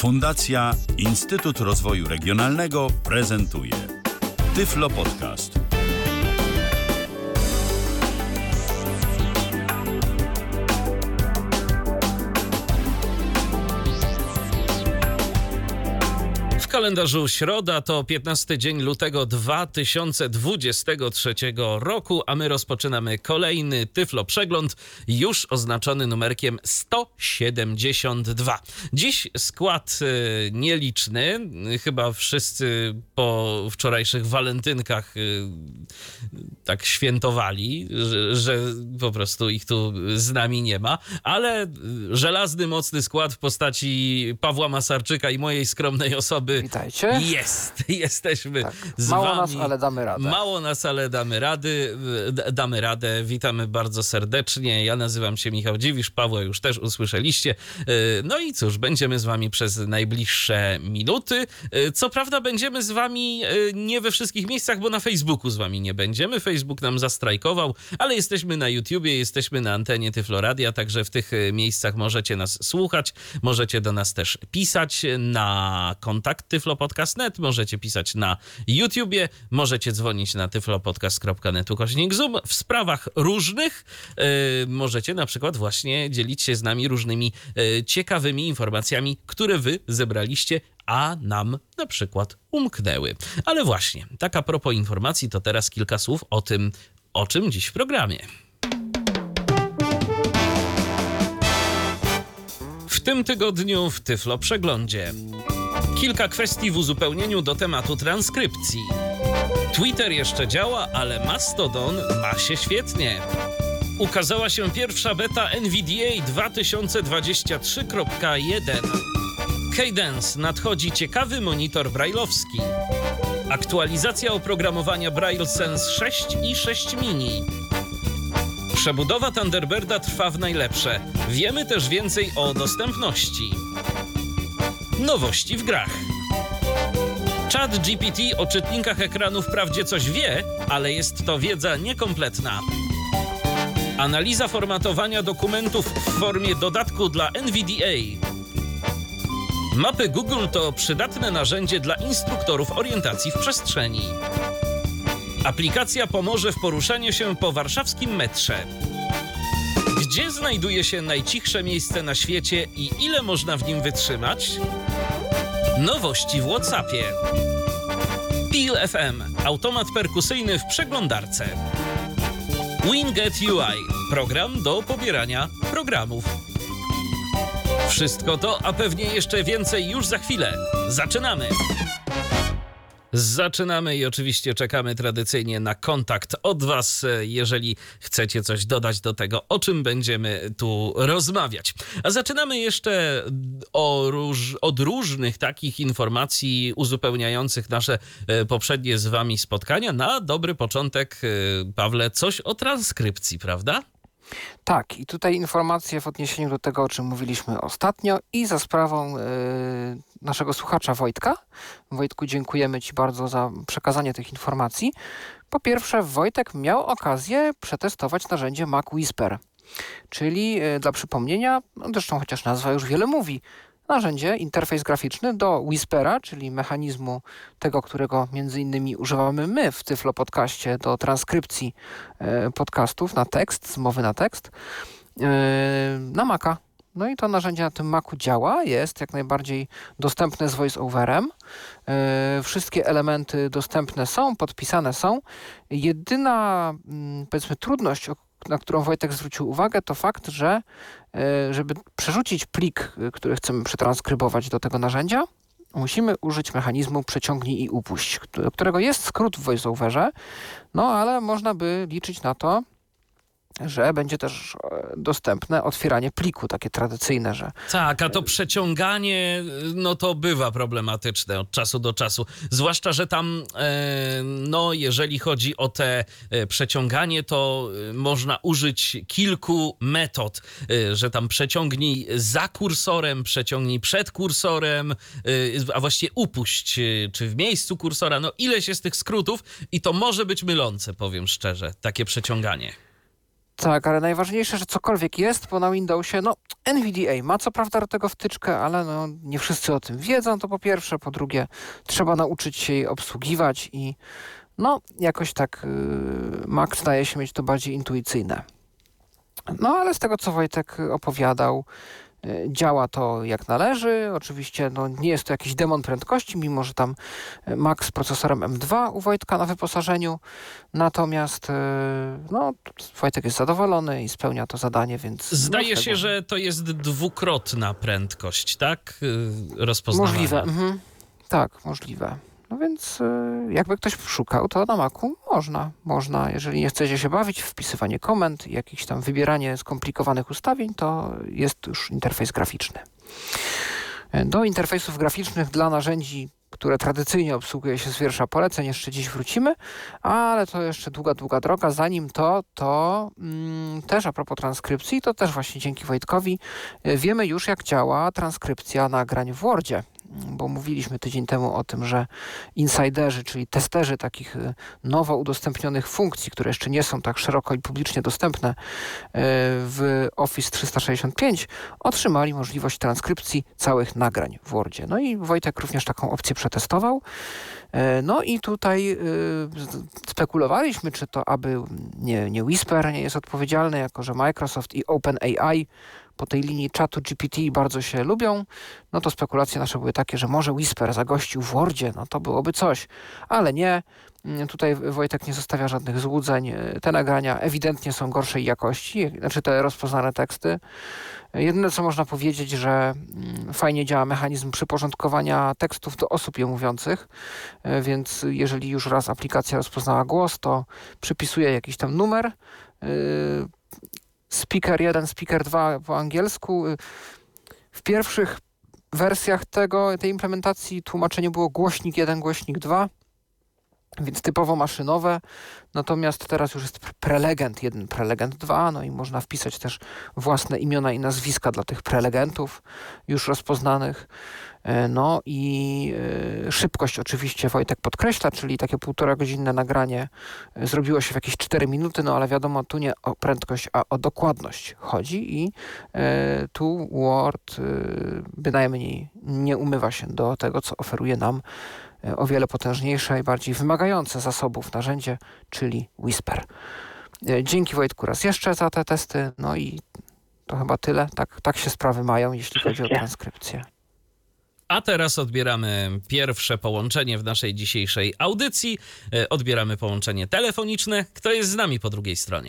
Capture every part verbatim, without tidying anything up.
Fundacja Instytut Rozwoju Regionalnego prezentuje Tyflo Podcast. W kalendarzu środa to piętnasty dzień lutego dwa tysiące dwudziestego trzeciego roku, a my rozpoczynamy kolejny Tyflo Przegląd, już oznaczony numerkiem sto siedemdziesiąt dwa. Dziś skład y, nieliczny, chyba wszyscy po wczorajszych walentynkach y, tak świętowali, że, że po prostu ich tu z nami nie ma, ale żelazny, mocny skład w postaci Pawła Masarczyka i mojej skromnej osoby. Witajcie. Jest, jesteśmy tak. z Mało wami. nas, ale damy radę. Mało nas, ale damy rady. D- damy radę. Witamy bardzo serdecznie. Ja nazywam się Michał Dziwisz, Pawła już też usłyszeliście. No i cóż, będziemy z wami przez najbliższe minuty. Co prawda będziemy z wami nie we wszystkich miejscach, bo na Facebooku z wami nie będziemy. Facebook nam zastrajkował, ale jesteśmy na YouTubie, jesteśmy na antenie Tyflo Radia, także w tych miejscach możecie nas słuchać, możecie do nas też pisać na kontakt tyflopodcast kropka net, możecie pisać na YouTubie, możecie dzwonić na tyflopodcast kropka net ukośnik zoom w sprawach różnych. Yy, możecie na przykład właśnie dzielić się z nami różnymi yy, ciekawymi informacjami, które wy zebraliście, a nam na przykład umknęły. Ale właśnie, tak a propos informacji, to teraz kilka słów o tym, o czym dziś w programie. W tym tygodniu w Tyflo Przeglądzie kilka kwestii w uzupełnieniu do tematu transkrypcji. Twitter jeszcze działa, ale Mastodon ma się świetnie. Ukazała się pierwsza beta N V D A dwa tysiące dwadzieścia trzy kropka jeden. Cadence nadchodzi ciekawy monitor brajlowski. Aktualizacja oprogramowania Braille Sense sześć i sześć mini. Przebudowa Thunderbirda trwa w najlepsze. Wiemy też więcej o dostępności. Nowości w grach. ChatGPT o czytnikach ekranu wprawdzie coś wie, ale jest to wiedza niekompletna. Analiza formatowania dokumentów w formie dodatku dla N V D A. Mapy Google to przydatne narzędzie dla instruktorów orientacji w przestrzeni. Aplikacja pomoże w poruszaniu się po warszawskim metrze. Gdzie znajduje się najcichsze miejsce na świecie i ile można w nim wytrzymać? Nowości w WhatsAppie. Peel F M. Automat perkusyjny w przeglądarce. Winget U I. Program do pobierania programów. Wszystko to, a pewnie jeszcze więcej już za chwilę. Zaczynamy! Zaczynamy i oczywiście czekamy tradycyjnie na kontakt od was, jeżeli chcecie coś dodać do tego, o czym będziemy tu rozmawiać. A zaczynamy jeszcze o róż, od różnych takich informacji uzupełniających nasze poprzednie z wami spotkania. Na dobry początek, Pawle, coś o transkrypcji, prawda? Tak, i tutaj informacje w odniesieniu do tego, o czym mówiliśmy ostatnio i za sprawą yy, naszego słuchacza Wojtka. Wojtku, dziękujemy ci bardzo za przekazanie tych informacji. Po pierwsze, Wojtek miał okazję przetestować narzędzie Mac Whisper, czyli yy, dla przypomnienia, no zresztą chociaż nazwa już wiele mówi, narzędzie, interfejs graficzny do Whispera, czyli mechanizmu tego, którego między innymi używamy my w Tyflo Podcaście do transkrypcji e, podcastów na tekst, z mowy na tekst, e, na Maca. No i to narzędzie na tym Macu działa, jest jak najbardziej dostępne z voice-overem. E, wszystkie elementy dostępne są, podpisane są. Jedyna, m, powiedzmy, trudność, na którą Wojtek zwrócił uwagę, to fakt, że żeby przerzucić plik, który chcemy przetranskrybować do tego narzędzia, musimy użyć mechanizmu przeciągnij i upuść, którego jest skrót w VoiceOverze, no ale można by liczyć na to, że będzie też dostępne otwieranie pliku, takie tradycyjne, że... Tak, a to przeciąganie, no to bywa problematyczne od czasu do czasu. Zwłaszcza, że tam, e, no jeżeli chodzi o te e, przeciąganie, to e, można użyć kilku metod, e, że tam przeciągnij za kursorem, przeciągnij przed kursorem, e, a właściwie upuść, e, czy w miejscu kursora, no ileś jest tych skrótów i to może być mylące, powiem szczerze, takie przeciąganie. Tak, ale najważniejsze, że cokolwiek jest, bo na Windowsie, no N V D A ma co prawda do tego wtyczkę, ale no, nie wszyscy o tym wiedzą, to po pierwsze. Po drugie, trzeba nauczyć się jej obsługiwać i no jakoś tak yy, Mac zdaje się mieć to bardziej intuicyjne. No ale z tego, co Wojtek opowiadał, działa to jak należy. Oczywiście no, nie jest to jakiś demon prędkości, mimo że tam Mac z procesorem M dwa u Wojtka na wyposażeniu. Natomiast no, Wojtek jest zadowolony i spełnia to zadanie, więc... Zdaje no, się, że to jest dwukrotna prędkość, tak? Rozpoznawania. Możliwe. Mhm. Tak, możliwe. No więc jakby ktoś szukał, to na Macu można. Można, jeżeli nie chcecie się bawić w wpisywanie komend, jakieś tam wybieranie skomplikowanych ustawień, to jest już interfejs graficzny. Do interfejsów graficznych dla narzędzi, które tradycyjnie obsługuje się z wiersza poleceń, jeszcze dziś wrócimy, ale to jeszcze długa, długa droga. Zanim to, to mm, też a propos transkrypcji, to też właśnie dzięki Wojtkowi wiemy już, jak działa transkrypcja nagrań w Wordzie. Bo mówiliśmy tydzień temu o tym, że insiderzy, czyli testerzy takich nowo udostępnionych funkcji, które jeszcze nie są tak szeroko i publicznie dostępne w Office trzysta sześćdziesiąt pięć, otrzymali możliwość transkrypcji całych nagrań w Wordzie. No i Wojtek również taką opcję przetestował. No i tutaj spekulowaliśmy, czy to aby nie, nie Whisper nie jest odpowiedzialny, jako że Microsoft i OpenAI po tej linii czatu G P T bardzo się lubią, no to spekulacje nasze były takie, że może Whisper zagościł w Wordzie, no to byłoby coś, ale nie. Tutaj Wojtek nie zostawia żadnych złudzeń. Te nagrania ewidentnie są gorszej jakości, znaczy te rozpoznane teksty. Jedyne, co można powiedzieć, że fajnie działa mechanizm przyporządkowania tekstów do osób je mówiących, więc jeżeli już raz aplikacja rozpoznała głos, to przypisuje jakiś tam numer, speaker jeden, speaker dwa po angielsku. W pierwszych wersjach tego, tej implementacji tłumaczenie było głośnik jeden, głośnik dwa, więc typowo maszynowe. Natomiast teraz już jest prelegent jeden, prelegent dwa, no i można wpisać też własne imiona i nazwiska dla tych prelegentów już rozpoznanych. No i y, szybkość oczywiście Wojtek podkreśla, czyli takie półtora godzinne nagranie zrobiło się w jakieś cztery minuty, no ale wiadomo, tu nie o prędkość, a o dokładność chodzi i y, tu Word y, bynajmniej nie umywa się do tego, co oferuje nam y, o wiele potężniejsze i bardziej wymagające zasobów narzędzie, czyli Whisper. Y, dzięki Wojtku raz jeszcze za te testy, no i to chyba tyle. Tak, tak się sprawy mają, jeśli chodzi o transkrypcję. A teraz odbieramy pierwsze połączenie w naszej dzisiejszej audycji. Odbieramy połączenie telefoniczne. Kto jest z nami po drugiej stronie?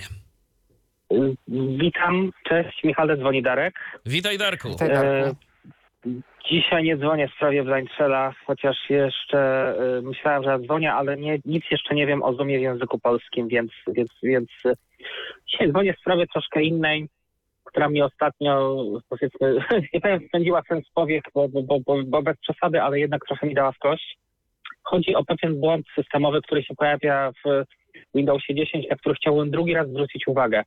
Witam, cześć, Michale, dzwoni Darek. Witaj, Darku. Witaj, Darku. E, dzisiaj nie dzwonię w sprawie Blindshella, chociaż jeszcze e, myślałem, że dzwonię, ale nie, nic jeszcze nie wiem o Zoomie w języku polskim, więc, więc, więc e, dzisiaj dzwonię w sprawie troszkę innej, która mi ostatnio, powiedzmy, nie powiem, spędziła sens powiek, bo, bo, bo, bo bez przesady, ale jednak trochę mi dała w kość. Chodzi o pewien błąd systemowy, który się pojawia w Windowsie dziesięć, na który chciałbym drugi raz zwrócić uwagę.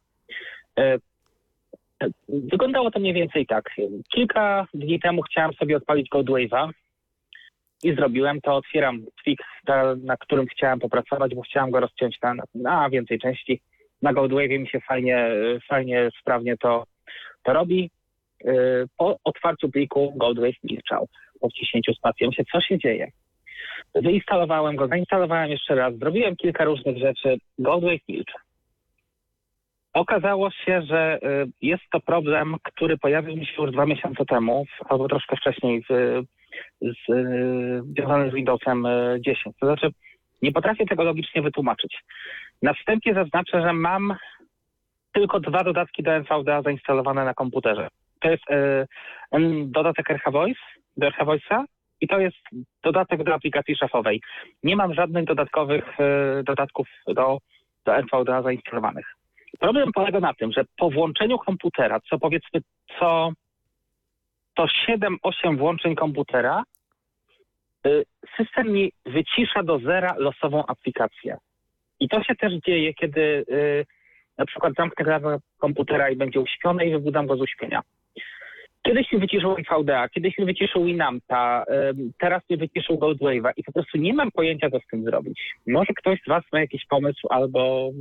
Wyglądało to mniej więcej tak. Kilka dni temu chciałem sobie odpalić Goldwave'a i zrobiłem to. Otwieram Twix, na którym chciałem popracować, bo chciałem go rozciąć na, na więcej części. Na Goldwave'ie mi się fajnie, fajnie, sprawnie to, to robi. Po otwarciu pliku Goldwave milczał. Po wciśnięciu spacji. Myślę, co się dzieje? Wyinstalowałem go, zainstalowałem jeszcze raz, zrobiłem kilka różnych rzeczy. Goldwave milczy. Okazało się, że jest to problem, który pojawił mi się już dwa miesiące temu, albo troszkę wcześniej, z, z, związany z Windowsem dziesięć. To znaczy, nie potrafię tego logicznie wytłumaczyć. Na wstępie zaznaczę, że mam tylko dwa dodatki do N V D A zainstalowane na komputerze. To jest y, dodatek R H Voice, do R H Voice'a i to jest dodatek do aplikacji szafowej. Nie mam żadnych dodatkowych y, dodatków do, do N V D A zainstalowanych. Problem polega na tym, że po włączeniu komputera, co powiedzmy co to siedem osiem włączeń komputera, y, system mi wycisza do zera losową aplikację. I to się też dzieje, kiedy y, na przykład zamknę grę komputera i będzie uśpiony i wybudzam go z uśpienia. Kiedyś mi wyciszył N V D A, kiedyś mi wyciszył Winampta, y, teraz mi wyciszył Goldwave'a i po prostu nie mam pojęcia, co z tym zrobić. Może ktoś z was ma jakiś pomysł albo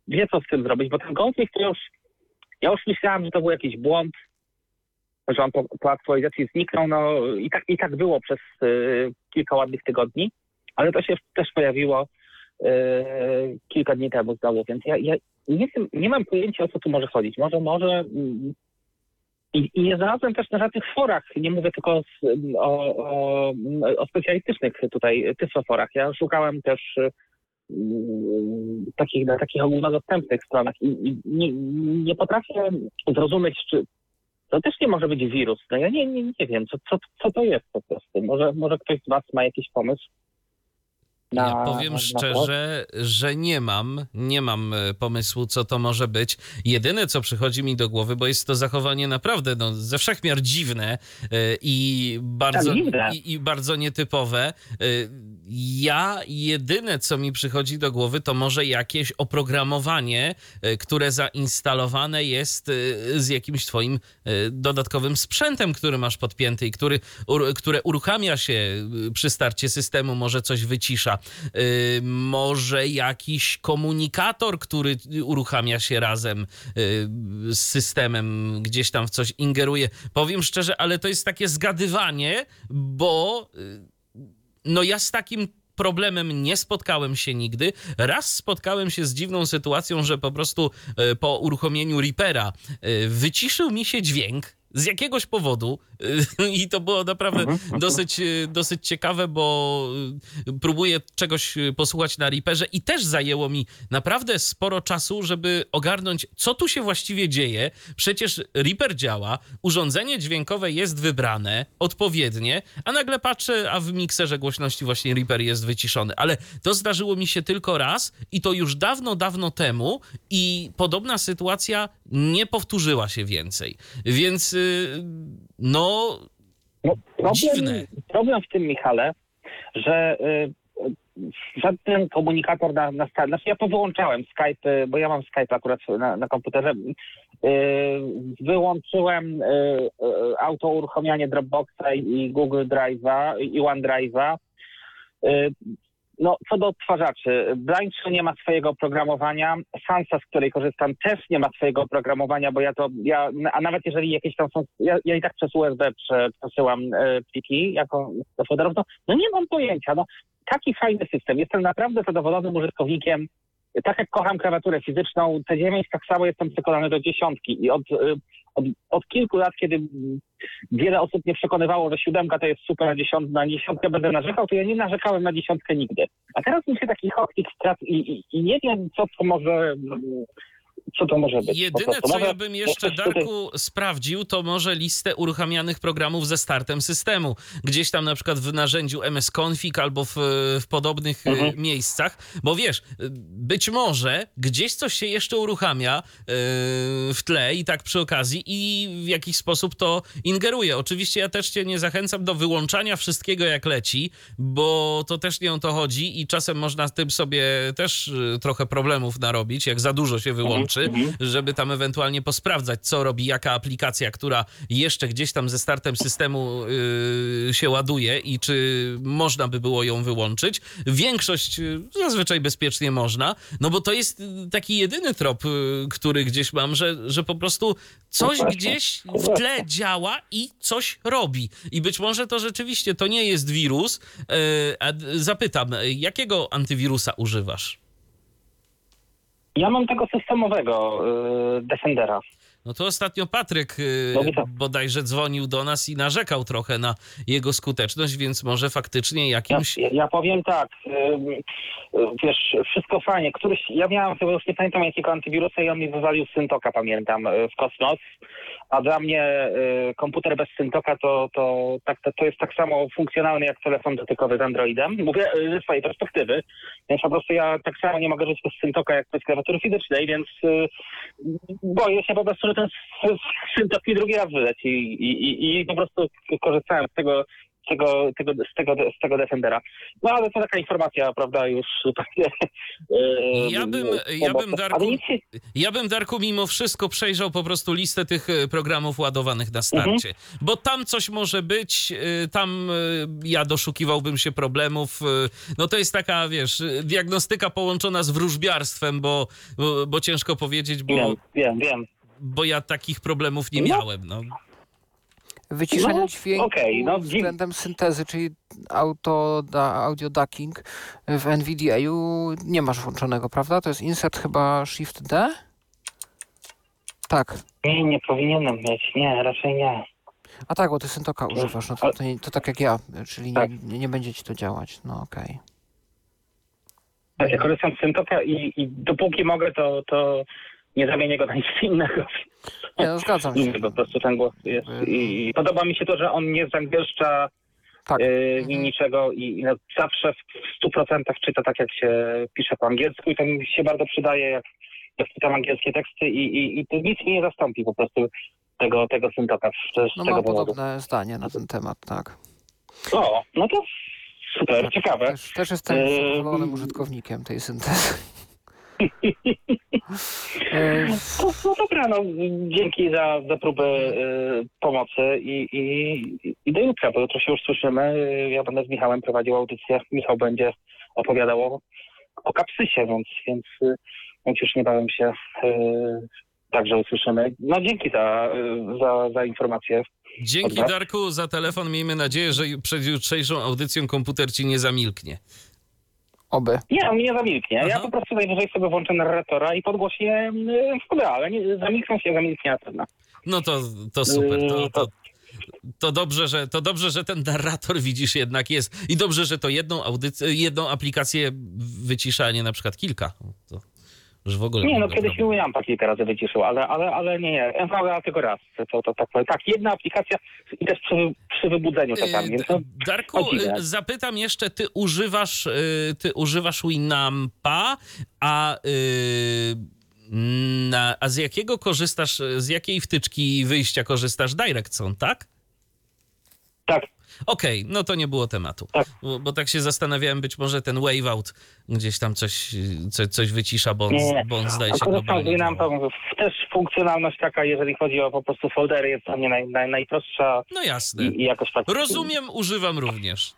wie, co z tym zrobić, bo ten konflikt to już, ja już myślałam, że to był jakiś błąd, że on po, po aktualizacji zniknął, no i tak, i tak było przez y, kilka ładnych tygodni, ale to się też pojawiło y, kilka dni temu znowu, więc ja, ja nie wiem, nie mam pojęcia, o co tu może chodzić. Może, może y, i, i nie znalazłem też na żadnych forach, nie mówię tylko z, o, o, o specjalistycznych tutaj tyfloforach. Ja szukałem też y, takich, na takich ogólnodostępnych stronach i, i nie, nie potrafię zrozumieć, czy to też nie może być wirus. No ja nie, nie, nie wiem, co, co, co to jest po prostu. Może, może ktoś z was ma jakiś pomysł? Na, ja powiem na, szczerze, na że nie mam, nie mam pomysłu, co to może być. Jedyne, co przychodzi mi do głowy, bo jest to zachowanie naprawdę no, ze wszechmiar dziwne i bardzo, i, i bardzo nietypowe. Ja jedyne, co mi przychodzi do głowy, to może jakieś oprogramowanie, które zainstalowane jest z jakimś twoim dodatkowym sprzętem, który masz podpięty i który, które uruchamia się przy starcie systemu, może coś wycisza. Yy, może jakiś komunikator, który uruchamia się razem yy, z systemem, gdzieś tam w coś ingeruje. Powiem szczerze, ale to jest takie zgadywanie, bo yy, no ja z takim problemem nie spotkałem się nigdy. Raz spotkałem się z dziwną sytuacją, że po prostu yy, po uruchomieniu Reapera yy, wyciszył mi się dźwięk z jakiegoś powodu i to było naprawdę dosyć, dosyć ciekawe, bo próbuję czegoś posłuchać na Reaperze i też zajęło mi naprawdę sporo czasu, żeby ogarnąć, co tu się właściwie dzieje. Przecież Reaper działa, urządzenie dźwiękowe jest wybrane odpowiednie, a nagle patrzę, a w mikserze głośności właśnie Reaper jest wyciszony. Ale to zdarzyło mi się tylko raz i to już dawno, dawno temu i podobna sytuacja nie powtórzyła się więcej. Więc no, no problem, dziwne. Problem w tym, Michale, że y, żaden komunikator na, na start, znaczy ja powyłączałem Skype, bo ja mam Skype akurat na, na komputerze, y, wyłączyłem y, y, auto uruchamianie Dropboxa i Google Drive'a i OneDrive'a. Y, No, co do odtwarzaczy, Blindshell nie ma swojego oprogramowania, Sansa, z której korzystam, też nie ma swojego oprogramowania, bo ja to, ja, a nawet jeżeli jakieś tam są, ja, ja i tak przez U S B przesyłam e, pliki jako gospodarz, no, no nie mam pojęcia, no taki fajny system, jestem naprawdę zadowolonym użytkownikiem, tak jak kocham klawiaturę fizyczną, T dziewięć tak samo jestem przekonany do dziesiątki i od, od, od kilku lat, kiedy wiele osób mnie przekonywało, że siódemka to jest super, a dziesiąt, na dziesiątkę będę narzekał, to ja nie narzekałem na dziesiątkę nigdy. A teraz mi się taki hotfix strat i, i, i nie wiem, co to może... Co to może być? Jedyne, co może, ja bym jeszcze, Darku, tutaj... sprawdził, to może listę uruchamianych programów ze startem systemu. Gdzieś tam na przykład w narzędziu M S Config albo w, w podobnych mhm. miejscach, bo wiesz, być może gdzieś coś się jeszcze uruchamia yy, w tle i tak przy okazji i w jakiś sposób to ingeruje. Oczywiście ja też cię nie zachęcam do wyłączania wszystkiego jak leci, bo to też nie o to chodzi i czasem można z tym sobie też trochę problemów narobić, jak za dużo się wyłączy. Mhm. Żeby tam ewentualnie posprawdzać, co robi jaka aplikacja, która jeszcze gdzieś tam ze startem systemu yy, się ładuje i czy można by było ją wyłączyć. Większość zazwyczaj bezpiecznie można, no bo to jest taki jedyny trop, yy, który gdzieś mam, że, że po prostu coś gdzieś w tle działa i coś robi. I być może to rzeczywiście to nie jest wirus. Yy, a zapytam, jakiego antywirusa używasz? Ja mam tego systemowego yy, Defendera. No to ostatnio Patryk yy, bodajże dzwonił do nas i narzekał trochę na jego skuteczność, więc może faktycznie jakimś... Ja, ja powiem tak, yy, wiesz, wszystko fajnie. Któryś, ja miałem, chyba już nie pamiętam jakiego antywirusa i on mi wywalił Syntoka, pamiętam, yy, w kosmos. A dla mnie y, komputer bez Syntoka to, to, tak, to, to jest tak samo funkcjonalny jak telefon dotykowy z Androidem. Mówię y, ze swojej perspektywy, więc po prostu ja tak samo nie mogę żyć bez Syntoka jak bez klawiatury fizycznej, więc y, boję się po prostu, że ten Syntok mi drugi raz wyleci i, i, i po prostu korzystałem z tego z tego, tego, z tego, z tego Defendera. No ale to taka informacja, prawda, już takie... Ja bym, ja bym Darku, ale nic się... ja bym, Darku, mimo wszystko przejrzał po prostu listę tych programów ładowanych na starcie, mhm. bo tam coś może być, tam ja doszukiwałbym się problemów. No to jest taka, wiesz, diagnostyka połączona z wróżbiarstwem, bo, bo, bo ciężko powiedzieć, bo... Wiem, wiem, wiem. Bo ja takich problemów nie miałem, no. Wyciszenie no, dźwięku okay, no, względem syntezy, czyli auto, da, audio ducking w N V D A-u nie masz włączonego, prawda? To jest insert chyba Shift D? Tak. Nie, nie powinienem mieć, nie, raczej nie. A tak, bo ty syntoka używasz, no to, to, nie, to tak jak ja, czyli tak. nie, nie będzie ci to działać, no okej. Okay. Tak, ja korzystam z syntoka i, i dopóki mogę, to, to nie zamienię go na nic innego. Nie, no, zgadzam się. Po prostu ten głos jest. I, i podoba mi się to, że on nie zangwieszcza tak. yy, mhm. niczego i, i no, zawsze w stu procentach czyta tak, jak się pisze po angielsku i to mi się bardzo przydaje, jak, jak czytam angielskie teksty i, i, i to nic mi nie zastąpi po prostu tego, tego syntoka. Z, no z tego mam powodu. podobne zdanie na ten temat, tak. O, no to super, tak, ciekawe. Też, też jestem zadowolonym yy... użytkownikiem tej syntezy. No, no dobra, no dzięki za, za próbę y, pomocy i, i, i do jutra, bo jutro się już słyszymy. Ja będę z Michałem prowadził audycję. Michał będzie opowiadał o, o kapsysie, więc, więc, więc już niebawem się y, także usłyszymy. No dzięki za, za, za informację. Dzięki, Darku, za telefon. Miejmy nadzieję, że przed jutrzejszą audycją komputer ci nie zamilknie. Oby. Nie, on nie zamilknie. Aha. Ja po prostu najwyżej sobie włączę narratora i podgłośnie w Q D A, ale nie, zamilkną się, zamilknie na pewno. No to, to super. To, to, to, dobrze, że, to dobrze, że ten narrator, widzisz, jednak jest. I dobrze, że to jedną audycję, jedną aplikację wycisza, a nie na przykład kilka. To już w ogóle nie, no kiedyś mi Lampa kilka razy wyciszył, ale, ale, ale nie, nie. N V D A tylko raz. To, to, tak, tak, jedna aplikacja i też przy, przy wybudzeniu czasami. Więc to Darku, zapytam jeszcze, ty używasz, ty używasz Winampa, a, na, a z jakiego korzystasz, z jakiej wtyczki wyjścia korzystasz? DirectSound, tak? Tak. Okej, okay, no to nie było tematu, tak. Bo, bo tak się zastanawiałem, być może ten waveout gdzieś tam coś, coś, coś wycisza, bo on, nie, nie. Bo on zdaje się globalnie. Nam też funkcjonalność taka, jeżeli chodzi o po prostu foldery, jest dla mnie naj, naj, najprostsza. No jasne. I, i jakoś tak... Rozumiem, używam również.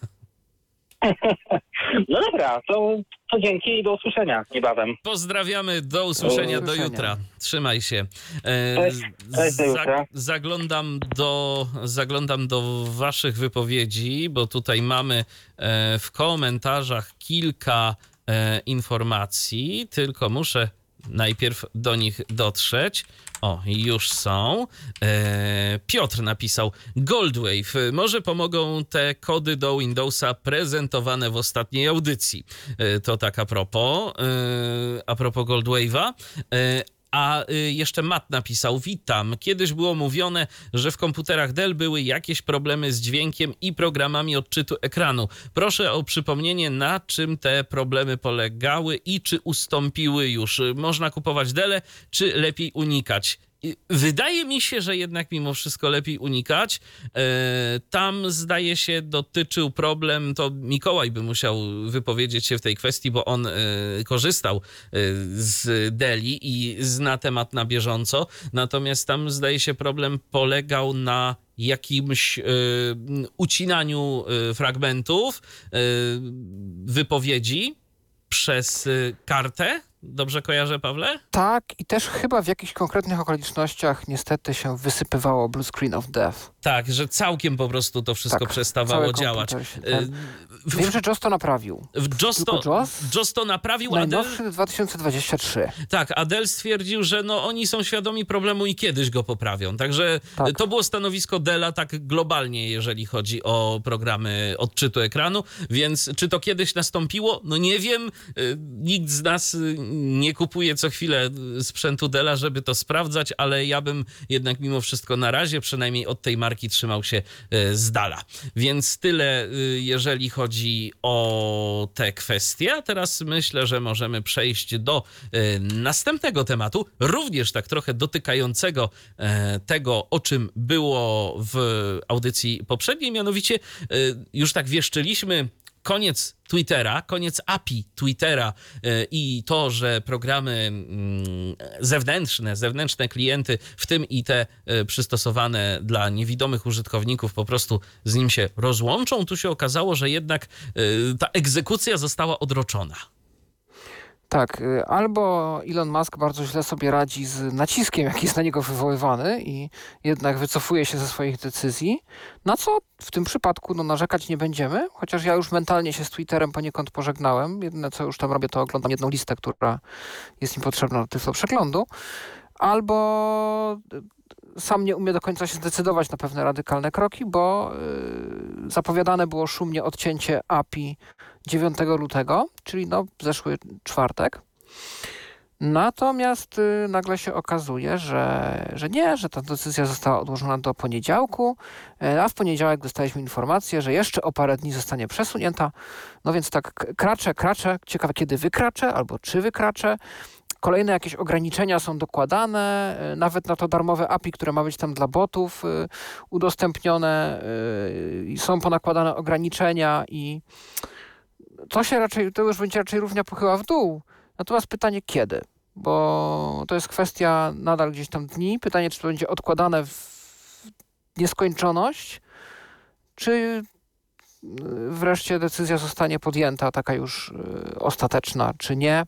No dobra, to, to dzięki i do usłyszenia niebawem. Pozdrawiamy, do usłyszenia, do jutra. Trzymaj się. Cześć, cześć do jutra. Zaglądam do, zaglądam do waszych wypowiedzi, bo tutaj mamy w komentarzach kilka informacji, tylko muszę najpierw do nich dotrzeć. O, już są. Eee, Piotr napisał: Goldwave, może pomogą te kody do Windowsa prezentowane w ostatniej audycji. Eee, to tak a propos, eee, a propos Goldwave'a. Eee, A jeszcze Matt napisał: witam. Kiedyś było mówione, że w komputerach Dell były jakieś problemy z dźwiękiem i programami odczytu ekranu. Proszę o przypomnienie, na czym te problemy polegały i czy ustąpiły już. Można kupować Delle, czy lepiej unikać? Wydaje mi się, że jednak mimo wszystko lepiej unikać. Tam zdaje się dotyczył problem, to Mikołaj by musiał wypowiedzieć się w tej kwestii, bo on korzystał z Delli i zna temat na bieżąco. Natomiast tam zdaje się problem polegał na jakimś y, ucinaniu y, fragmentów y, wypowiedzi przez y, kartę. Dobrze kojarzę, Pawle? Tak, i też chyba w jakichś konkretnych okolicznościach niestety się wysypywało Blue Screen of Death. Tak, że całkiem po prostu to wszystko tak, przestawało działać. Się, tak. Wiem, że JOS to naprawił. JOS to, JOS to naprawił. Najnowszy Dell... dwa tysiące dwudziesty trzeci. Tak, a Dell stwierdził, że no, oni są świadomi problemu i kiedyś go poprawią. Także tak. To było stanowisko Della tak globalnie, jeżeli chodzi o programy odczytu ekranu, więc czy to kiedyś nastąpiło? No nie wiem, nikt z nas nie kupuję co chwilę sprzętu Della, żeby to sprawdzać, ale ja bym jednak mimo wszystko na razie przynajmniej od tej marki trzymał się z dala. Więc tyle, jeżeli chodzi o te kwestie. A teraz myślę, że możemy przejść do następnego tematu, również tak trochę dotykającego tego, o czym było w audycji poprzedniej, mianowicie już tak wieszczyliśmy koniec Twittera, koniec A P I Twittera i to, że programy zewnętrzne, zewnętrzne klienty, w tym i te przystosowane dla niewidomych użytkowników, po prostu z nim się rozłączą. Tu się okazało, że jednak ta egzekucja została odroczona. Tak, albo Elon Musk bardzo źle sobie radzi z naciskiem, jaki jest na niego wywoływany i jednak wycofuje się ze swoich decyzji, na co w tym przypadku no, narzekać nie będziemy, chociaż ja już mentalnie się z Twitterem poniekąd pożegnałem. Jedyne, co już tam robię, to oglądam jedną listę, która jest mi potrzebna do tego przeglądu, albo sam nie umie do końca się zdecydować na pewne radykalne kroki, bo yy, zapowiadane było szumnie odcięcie A P I dziewiątego lutego, czyli no zeszły czwartek. Natomiast yy, nagle się okazuje, że, że nie, że ta decyzja została odłożona do poniedziałku, yy, a w poniedziałek dostaliśmy informację, że jeszcze o parę dni zostanie przesunięta. No więc tak kraczę, kraczę, ciekawe kiedy wykraczę albo czy wykraczę. Kolejne jakieś ograniczenia są dokładane, nawet na to darmowe A P I, które ma być tam dla botów udostępnione, są ponakładane ograniczenia i to się raczej, to już będzie raczej równia pochyła w dół. Natomiast pytanie kiedy, bo to jest kwestia nadal gdzieś tam dni. Pytanie, czy to będzie odkładane w nieskończoność, czy wreszcie decyzja zostanie podjęta, taka już ostateczna, czy nie.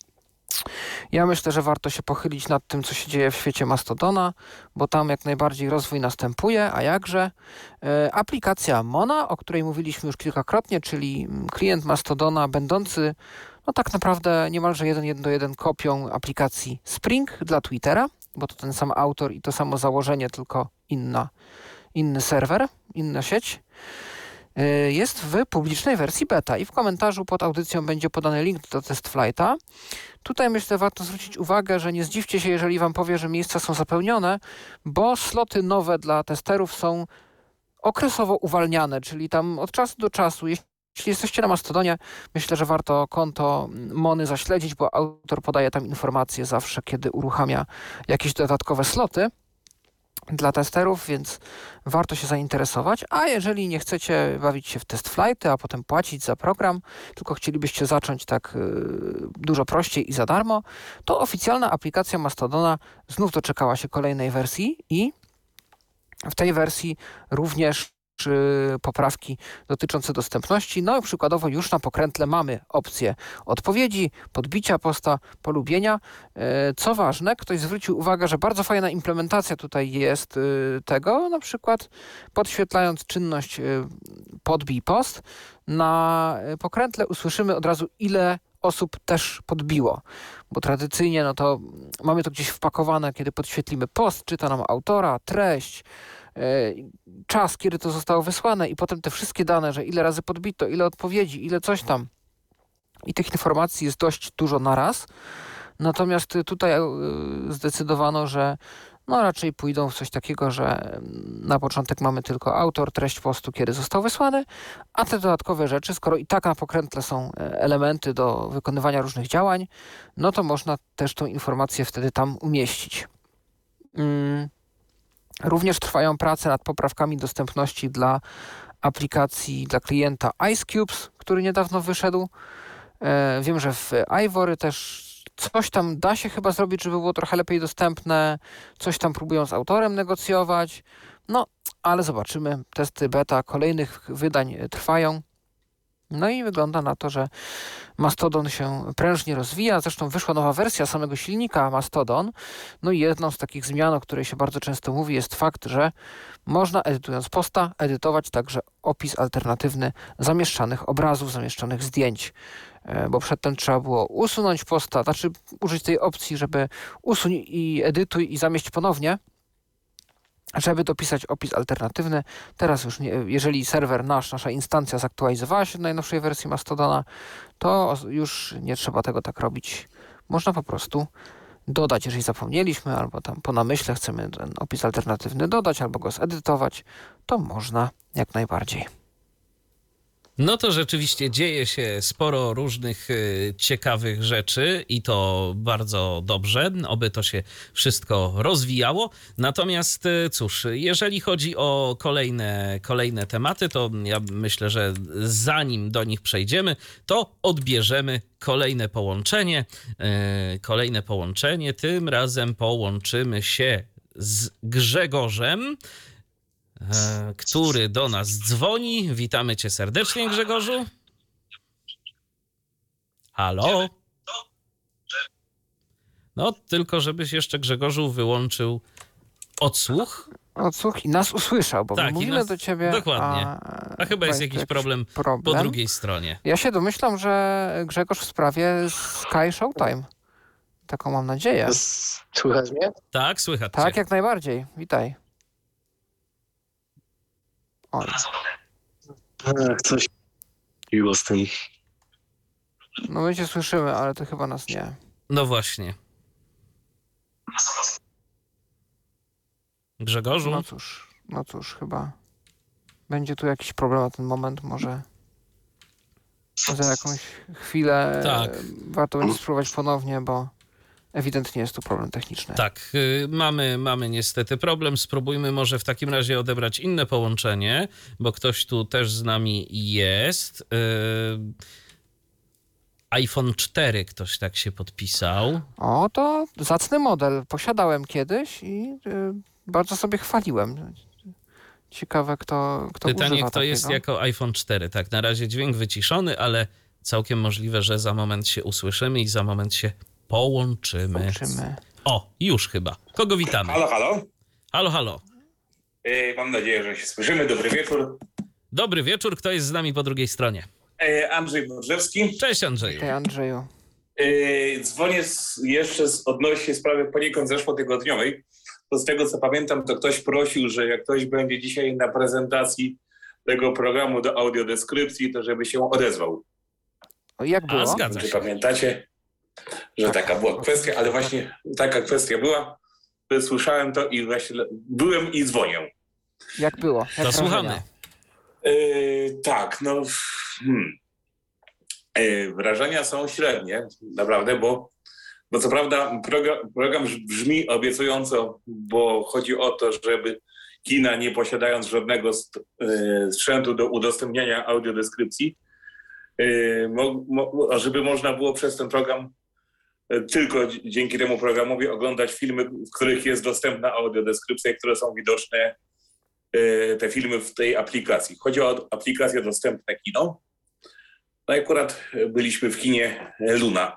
Ja myślę, że warto się pochylić nad tym, co się dzieje w świecie Mastodona, bo tam jak najbardziej rozwój następuje, a jakże. E, aplikacja Mona, o której mówiliśmy już kilkakrotnie, czyli klient Mastodona będący no tak naprawdę niemalże jeden do jeden kopią aplikacji Spring dla Twittera, bo to ten sam autor i to samo założenie, tylko inna, inny serwer, inna sieć. Jest w publicznej wersji beta i w komentarzu pod audycją będzie podany link do TestFlighta. Tutaj myślę, warto zwrócić uwagę, że nie zdziwcie się, jeżeli wam powie, że miejsca są zapełnione, bo sloty nowe dla testerów są okresowo uwalniane, czyli tam od czasu do czasu, jeśli jesteście na Mastodonie, myślę, że warto konto Mony zaśledzić, bo autor podaje tam informacje zawsze, kiedy uruchamia jakieś dodatkowe sloty dla testerów, więc warto się zainteresować. A jeżeli nie chcecie bawić się w TestFlighty, a potem płacić za program, tylko chcielibyście zacząć tak yy, dużo prościej i za darmo, to oficjalna aplikacja Mastodona znów doczekała się kolejnej wersji i w tej wersji również poprawki dotyczące dostępności. No i przykładowo już na pokrętle mamy opcję odpowiedzi, podbicia posta, polubienia. Co ważne, ktoś zwrócił uwagę, że bardzo fajna implementacja tutaj jest tego, na przykład podświetlając czynność podbij post, na pokrętle usłyszymy od razu, ile osób też podbiło, bo tradycyjnie no to mamy to gdzieś wpakowane, kiedy podświetlimy post, czyta nam autora, treść, czas, kiedy to zostało wysłane i potem te wszystkie dane, że ile razy podbito, ile odpowiedzi, ile coś tam. I tych informacji jest dość dużo naraz. Natomiast tutaj zdecydowano, że no raczej pójdą w coś takiego, że na początek mamy tylko autor, treść postu, kiedy został wysłany, a te dodatkowe rzeczy, skoro i tak na pokrętle są elementy do wykonywania różnych działań, no to można też tą informację wtedy tam umieścić. Hmm. Również trwają prace nad poprawkami dostępności dla aplikacji, dla klienta IceCubes, który niedawno wyszedł. E, wiem, że w Ivory też coś tam da się chyba zrobić, żeby było trochę lepiej dostępne. Coś tam próbują z autorem negocjować. No, ale zobaczymy. Testy beta kolejnych wydań trwają. No i wygląda na to, że Mastodon się prężnie rozwija. Zresztą wyszła nowa wersja samego silnika Mastodon. No i jedną z takich zmian, o której się bardzo często mówi, jest fakt, że można edytując posta, edytować także opis alternatywny zamieszczanych obrazów, zamieszczanych zdjęć. Bo przedtem trzeba było usunąć posta, znaczy użyć tej opcji, żeby usuń i edytuj i zamieść ponownie, żeby dopisać opis alternatywny. Teraz już, nie, jeżeli serwer nasz, nasza instancja zaktualizowała się do najnowszej wersji Mastodona, to już nie trzeba tego tak robić można po prostu dodać, jeżeli zapomnieliśmy, albo tam po namyśle chcemy ten opis alternatywny dodać, albo go zedytować, to można jak najbardziej. No to rzeczywiście dzieje się sporo różnych y, ciekawych rzeczy i to bardzo dobrze, oby to się wszystko rozwijało. Natomiast y, cóż, jeżeli chodzi o kolejne, kolejne tematy, to ja myślę, że zanim do nich przejdziemy, to odbierzemy kolejne połączenie. Y, kolejne połączenie, tym razem połączymy się z Grzegorzem, który do nas dzwoni. Witamy cię serdecznie, Grzegorzu. Halo? No, tylko żebyś jeszcze, Grzegorzu, wyłączył odsłuch. Odsłuch i nas usłyszał, bo Tak, my i mówimy nas- do ciebie. dokładnie. A, A chyba jest Wojtek, jakiś problem, problem po drugiej stronie. Ja się domyślam, że Grzegorz w sprawie Sky Showtime. Taką mam nadzieję. Słychać mnie? Tak, słychać Tak, cię. jak najbardziej. Witaj. Oj. Ach, coś miło z tym. No my cię słyszymy, ale to chyba nas nie. No właśnie. Grzegorzu? No cóż, no cóż, chyba będzie tu jakiś problem na ten moment. Może za jakąś chwilę Tak. e, warto będzie spróbować ponownie, bo ewidentnie jest tu problem techniczny. Tak, y, mamy, mamy niestety problem. Spróbujmy może w takim razie odebrać inne połączenie, bo ktoś tu też z nami jest. Y, iPhone cztery ktoś tak się podpisał. O, to zacny model. Posiadałem kiedyś i y, bardzo sobie chwaliłem. Ciekawe, kto, kto Pytanie, używa kto jest takiego. jako iPhone cztery. Tak, na razie dźwięk wyciszony, ale całkiem możliwe, że za moment się usłyszymy i za moment się połączymy. Zobaczymy. O, już chyba. Kogo witamy? Halo, halo. Halo, halo. E, mam nadzieję, że się słyszymy. Dobry wieczór. Dobry wieczór, kto jest z nami po drugiej stronie? E, Andrzej Bożewski. Cześć, Andrzeju. Hej, Andrzeju. E, dzwonię z, jeszcze z, odnośnie sprawy poniekąd zeszłotygodniowej. To z tego, co pamiętam, to ktoś prosił, że jak ktoś będzie dzisiaj na prezentacji tego programu do audiodeskrypcji, to żeby się odezwał. O, jak A, było? zgadza Czy się. pamiętacie, że taka była kwestia, ale właśnie taka kwestia była. Słyszałem to i właśnie byłem i dzwonię. Jak było? Jak To wrażenia? słuchamy. Yy, tak, no. Hmm. Yy, wrażenia są średnie, naprawdę, bo, bo co prawda program, program brzmi obiecująco, bo chodzi o to, żeby kina, nie posiadając żadnego st- yy, sprzętu do udostępniania audiodeskrypcji, yy, mo, mo, żeby można było przez ten program yy, tylko d- dzięki temu programowi oglądać filmy, w których jest dostępna audiodeskrypcja, które są widoczne te filmy w tej aplikacji. Chodzi o aplikację Dostępne Kino. No i akurat byliśmy w kinie Luna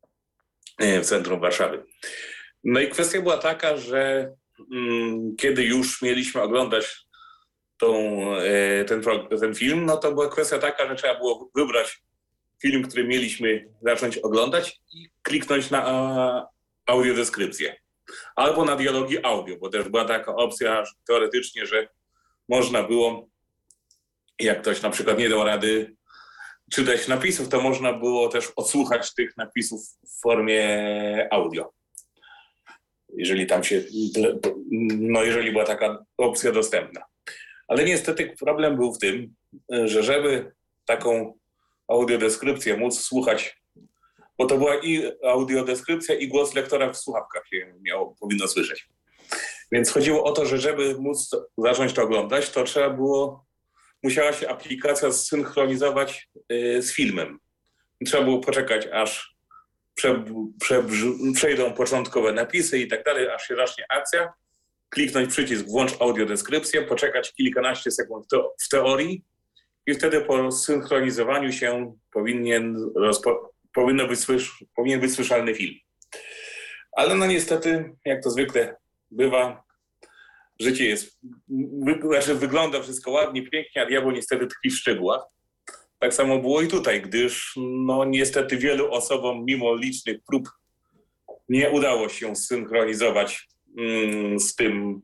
w centrum Warszawy. No i kwestia była taka, że mm, kiedy już mieliśmy oglądać tą, ten, ten film, no to była kwestia taka, że trzeba było wybrać film, który mieliśmy zacząć oglądać i kliknąć na a, audiodeskrypcję. Albo na dialogi audio, bo też była taka opcja teoretycznie, że można było, jak ktoś na przykład nie dał rady czytać napisów, to można było też odsłuchać tych napisów w formie audio. Jeżeli tam się, no jeżeli była taka opcja dostępna. Ale niestety problem był w tym, że żeby taką audiodeskrypcję móc słuchać, bo to była i audiodeskrypcja, i głos lektora w słuchawkach się miało, powinno słyszeć. Więc chodziło o to, że żeby móc zacząć to oglądać, to trzeba było, musiała się aplikacja zsynchronizować y, z filmem. Trzeba było poczekać, aż prze, prze, przejdą początkowe napisy i tak dalej, aż się zacznie akcja, kliknąć przycisk włącz audiodeskrypcję, poczekać kilkanaście sekund to, w teorii i wtedy po zsynchronizowaniu się powinien, rozpo, powinno być słysz, powinien być słyszalny film. Ale no niestety, jak to zwykle bywa, życie jest, wy, znaczy wygląda wszystko ładnie, pięknie, a diabeł niestety tkwi w szczegółach. Tak samo było i tutaj, gdyż no niestety wielu osobom, mimo licznych prób, nie udało się zsynchronizować mm, z tym,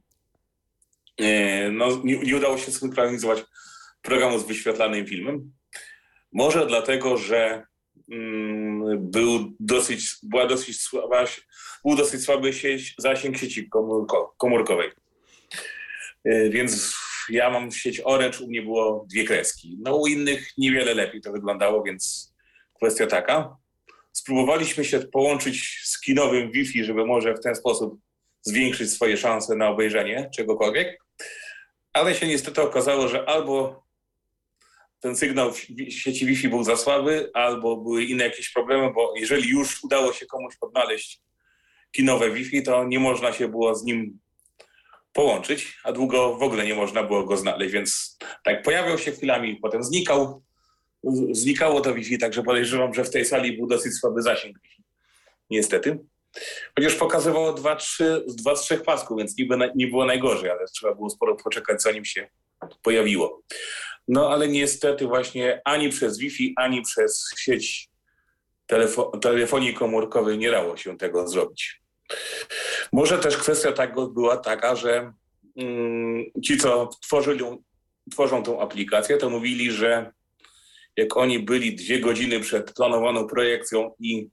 e, no nie, nie udało się zsynchronizować programu z wyświetlanym filmem. Może dlatego, że mm, był dosyć, była dosyć słaba, był dosyć słaby sieć, zasięg sieci komórko, komórkowej. Yy, więc ja mam sieć Orange, u mnie było dwie kreski. No u innych niewiele lepiej to wyglądało, więc kwestia taka. Spróbowaliśmy się połączyć z kinowym Wi-Fi, żeby może w ten sposób zwiększyć swoje szanse na obejrzenie czegokolwiek, ale się niestety okazało, że albo ten sygnał w sieci Wi-Fi był za słaby, albo były inne jakieś problemy, bo jeżeli już udało się komuś odnaleźć kinowe Wi-Fi, to nie można się było z nim połączyć, a długo w ogóle nie można było go znaleźć, więc tak pojawiał się chwilami, potem znikał, znikało to Wi-Fi, także podejrzewam, że w tej sali był dosyć słaby zasięg Wi-Fi. Niestety. Chociaż pokazywało dwa trzy z trzech pasków, więc niby na, nie było najgorzej, ale trzeba było sporo poczekać, zanim się pojawiło. No ale niestety właśnie ani przez Wi-Fi, ani przez sieć telefo- telefonii komórkowej nie dało się tego zrobić. Może też kwestia tego była taka, że mm, ci, co tworzyli, tworzą tą aplikację, to mówili, że jak oni byli dwie godziny przed planowaną projekcją i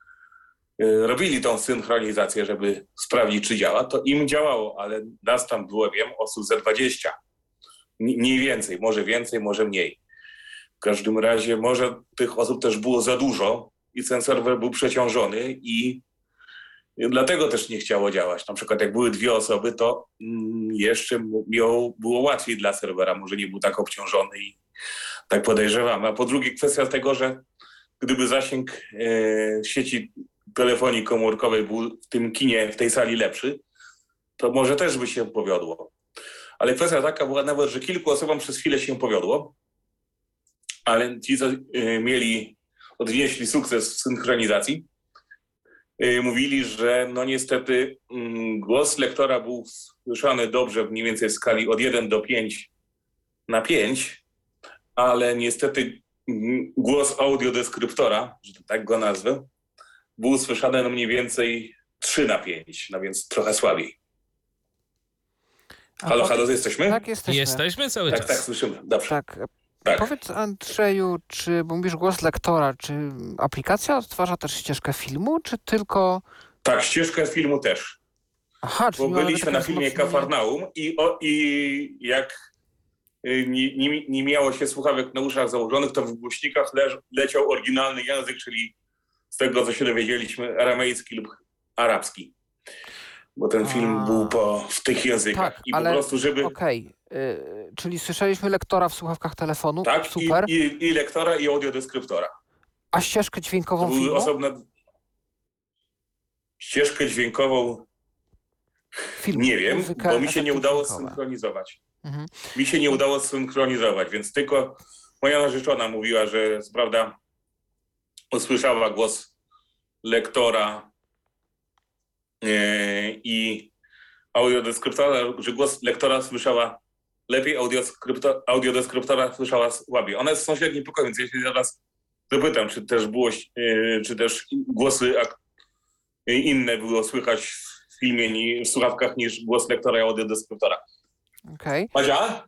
y, robili tą synchronizację, żeby sprawdzić, czy działa, to im działało, ale nas tam było, wiem, osób ze dwadzieścia. Mniej więcej, może więcej, może mniej. W każdym razie może tych osób też było za dużo i ten serwer był przeciążony i dlatego też nie chciało działać. Na przykład jak były dwie osoby, to jeszcze miało, było łatwiej dla serwera, może nie był tak obciążony i tak podejrzewam. A po drugie kwestia tego, że gdyby zasięg e, sieci telefonii komórkowej był w tym kinie, w tej sali lepszy, to może też by się powiodło. Ale kwestia taka była nawet, że kilku osobom przez chwilę się powiodło, ale ci, co y, mieli, odnieśli sukces w synchronizacji, y, mówili, że no niestety y, głos lektora był słyszany dobrze mniej więcej w skali od jeden do pięciu na pięć, ale niestety y, głos audiodeskryptora, że to tak go nazwę, był słyszany no mniej więcej trzy na pięć, no więc trochę słabiej. A Halo, powiedz- halo, jesteśmy? Tak, jesteśmy. Jesteśmy cały Tak, czas. tak, słyszymy. Dobrze. Tak. Tak. Powiedz, Andrzeju, czy, bo mówisz głos lektora, czy aplikacja odtwarza też ścieżkę filmu, czy tylko... Tak, ścieżkę filmu też. Aha, czyli Bo mamy byliśmy takie na filmie wzmocnienie- Kafarnaum i, o, i jak y, nie, nie, nie miało się słuchawek na uszach założonych, to w głośnikach le, leciał oryginalny język, czyli z tego, co się dowiedzieliśmy, aramejski lub arabski. Bo ten film A. był po, w tych językach. Tak, I ale po prostu, żeby... Okej, y, czyli słyszeliśmy lektora w słuchawkach telefonu, Tak, super, i, i, i lektora, i audiodeskryptora. a ścieżkę To dźwiękową były filmu? osobne... Ścieżkę dźwiękową Filmu, nie wiem, muzykę, bo mi się nie efekty udało dźwiękowe. synchronizować. Mhm. Mi się nie udało synchronizować, więc tylko moja narzeczona mówiła, że prawda, usłyszała głos lektora yy, i audiodeskryptora, że głos lektora słyszała lepiej, audiodeskryptora, audiodeskryptora słyszała słabiej. One są w sąsiednim pokoju, więc ja się zaraz zapytam, czy też było, yy, czy też głosy ak- inne było słychać w filmie, ni- w słuchawkach niż głos lektora i audiodeskryptora. Okej. Madzia?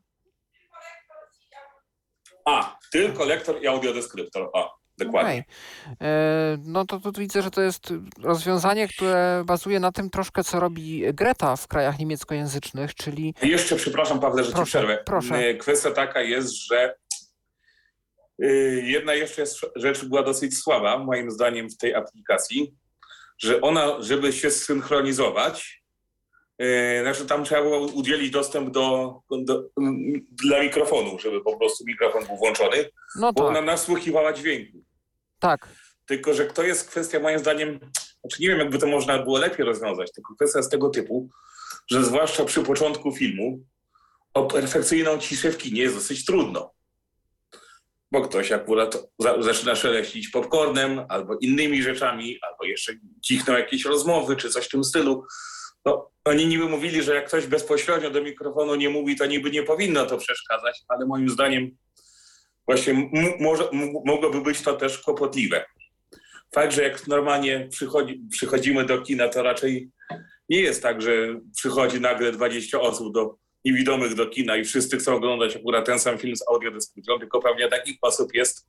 A, tylko lektor i audiodeskryptor. O, dokładnie. Okej. E, No to tu widzę, że to jest rozwiązanie, które bazuje na tym troszkę, co robi Greta w krajach niemieckojęzycznych, czyli Jeszcze przepraszam, Pawle, że ci Proszę, przerwę. proszę. Y, Kwestia taka jest, że y, jedna jeszcze jest, rzecz była dosyć słaba, moim zdaniem, w tej aplikacji, że ona, żeby się zsynchronizować, y, znaczy tam trzeba było udzielić dostęp do, do, dla mikrofonu, żeby po prostu mikrofon był włączony, no bo ona tak, nasłuchiwała dźwięku. tak. Tylko że to jest kwestia, moim zdaniem, znaczy nie wiem, jakby to można było lepiej rozwiązać, tylko kwestia jest tego typu, że zwłaszcza przy początku filmu o perfekcyjną ciszę w kinie jest dosyć trudno. Bo ktoś akurat za- zaczyna szeleścić popcornem albo innymi rzeczami, albo jeszcze cichną jakieś rozmowy czy coś w tym stylu. No, oni niby mówili, że jak ktoś bezpośrednio do mikrofonu nie mówi, to niby nie powinno to przeszkadzać, ale moim zdaniem właśnie m- może, m- mogłoby być to też kłopotliwe. Fakt, że jak normalnie przychodzi, przychodzimy do kina, to raczej nie jest tak, że przychodzi nagle dwadzieścia osób do niewidomych do kina i wszyscy chcą oglądać akurat ten sam film z audiodeskrypcją, tylko pewnie takich osób jest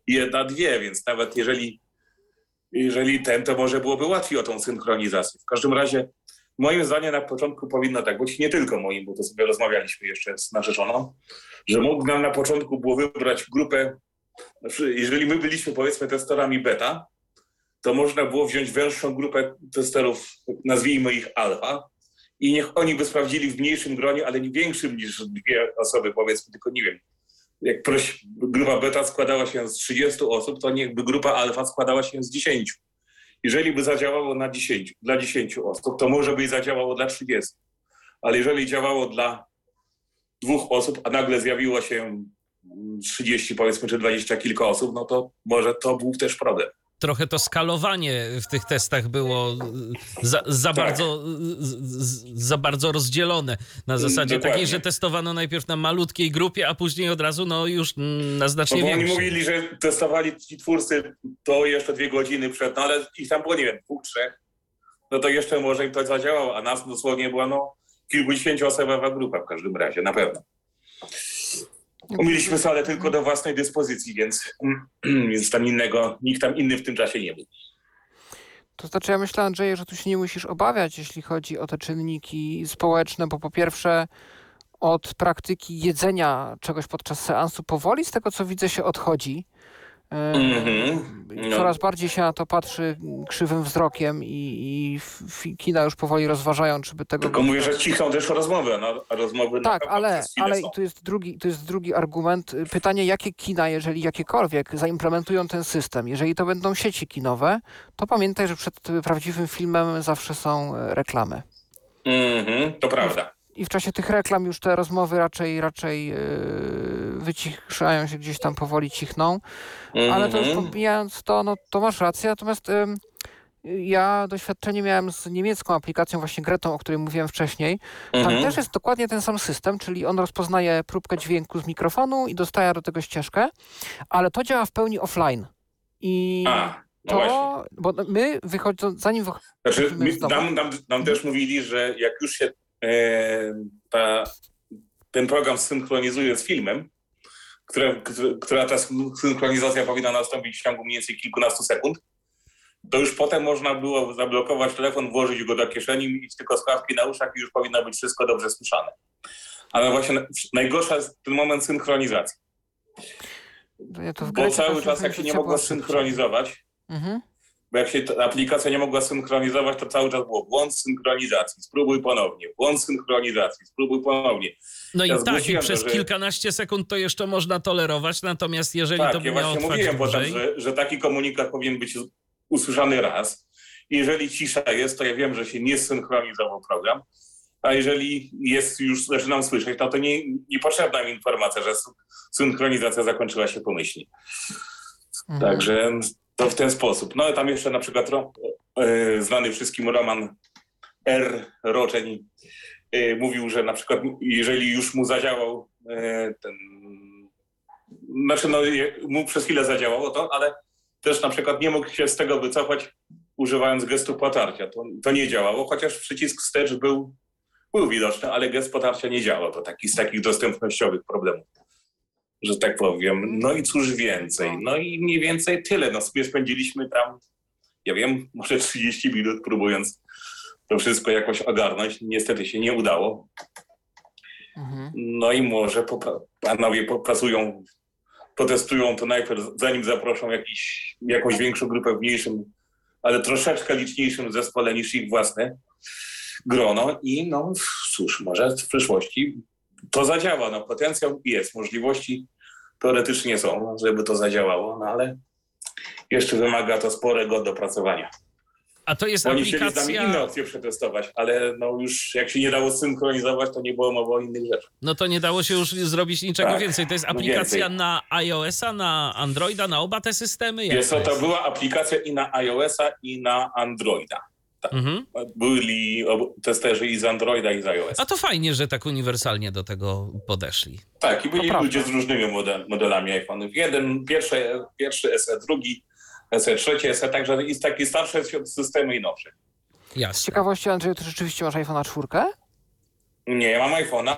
jedna, dwie, więc nawet jeżeli, jeżeli ten, to może byłoby łatwiej o tą synchronizację. W każdym razie moim zdaniem na początku powinno tak być, nie tylko moim, bo to sobie rozmawialiśmy jeszcze z narzeczoną, że mógł nam na początku było wybrać grupę, znaczy jeżeli my byliśmy powiedzmy testerami beta, to można było wziąć węższą grupę testerów, nazwijmy ich alfa, i niech oni by sprawdzili w mniejszym gronie, ale nie większym niż dwie osoby, powiedzmy, tylko nie wiem. Jak proś, grupa beta składała się z trzydziestu osób, to niechby grupa alfa składała się z dziesięciu. Jeżeli by zadziałało na dziesięciu, dla dziesięciu osób, to może by zadziałało dla trzydziestu. Ale jeżeli działało dla dwóch osób, a nagle zjawiło się trzydzieści, powiedzmy, czy dwadzieścia kilka osób, no to może to był też problem. Trochę to skalowanie w tych testach było za, za, tak. bardzo, za bardzo rozdzielone. Na zasadzie Dokładnie. takiej, że testowano najpierw na malutkiej grupie, a później od razu no już na znacznie no bo większej. Oni mówili, że testowali ci twórcy to jeszcze dwie godziny przed, no ale ich tam było, nie wiem, dwóch, trzech. No to jeszcze może im to zadziałało, a nas dosłownie była no kilkudziesięcioosobowa grupa w każdym razie, na pewno. Mieliśmy salę tylko do własnej dyspozycji, więc, więc tam innego, nikt tam inny w tym czasie nie był. To znaczy ja myślę, Andrzeju, że tu się nie musisz obawiać, jeśli chodzi o te czynniki społeczne, bo po pierwsze od praktyki jedzenia czegoś podczas seansu powoli, z tego co widzę, się odchodzi. Mm-hmm. No. Coraz bardziej się na to patrzy krzywym wzrokiem i, i f- kina już powoli rozważają, czy by tego... Tylko mówię, że cichną też rozmowy, no, a rozmowy... Tak, ale, ale i tu jest, drugi, tu jest drugi argument. Pytanie, jakie kina, jeżeli jakiekolwiek, zaimplementują ten system. Jeżeli to będą sieci kinowe, to pamiętaj, że przed prawdziwym filmem zawsze są reklamy. Mhm, to prawda. I w czasie tych reklam już te rozmowy raczej raczej yy, wyciszają się, gdzieś tam powoli cichną. Mm-hmm. Ale to już pomijając to, no to masz rację. Natomiast yy, ja doświadczenie miałem z niemiecką aplikacją, właśnie Gretą, o której mówiłem wcześniej. Tam mm-hmm. też jest dokładnie ten sam system, czyli on rozpoznaje próbkę dźwięku z mikrofonu i dostaje do tego ścieżkę, ale to działa w pełni offline. I A, no to, właśnie. bo my wychodząc, zanim wychodzimy znaczy, my, z domu... nam, nam, nam też mówili, że jak już się e, ta, ten program synchronizuje z filmem, które, która ta synchronizacja powinna nastąpić w ciągu mniej więcej kilkunastu sekund, to już potem można było zablokować telefon, włożyć go do kieszeni, mieć tylko słuchawki na uszach i już powinno być wszystko dobrze słyszane. Ale właśnie najgorsza jest ten moment synchronizacji. Ja to w Bo cały czas jak się nie mogło synchronizować, mhm. bo jak się ta aplikacja nie mogła synchronizować, to cały czas było błąd synchronizacji, spróbuj ponownie, błąd synchronizacji, spróbuj ponownie. No ja i tak, i przez to, że... kilkanaście sekund to jeszcze można tolerować, natomiast jeżeli tak, to by ja miało właśnie trwać mówiłem dłużej... potem, że, że taki komunikat powinien być usłyszany raz. I jeżeli cisza jest, to ja wiem, że się nie synchronizował program, a jeżeli jest już, zaczynam słyszeć, to to nie, niepotrzebna mi informacja, że synchronizacja zakończyła się pomyślnie. Mhm. Także to w ten sposób. No i tam jeszcze na przykład e, znany wszystkim Roman R. Roczeń e, mówił, że na przykład jeżeli już mu zadziałał e, ten, znaczy no mu przez chwilę zadziałało to, ale też na przykład nie mógł się z tego wycofać używając gestu potarcia. To, to nie działało, chociaż przycisk wstecz był, był widoczny, ale gest potarcia nie działał. To taki z takich dostępnościowych problemów, że tak powiem. No i cóż więcej? No i mniej więcej tyle. No sobie spędziliśmy tam, ja wiem, może trzydzieści minut próbując to wszystko jakoś ogarnąć. Niestety się nie udało. Mhm. No i może popra- panowie popracują, potestują to najpierw, zanim zaproszą jakiś, jakąś większą grupę w mniejszym, ale troszeczkę liczniejszym zespole niż ich własne grono i no cóż, może w przyszłości to zadziała. No potencjał jest, możliwości teoretycznie są, żeby to zadziałało, no ale jeszcze wymaga to sporego dopracowania. A to jest Oni aplikacja... chcieli z nami inne opcje przetestować, ale no już jak się nie dało synchronizować, to nie było mowy o innych rzeczach. No to nie dało się już zrobić niczego tak, więcej. To jest aplikacja no na iOS-a, na Androida, na oba te systemy? Jak Jest to, to była aplikacja i na iOS-a, i na Androida. Tak. Mhm. Byli testerzy i z Androida, i z iOS. A to fajnie, że tak uniwersalnie do tego podeszli. Tak, i byli ludzie z różnymi model, modelami iPhone'ów. Jeden, pierwszy, pierwszy S E, drugi S E, trzeci S E, także jest takie starsze systemy i nowsze. Jasne. Z ciekawości, Andrzeju, ty rzeczywiście masz iPhone'a czwórkę? Nie, ja mam iPhone'a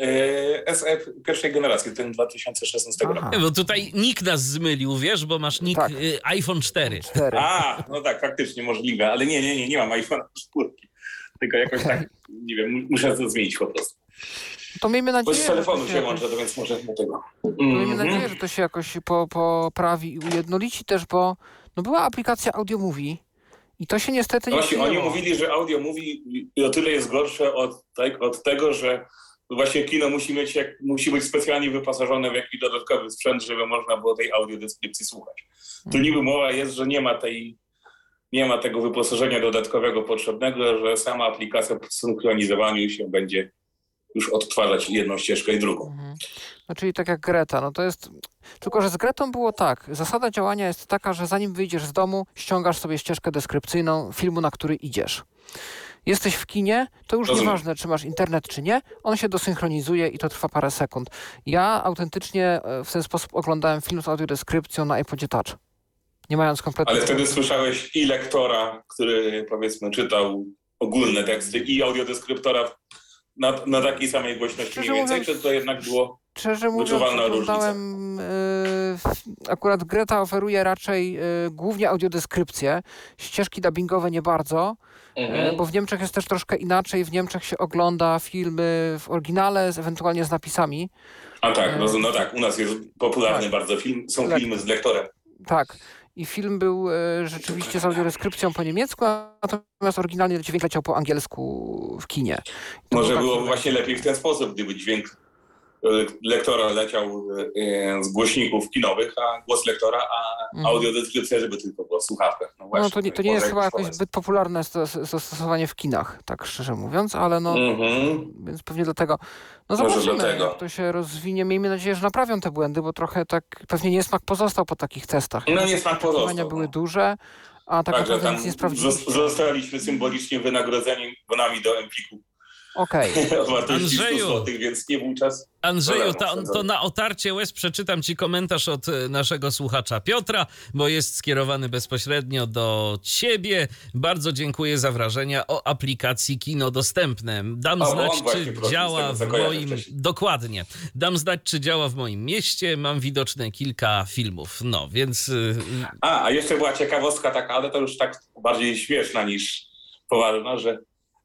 e, S E pierwszej generacji, ten dwa tysiące szesnastego roku. Aha. Bo tutaj nick nas zmylił, wiesz, bo masz nick Tak. y, iPhone cztery. Cztery. A, no tak, faktycznie możliwe, ale nie, nie, nie, nie mam iPhone'a czwórki. Tylko jakoś tak, nie wiem, mu- muszę to zmienić po prostu. To miejmy Bo nadzieję, z telefonu że to się jakoś, łączę, to więc może do tego. to miejmy Mhm. nadzieję, że to się jakoś po, poprawi i ujednolici też, bo no była aplikacja Audio Movie i to się niestety nie Właśnie oni przyjęło. mówili, że audio mówi o tyle jest gorsze od, tak, od tego, że właśnie kino musi mieć, jak, musi być specjalnie wyposażone w jakiś dodatkowy sprzęt, żeby można było tej audiodeskrypcji słuchać. Tu niby mowa jest, że nie ma tej, nie ma tego wyposażenia dodatkowego potrzebnego, że sama aplikacja po synchronizowaniu się będzie już odtwarzać jedną ścieżkę i drugą. Mhm. No, czyli tak jak Greta, no to jest... Tylko, że z Gretą było tak. Zasada działania jest taka, że zanim wyjdziesz z domu, ściągasz sobie ścieżkę deskrypcyjną filmu, na który idziesz. Jesteś w kinie, to już Rozumiem. nieważne, czy masz internet, czy nie, on się dosynchronizuje i to trwa parę sekund. Ja autentycznie e, w ten sposób oglądałem film z audiodeskrypcją na iPodzie Touch. Nie mając kompletnie... Ale wtedy słyszałeś i lektora, który powiedzmy czytał ogólne teksty, i audiodeskryptora na, na takiej samej głośności Szczerze mniej więcej, mówiąc- czy to jednak było... Szczerze mówiąc, Wyczuwalna oglądałem, y, akurat Greta oferuje raczej y, głównie audiodeskrypcję, ścieżki dubbingowe nie bardzo, Mhm. y, bo w Niemczech jest też troszkę inaczej, w Niemczech się ogląda filmy w oryginale, z, ewentualnie z napisami. A tak, no, no tak, u nas jest popularny Tak. bardzo film, są Lek- filmy z lektorem. Tak. I film był y, rzeczywiście z audiodeskrypcją po niemiecku, natomiast oryginalnie dźwięk leciał po angielsku w kinie. To Może był taki- było właśnie lepiej w ten sposób, gdyby dźwięk e, lektora leciał e, z głośników kinowych, a głos lektora, a Mhm. audiodeskrypcja, żeby tylko było w słuchawkach. No, właśnie, No to nie, to nie może jest chyba jakiś jakoś pomysł. zbyt popularne stos- zastosowanie w kinach, tak szczerze mówiąc, ale no... Mhm. Więc pewnie dlatego. No Może zobaczymy, dlatego. jak to się rozwinie. Miejmy nadzieję, że naprawią te błędy, bo trochę tak pewnie niesmak pozostał po takich testach. No niesmak Oczekiwania pozostał. były No. duże, a tak Także naprawdę tam nic nie sprawdziliśmy. zos- zostaliśmy symbolicznie wynagrodzeni bonami do Empiku Okej. o wartości Andrzeju. stu złotych, więc nie był czas. Andrzeju, Problemu, to, to na otarcie łez przeczytam ci komentarz od e, naszego słuchacza Piotra, bo jest skierowany bezpośrednio do ciebie. Bardzo dziękuję za wrażenia o aplikacji Kino Dostępne. Dam O, znać, on właśnie czy prosił, z działa tego, co w kojarzę moim... wcześniej. Dokładnie. Dam znać, czy działa w moim mieście. Mam widoczne kilka filmów. No, więc... y, A, a jeszcze była ciekawostka taka, ale to już tak bardziej śmieszna niż poważna, że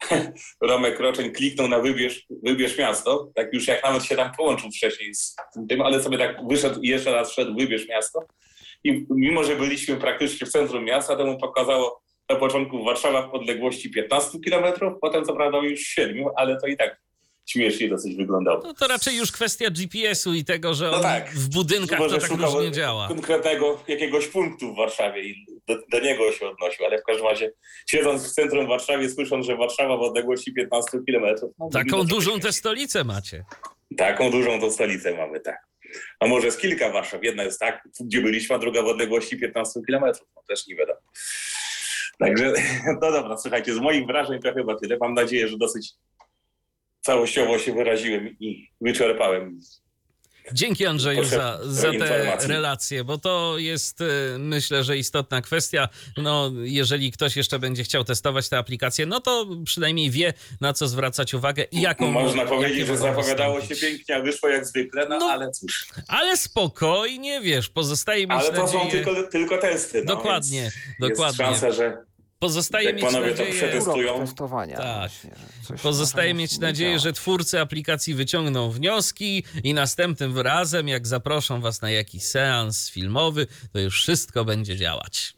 Romek Roczeń kliknął na wybierz, wybierz miasto, tak już jak nawet się tam połączył wcześniej z tym, ale sobie tak wyszedł i jeszcze raz wszedł wybierz miasto i mimo, że byliśmy praktycznie w centrum miasta, to mu pokazało na początku Warszawa w odległości piętnaście kilometrów, potem co prawda już siedmiu, ale to i tak śmiesznie dosyć wyglądało. no to raczej już kwestia G P S u i tego, że No on tak. w budynkach Może to tak szukał różnie działa. konkretnego jakiegoś punktu w Warszawie i do, do niego się odnosił, ale w każdym razie siedząc w centrum Warszawy, słysząc, że Warszawa w odległości piętnaście kilometrów. No, Taką to dużą śmiesznie. tę stolicę macie. Taką dużą tą stolicę mamy, tak. A może z kilka Warszaw. Jedna jest tak, gdzie byliśmy, a druga w odległości piętnaście kilometrów. No też nie wiadomo. Także, no dobra, słuchajcie, z moich wrażeń to chyba tyle. Mam nadzieję, że dosyć całościowo się wyraziłem i wyczerpałem. Dzięki Andrzeju za, Potrzeb- za te informacji. relacje, bo to jest, y, myślę, że istotna kwestia. No, jeżeli ktoś jeszcze będzie chciał testować tę aplikację, no to przynajmniej wie, na co zwracać uwagę i jaką... Można jakie powiedzieć, że mogą zapowiadało się wystąpić. pięknie, a wyszło jak zwykle, no, No, ale cóż. Ale spokojnie, wiesz, pozostaje mieć Ale to nadzieję... są tylko, tylko testy. No, Dokładnie, więc dokładnie. Jest szansa, że Pozostaje jak mieć panowie to nadzieję... przetestują. Urok testowania. Tak. właśnie, że coś Pozostaje może mieć nie nadzieję, działa. że twórcy aplikacji wyciągną wnioski i następnym razem, jak zaproszą was na jakiś seans filmowy, to już wszystko będzie działać.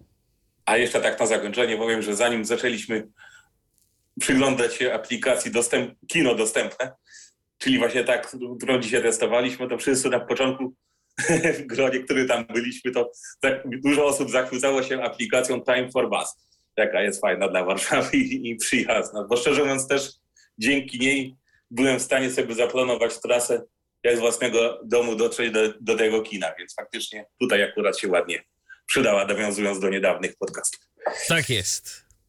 A jeszcze tak na zakończenie powiem, że zanim zaczęliśmy przyglądać się aplikacji dostęp, Kino Dostępne, czyli właśnie tak, którą dzisiaj testowaliśmy, to wszyscy na początku w gronie, który tam byliśmy, to tak dużo osób zachwycało się aplikacją Time for Bus. Jaka jest fajna dla Warszawy i, i przyjazna. Bo szczerze mówiąc też dzięki niej byłem w stanie sobie zaplanować trasę, jak z własnego domu dotrzeć do, do tego kina, więc faktycznie tutaj akurat się ładnie przydała, nawiązując do niedawnych podcastów. Tak jest.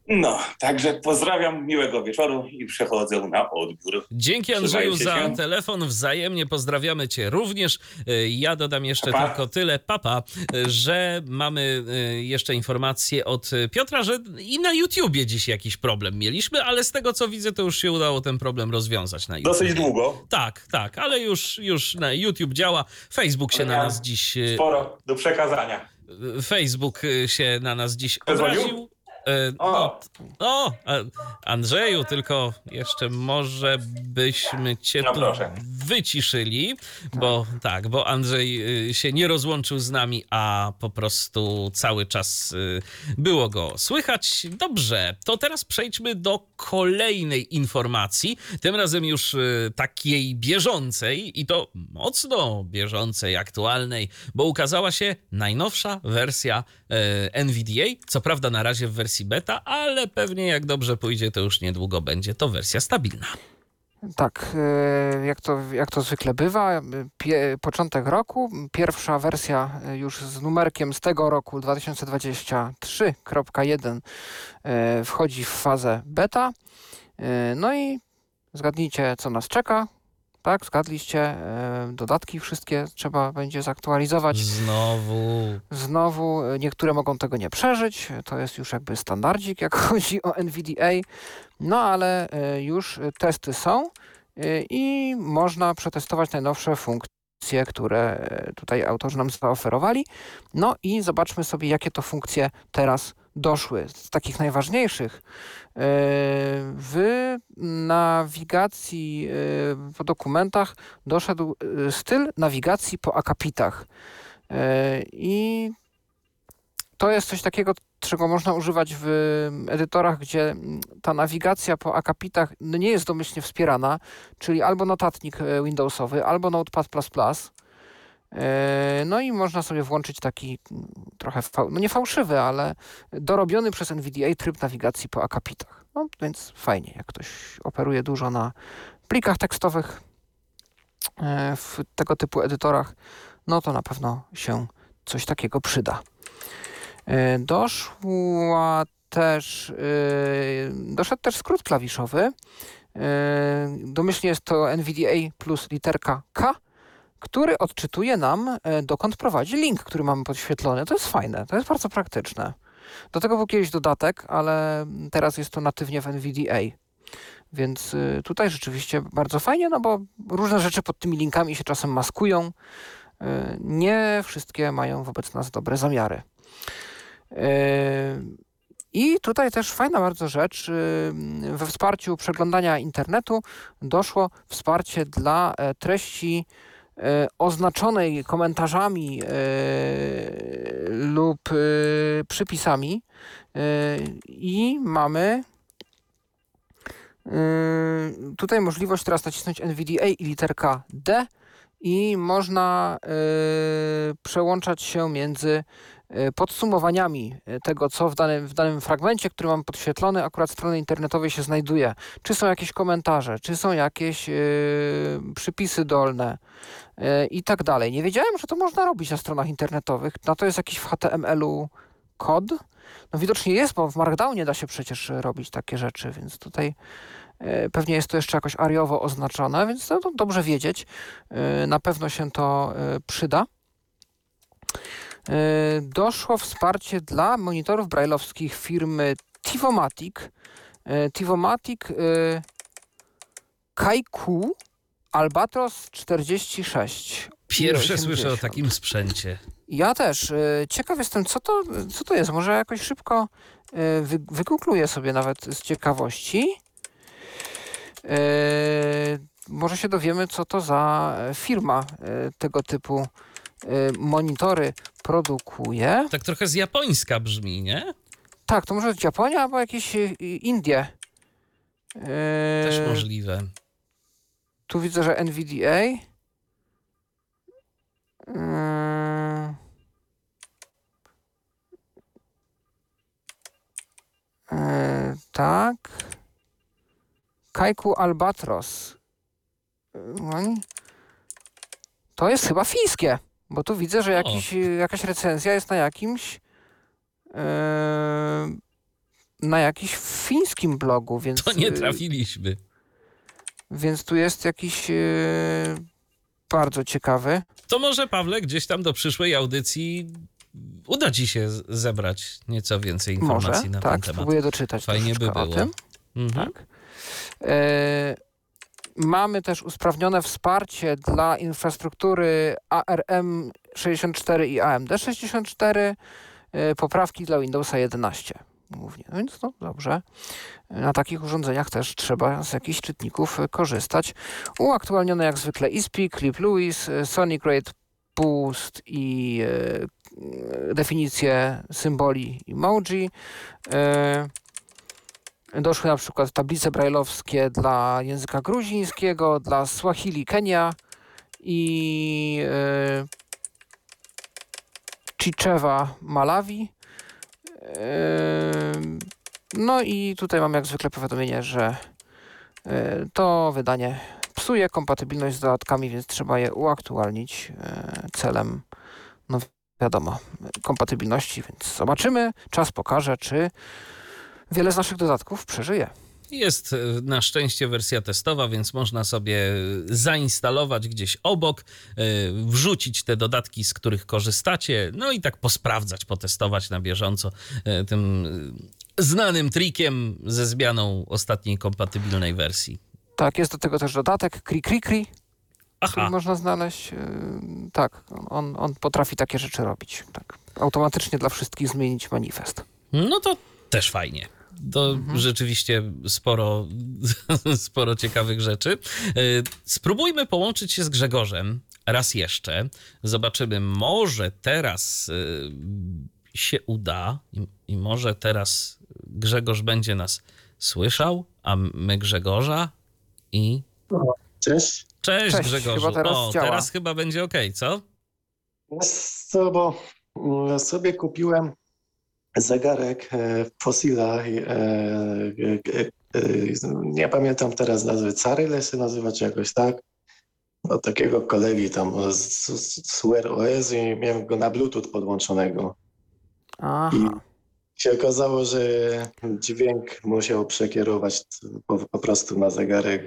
No, także pozdrawiam, miłego wieczoru i przechodzę na odbiór. Dzięki Andrzeju za się. telefon, wzajemnie pozdrawiamy cię również. Ja dodam jeszcze Papa. tylko tyle, papa, że mamy jeszcze informację od Piotra, że i na YouTubie dziś jakiś problem mieliśmy, ale z tego co widzę, to już się udało ten problem rozwiązać na YouTubie. Dosyć długo. Tak, tak, ale już, już na YouTube działa. Facebook się Ale na ja nas dziś... Sporo do przekazania. Facebook się na nas dziś Zadzwonił? obraził. E, No, no, Andrzeju, tylko jeszcze może byśmy cię No tu proszę. wyciszyli, bo tak, bo Andrzej y, się nie rozłączył z nami, a po prostu cały czas y, było go słychać. Dobrze, to teraz przejdźmy do kolejnej informacji, tym razem już y, takiej bieżącej i to mocno bieżącej, aktualnej, bo ukazała się najnowsza wersja y, N V D A, co prawda na razie w wersji beta, ale pewnie jak dobrze pójdzie, to już niedługo będzie to wersja stabilna. Tak, e, jak to, jak to zwykle bywa, pie, początek roku, pierwsza wersja e, już z numerkiem z tego roku dwa tysiące dwudziestego trzeciego kropka jeden e, wchodzi w fazę beta. E, no i zgadnijcie, co nas czeka. Tak, zgadliście, e, dodatki wszystkie trzeba będzie zaktualizować. Znowu. Znowu e, niektóre mogą tego nie przeżyć, to jest już jakby standardzik, jak chodzi o N V D A, no ale e, już testy są e, i można przetestować najnowsze funkcje, które e, tutaj autorzy nam zaoferowali. No i zobaczmy sobie, jakie to funkcje teraz doszły. Z takich najważniejszych e, w nawigacji e, po dokumentach doszedł e, styl nawigacji po akapitach. E, I to jest coś takiego, czego można używać w edytorach, gdzie ta nawigacja po akapitach nie jest domyślnie wspierana, czyli albo notatnik Windowsowy, albo Notepad plus plus. No i można sobie włączyć taki trochę, fał, no nie fałszywy, ale dorobiony przez N V D A tryb nawigacji po akapitach. No więc fajnie, jak ktoś operuje dużo na plikach tekstowych w tego typu edytorach, no to na pewno się coś takiego przyda. Doszła też, doszedł też skrót klawiszowy. Domyślnie jest to N V D A plus literka K, który odczytuje nam, dokąd prowadzi link, który mamy podświetlony. To jest fajne, to jest bardzo praktyczne. Do tego był kiedyś dodatek, ale teraz jest to natywnie w N V D A. Więc tutaj rzeczywiście bardzo fajnie, no bo różne rzeczy pod tymi linkami się czasem maskują. Nie wszystkie mają wobec nas dobre zamiary. I tutaj też fajna bardzo rzecz, we wsparciu przeglądania internetu doszło wsparcie dla treści oznaczonej komentarzami lub przypisami i mamy tutaj możliwość teraz nacisnąć N V D A i literka D i można przełączać się między podsumowaniami tego, co w danym, w danym fragmencie, który mam podświetlony, akurat strony internetowej się znajduje. Czy są jakieś komentarze, czy są jakieś yy, przypisy dolne yy, i tak dalej. Nie wiedziałem, że to można robić na stronach internetowych. Na to jest jakiś w H T M L-u kod. No widocznie jest, bo w Markdownie da się przecież robić takie rzeczy, więc tutaj yy, pewnie jest to jeszcze jakoś ariowo oznaczone, więc to, to dobrze wiedzieć. Yy, na pewno się to yy, przyda. Doszło wsparcie dla monitorów braille'owskich firmy Tivomatic. Tivomatic Kaiku Albatros czterdzieści sześć. Pierwsze słyszę o takim sprzęcie. Ja też. Ciekaw jestem, co to, co to jest. Może jakoś szybko wy, wygoogluję sobie nawet z ciekawości. Może się dowiemy, co to za firma tego typu monitory produkuje. Tak trochę z japońska brzmi, nie? Tak, to może Japonia albo jakieś Indie. Też możliwe. Tu widzę, że N V D A. Tak. Kaiku Albatros. To jest chyba fińskie. Bo tu widzę, że jakiś, jakaś recenzja jest na jakimś yy, na jakimś fińskim blogu, więc... To nie trafiliśmy. Więc tu jest jakiś yy, bardzo ciekawy. To może, Pawle, gdzieś tam do przyszłej audycji uda ci się zebrać nieco więcej informacji Może, na tak, ten temat. spróbuję doczytać Fajnie by troszeczkę było. o tym. Mhm. Tak. E, mamy też usprawnione wsparcie dla infrastruktury A R M sześćdziesiąt cztery i A M D sześćdziesiąt cztery, e, poprawki dla Windowsa jedenaście głównie. No więc no dobrze. Na takich urządzeniach też trzeba z jakichś czytników e, korzystać. Uaktualnione jak zwykle I S P I, Clip Lewis, e, Sonic Rate Boost i e, definicje symboli emoji. E, Doszły na przykład tablice brajlowskie dla języka gruzińskiego, dla Swahili Kenia i e, Chichewa Malawi. E, no i tutaj mam jak zwykle powiadomienie, że e, to wydanie psuje kompatybilność z dodatkami, więc trzeba je uaktualnić e, celem, no wiadomo, kompatybilności, więc zobaczymy. Czas pokaże, czy wiele z naszych dodatków przeżyje. Jest na szczęście wersja testowa, więc można sobie zainstalować gdzieś obok, wrzucić te dodatki, z których korzystacie, no i tak posprawdzać, potestować na bieżąco tym znanym trikiem ze zmianą ostatniej kompatybilnej wersji. Tak, jest do tego też dodatek Kri Kri Kri, który Aha, można znaleźć. Yy, Tak, on, on potrafi takie rzeczy robić. Tak. Automatycznie dla wszystkich zmienić manifest. no to też fajnie. To Mhm. rzeczywiście sporo, sporo ciekawych rzeczy. Yy, Spróbujmy połączyć się z Grzegorzem raz jeszcze. Zobaczymy, może teraz yy, się uda i, i może teraz Grzegorz będzie nas słyszał, a my Grzegorza i... Cześć. Cześć, Cześć, Grzegorzu. chyba teraz o, działa. teraz chyba będzie okej, co? Co, bo mm, sobie kupiłem zegarek e, Fossila. E, e, e, nie pamiętam teraz nazwy. Caryle się nazywa, czy jakoś tak. Od takiego kolegi tam z, z, z Wear O S i miałem go na Bluetooth podłączonego. Aha. Się okazało, że dźwięk musiał przekierować po, po prostu na zegarek.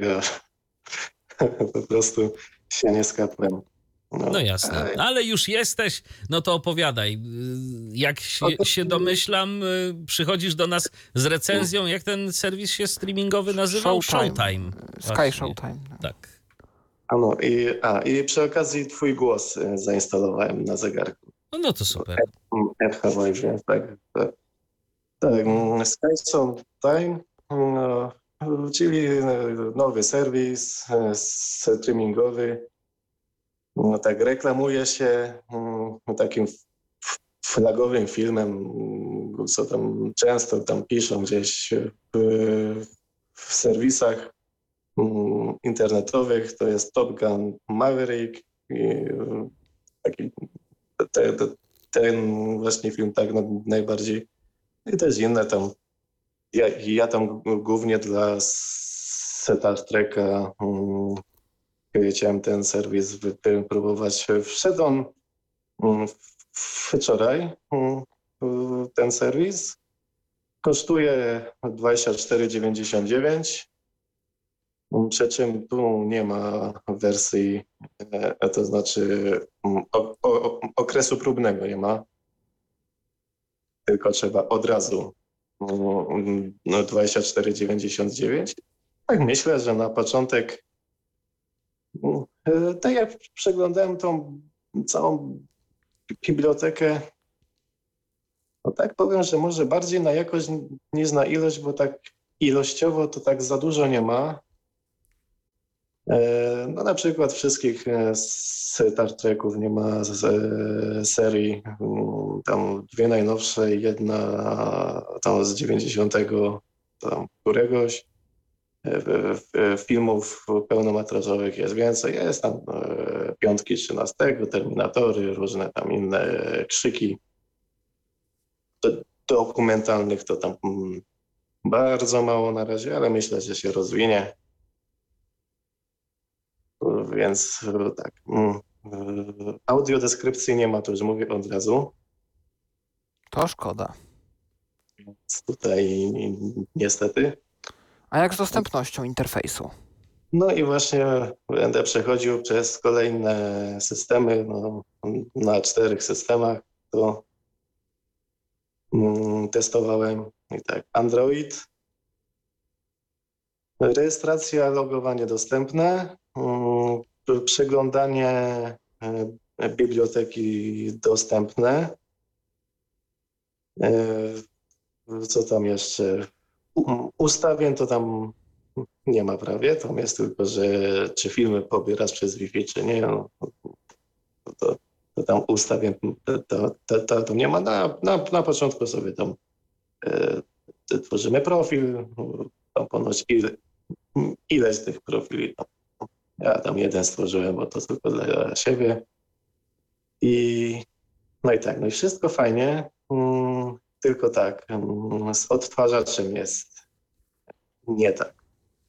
Po prostu się nie skapłem. No jasne, e, ale już jesteś, no to opowiadaj. Jak się, No to- się domyślam, y, przychodzisz do nas z recenzją, jak ten serwis się streamingowy nazywał? Showtime. Showtime. Sky Właśnie. Showtime. Tak. Ano, i, a, i przy okazji twój głos e, zainstalowałem na zegarku. No, no to super. F H V, tak. Tak, tak mm, Sky Showtime, no, czyli e, nowy serwis e, streamingowy. No, tak reklamuje się mm, takim f- flagowym filmem, mm, co tam często tam piszą gdzieś w, w serwisach mm, internetowych. To jest Top Gun Maverick. I, e, taki, te, te, ten właśnie film tak no, najbardziej. I też inne tam. Ja, ja tam głównie dla Star Treka um, chciałem ten serwis wypróbować. Wszedł on um, wczoraj, um, ten serwis. Kosztuje dwadzieścia cztery dziewięćdziesiąt dziewięć. Um, przy czym tu nie ma wersji, e, to znaczy um, o, o, okresu próbnego nie ma. Tylko trzeba od razu um, no, dwadzieścia cztery dziewięćdziesiąt dziewięć. Tak myślę, że na początek, um, e, tak jak przeglądałem tą całą bibliotekę, no tak powiem, że może bardziej na jakość niż na ilość, bo tak ilościowo to tak za dużo nie ma. E, No na przykład wszystkich e, Star Treków nie ma z e, serii. Mm, Tam dwie najnowsze i jedna tam z dziewięćdziesiątego tam któregoś. E, w- w- Filmów pełnometrażowych jest więcej. Jest tam e, piątki trzynastego, Terminatory, różne tam inne e, krzyki. Do- Dokumentalnych to tam mm, bardzo mało na razie, ale myślę, że się rozwinie. Więc e, tak. mm, e, Audiodeskrypcji nie ma, to już mówię od razu. To szkoda. Więc tutaj niestety. A jak z dostępnością interfejsu? No i właśnie będę przechodził przez kolejne systemy. No, na czterech systemach to mm, testowałem. I tak, Android, rejestracja, logowanie dostępne, mm, przeglądanie e, biblioteki dostępne. E, co tam jeszcze? U- Ustawień to tam nie ma prawie, tam jest tylko, że czy filmy pobierasz przez Wi-Fi, czy nie, no, to, to tam ustawień to, to, to, to, to nie ma. Na, na, na początku sobie tam e, tworzymy profil, tam ponoć ile, ileś z tych profili. Tam, ja tam jeden stworzyłem, bo to tylko dla siebie. I no i tak, no i wszystko fajnie, mm, tylko tak, mm, z odtwarzaczem jest nie tak.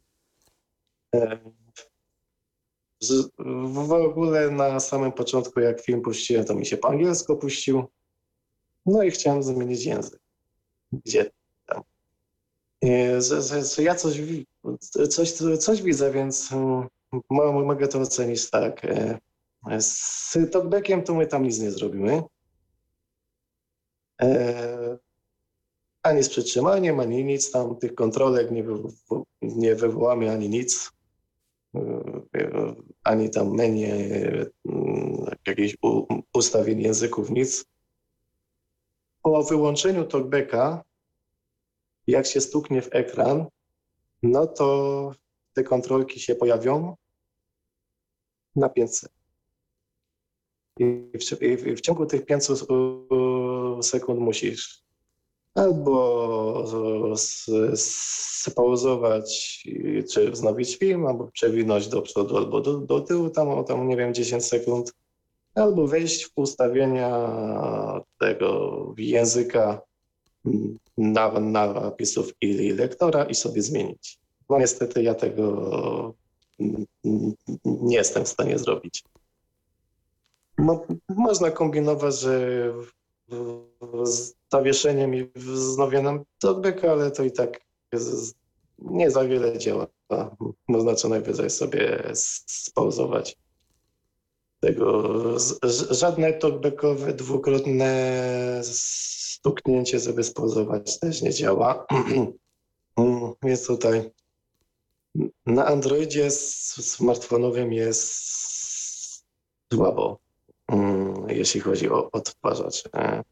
Z- W ogóle na samym początku, jak film puściłem, to mi się po angielsku puścił. No i chciałem zmienić język. Gdzie tam? E, Że, że, że ja coś, wi- coś, coś widzę, więc mm, mo- mogę to ocenić tak. E, Z talkbackiem to my tam nic nie zrobimy. E, Ani z przytrzymaniem, ani nic tam, tych kontrolek nie, wy, nie wywołamy, ani nic. E, Ani tam menu, e, jakichś u, ustawień języków, nic. Po wyłączeniu talkbacka, jak się stuknie w ekran, no to te kontrolki się pojawią na pięć sekund. I w, i w, i w ciągu tych pięciu sekund musisz albo s- spauzować, i- czy wznowić film, albo przewinąć do przodu, albo do, do tyłu, tam, o tam nie wiem, dziesięć sekund, albo wejść w ustawienia tego języka, mm, na, napisów i lektora i sobie zmienić. No niestety ja tego mm, mm, nie jestem w stanie zrobić. Mo, można kombinować, że w- w- z zawieszeniem i wznowieniem talkbacka, ale to i tak jest, nie za wiele działa. Można co najwyżej sobie spauzować. Tego z- ż- żadne talkbackowe dwukrotne stuknięcie, żeby spauzować, też nie działa. Mm, Więc tutaj na Androidzie s- smartfonowym jest słabo, mm, jeśli chodzi o odtwarzacz. e.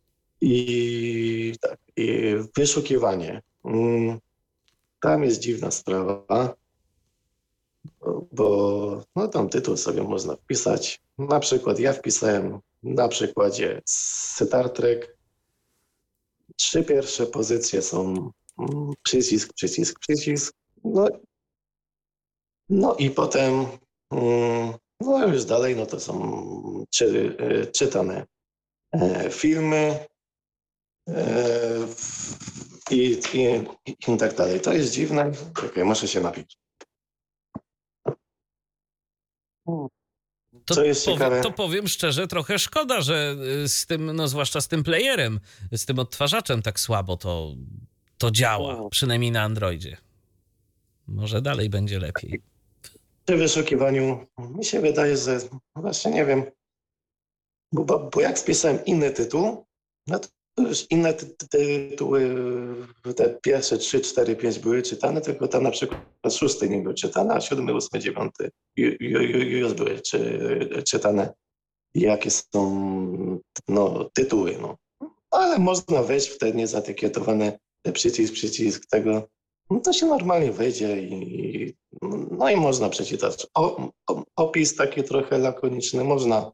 I tak, i wyszukiwanie. Mm, Tam jest dziwna sprawa, bo no, tam tytuł sobie można wpisać. Na przykład ja wpisałem na przykładzie Star Trek. Trzy pierwsze pozycje są mm, przycisk, przycisk, przycisk. No, no i potem mm, no już dalej no to są czy, e, czytane e, filmy e, i, i, i tak dalej. To jest dziwne. Czekaj, muszę się napić. To, Co jest powiem, ciekawe- to powiem szczerze, trochę szkoda, że y, z tym, no zwłaszcza z tym playerem, z tym odtwarzaczem tak słabo to, to działa, O. przynajmniej na Androidzie. Może dalej będzie lepiej. Przy wyszukiwaniu mi się wydaje, że właśnie nie wiem, bo, bo, bo jak spisałem inny tytuł, no to już inne ty, ty, tytuły, te pierwsze trzy, cztery, pięć były czytane, tylko tam na przykład szósty nie był czytany, a siódmy, ósmy, dziewiąty ju- ju- ju- już były czy, czytane. Jakie są no, tytuły, no. Ale można wejść w te niezatykietowane te przycisk, przycisk tego, no to się normalnie wejdzie i no i można przeczytać. O, o, opis taki trochę lakoniczny, można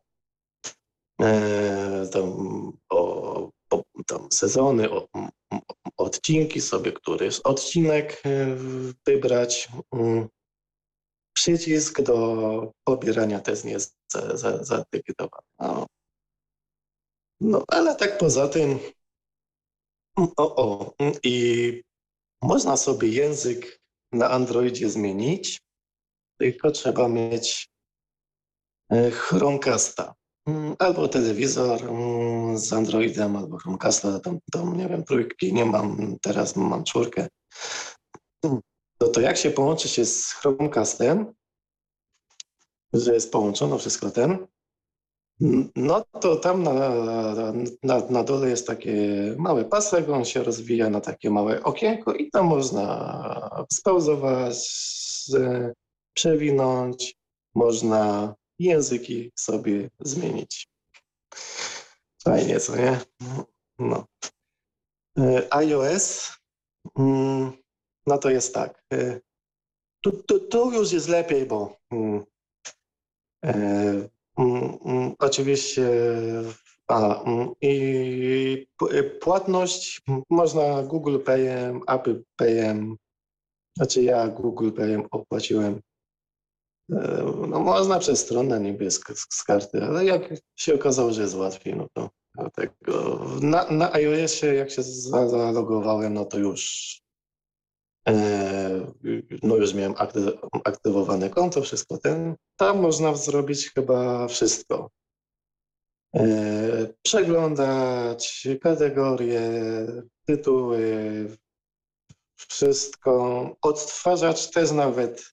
e, tam, o, o, tam sezony, o, o, odcinki sobie, któryś odcinek e, wybrać. Mm. Przycisk do pobierania też nie jest za- za- zaetykietowany. No. No, ale tak poza tym, o, o, i można sobie język na Androidzie zmienić, tylko trzeba mieć e, Chromecasta. Mm, Albo telewizor mm, z Androidem, albo Chromecasta, tam, tam nie wiem, trójki nie mam, teraz mam czwórkę. Mm. No to jak się połączy się z Chromecastem, że jest połączono wszystko ten, mm, no to tam na, na, na dole jest takie małe pasek, on się rozwija na takie małe okienko i tam można spauzować, z- przewinąć, można języki sobie zmienić. Fajnie, co nie? No. E, iOS, mm, no to jest tak. e, Tu, tu, tu już jest lepiej, bo mm, e, mm, mm, oczywiście a, mm, i p- płatność mm, można Google Payem, Apple Payem, znaczy ja Google Payem opłaciłem. E, No można przez stronę niby z, z karty, ale jak się okazało, że jest łatwiej, no to dlatego na, na iOSie jak się za- zalogowałem, no to już e, no już miałem akty, aktywowane konto, wszystko ten. Tam można zrobić chyba wszystko. E, Przeglądać kategorie, tytuły, wszystko. Odtwarzacz też nawet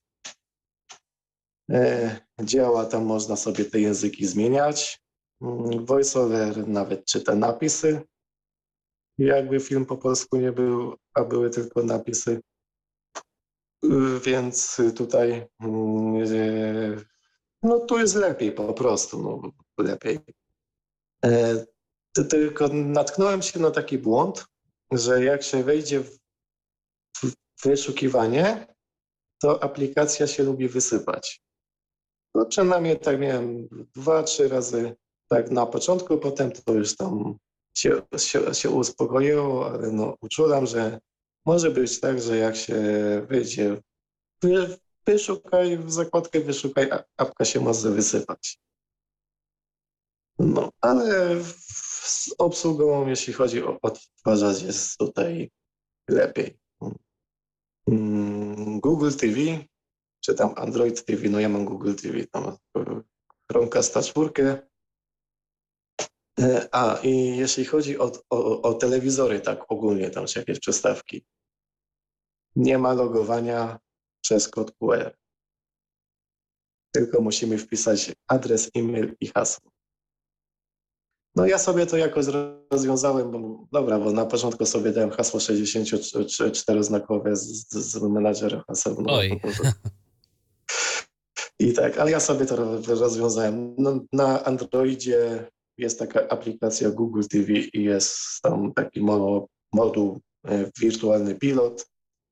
e, działa, tam można sobie te języki zmieniać. Mm, VoiceOver nawet czyta napisy, jakby film po polsku nie był, a były tylko napisy. Y, Więc tutaj mm, e, no tu jest lepiej po prostu, no lepiej. E, ty- Tylko natknąłem się na taki błąd, że jak się wejdzie w w wyszukiwanie, to aplikacja się lubi wysypać. No przynajmniej tak miałem dwa, trzy razy tak na początku, potem to już tam się, się, się uspokoiło, ale no uczulam, że może być tak, że jak się wejdzie, wy, wyszukaj w zakładkę, wyszukaj, a apka się może wysypać. No, ale w- z obsługą, jeśli chodzi o odtwarzacz, jest tutaj lepiej. Mm, Google T V, czy tam Android T V, no ja mam Google T V, tam e, Chromecasta czwórkę. E, A, i jeśli chodzi o, o, o telewizory, tak ogólnie, tam czy jakieś przestawki, nie ma logowania przez kod Q R. Tylko musimy wpisać adres, e-mail i hasło. No ja sobie to jakoś rozwiązałem, bo dobra, bo na początku sobie dałem hasło sześćdziesięcioczteroznakowe z, z menadżera haseł. No, Oj. I tak, ale ja sobie to rozwiązałem. No, na Androidzie jest taka aplikacja Google T V i jest tam taki mo- moduł e, wirtualny pilot.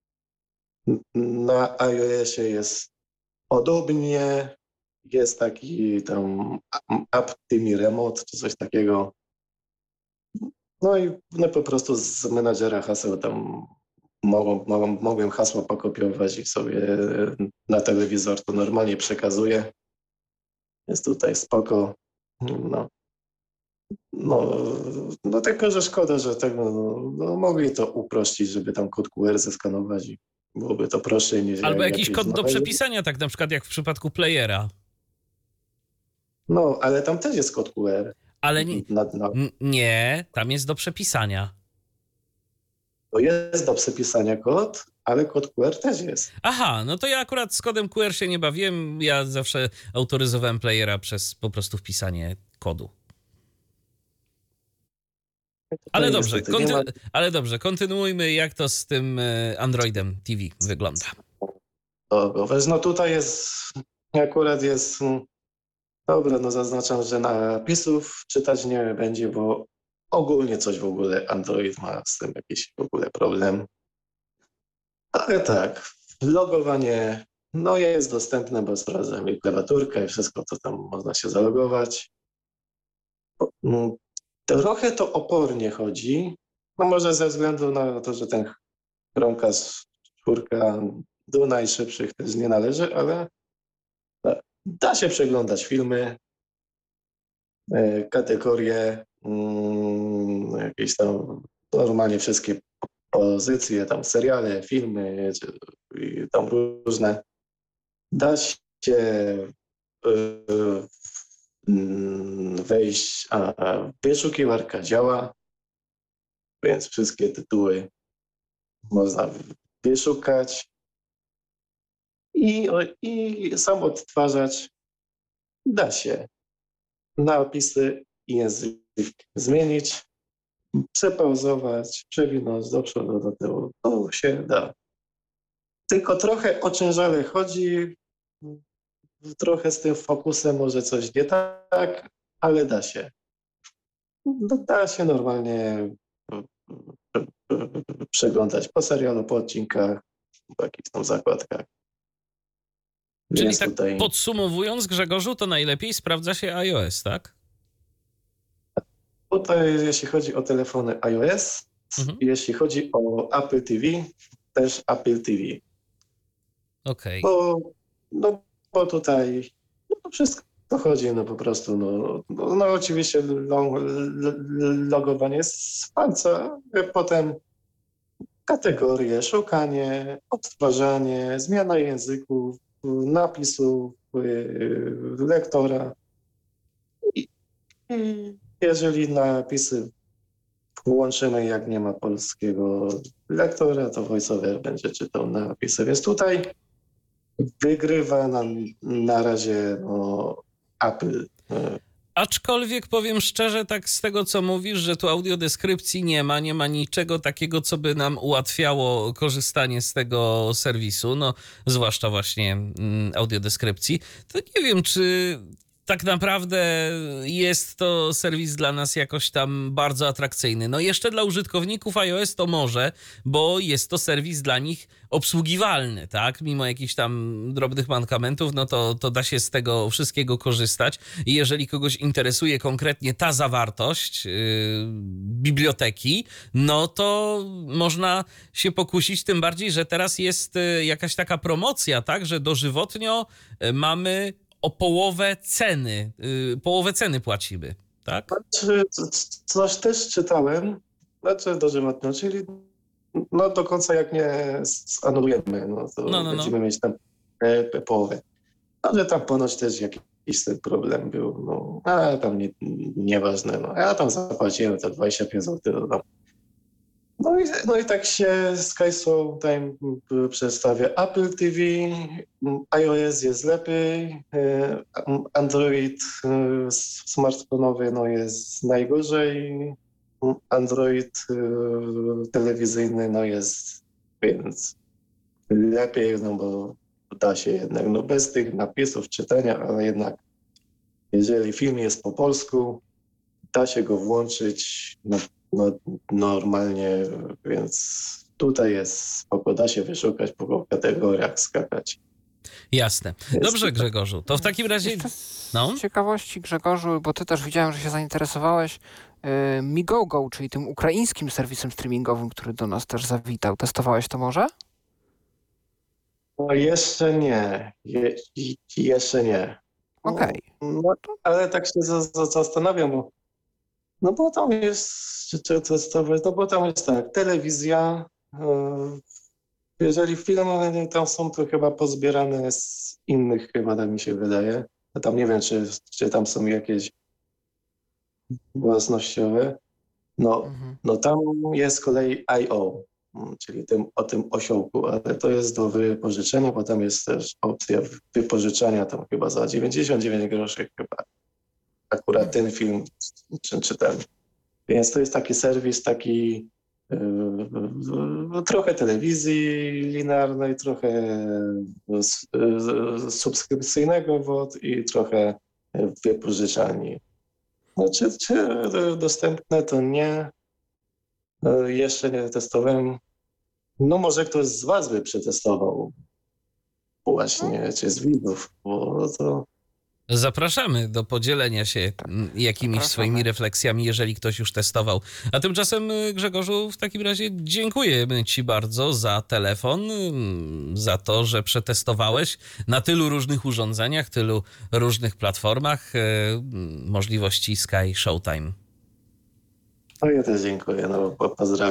Na iOSie jest podobnie. Jest taki tam App T V Remote czy coś takiego. No i no po prostu z menadżera haseł tam mogą, mogą, mogłem hasło pokopiować i sobie na telewizor to normalnie przekazuję. Jest tutaj spoko. No, no, no tylko, że szkoda, że tego, no, no, mogli to uprościć, żeby tam kod Q R zeskanować i byłoby to prostsze niż Albo jak- jakiś jakieś kod do znaleźć. przepisania, tak na przykład jak w przypadku playera. No, ale tam też jest kod Q R. Ale nie, Na, na, n- nie, tam jest do przepisania. to jest do przepisania kod, ale kod Q R też jest. Aha, no to ja akurat z kodem Q R się nie bawiłem. Ja zawsze autoryzowałem playera przez po prostu wpisanie kodu. Ale No, dobrze, niestety nie konty- ma- ale dobrze, kontynuujmy, jak to z tym e, Androidem T V wygląda. Dobra, wiesz, no tutaj jest, akurat jest, mm, dobra, no zaznaczam, że napisów czytać nie będzie, bo ogólnie coś w ogóle Android ma z tym jakiś w ogóle problem. Ale tak, logowanie, no jest dostępne, bo sprawdzam i klawiaturkę i wszystko, co tam można się zalogować. Mm, Trochę to opornie chodzi, no może ze względu na to, że ten Chromecast czwórka do najszybszych też nie należy, ale da- da się przeglądać filmy, e, kategorie, mm, jakieś tam normalnie wszystkie pozycje, tam seriale, filmy, czy, i tam różne. Da się e, mm, wejść, a, a wyszukiwarka działa, więc wszystkie tytuły można wyszukać i, o- i sam odtwarzać da się. Napisy i język zmienić, przepauzować, przewinąć do przodu, do tyłu. To się da. Tylko trochę ociężale chodzi, trochę z tym fokusem może coś nie tak, ale da się. No, da się normalnie przeglądać po serialu, po odcinkach, po jakichś tam zakładkach. Czyli Więc tak tutaj podsumowując, Grzegorzu, to najlepiej sprawdza się iOS, tak? Tutaj jeśli chodzi o telefony iOS, Mhm. jeśli chodzi o Apple T V, też Apple T V. Okej. Bo, no, bo tutaj no, wszystko chodzi, no po prostu, no, no, no oczywiście lo, lo, logowanie z palca, potem kategorie, szukanie, odtwarzanie, zmiana języków, napisów, yy, lektora. I, i jeżeli napisy włączymy, jak nie ma polskiego lektora, to VoiceOver będzie czytał napisy. Więc tutaj wygrywa nam na razie no, Apple. Aczkolwiek powiem szczerze, tak z tego co mówisz, że tu audiodeskrypcji nie ma, nie ma niczego takiego, co by nam ułatwiało korzystanie z tego serwisu, no zwłaszcza właśnie mm, audiodeskrypcji, to nie wiem, czy tak naprawdę jest to serwis dla nas jakoś tam bardzo atrakcyjny. No jeszcze dla użytkowników iOS to może, bo jest to serwis dla nich obsługiwalny, tak? Mimo jakichś tam drobnych mankamentów, no to, to da się z tego wszystkiego korzystać. I jeżeli kogoś interesuje konkretnie ta zawartość yy, biblioteki, no to można się pokusić, tym bardziej, że teraz jest yy, jakaś taka promocja, tak? Że dożywotnio yy, mamy o połowę ceny, yy, połowę ceny płacimy, tak? Znaczy, coś też czytałem, znaczy dożywotnio, czyli no do końca jak nie zanulujemy, no to No, no, no. będziemy mieć tam e, połowę. Ale tam ponoć też jakiś ten problem był, no a tam nie, nieważne, no ja tam zapłaciłem te dwadzieścia pięć złotych. No. No i, no i tak się Sky Showtime przedstawia Apple T V, iOS jest lepiej, e, Android e, smartfonowy no jest najgorzej, Android e, telewizyjny no jest więc lepiej, no bo da się jednak, no bez tych napisów czytania, ale jednak jeżeli film jest po polsku, da się go włączyć no, no, normalnie, więc tutaj jest spoko, da się wyszukać po kategoriach, skakać. Jasne. Jest Dobrze, super. Grzegorzu. To w takim razie... Jeszcze z No. ciekawości, Grzegorzu, bo ty też widziałem, że się zainteresowałeś y, MiGoGo, czyli tym ukraińskim serwisem streamingowym, który do nas też zawitał. Testowałeś to może? No jeszcze nie, Je, i- jeszcze nie. No, Okej. no, ale tak się za, za, zastanawiam, bo no bo tam jest, czy, czy testować, no bo tam jest tak, telewizja, e, jeżeli filmy tam są, to chyba pozbierane z innych chyba, tak mi się wydaje. No tam nie wiem, czy, czy tam są jakieś własnościowe. No, Mhm. no tam jest z kolei I O, mm, czyli tym, o tym osiołku, ale to jest do wypożyczenia, bo tam jest też opcja wypożyczania tam chyba za dziewięćdziesiąt dziewięć groszy chyba. Akurat ten film, czy, czy ten. Więc to jest taki serwis, taki yy, trochę telewizji linearnej, trochę s- yy, subskrypcyjnego W O D i trochę wypożyczalni. No, czy, czy dostępne, to nie. Yy, Jeszcze nie testowałem. No może ktoś z was by przetestował właśnie, czy z widzów, bo to Zapraszamy do podzielenia się mm, jakimiś zapraszamy. swoimi refleksjami, jeżeli ktoś już testował. A tymczasem, y, Grzegorzu, w takim razie dziękujemy ci bardzo za telefon, mm, za to, że przetestowałeś na tylu różnych urządzeniach, tylu różnych platformach y, mm, możliwości Sky Showtime. no ja też dziękuję, no po- pozdrawiam.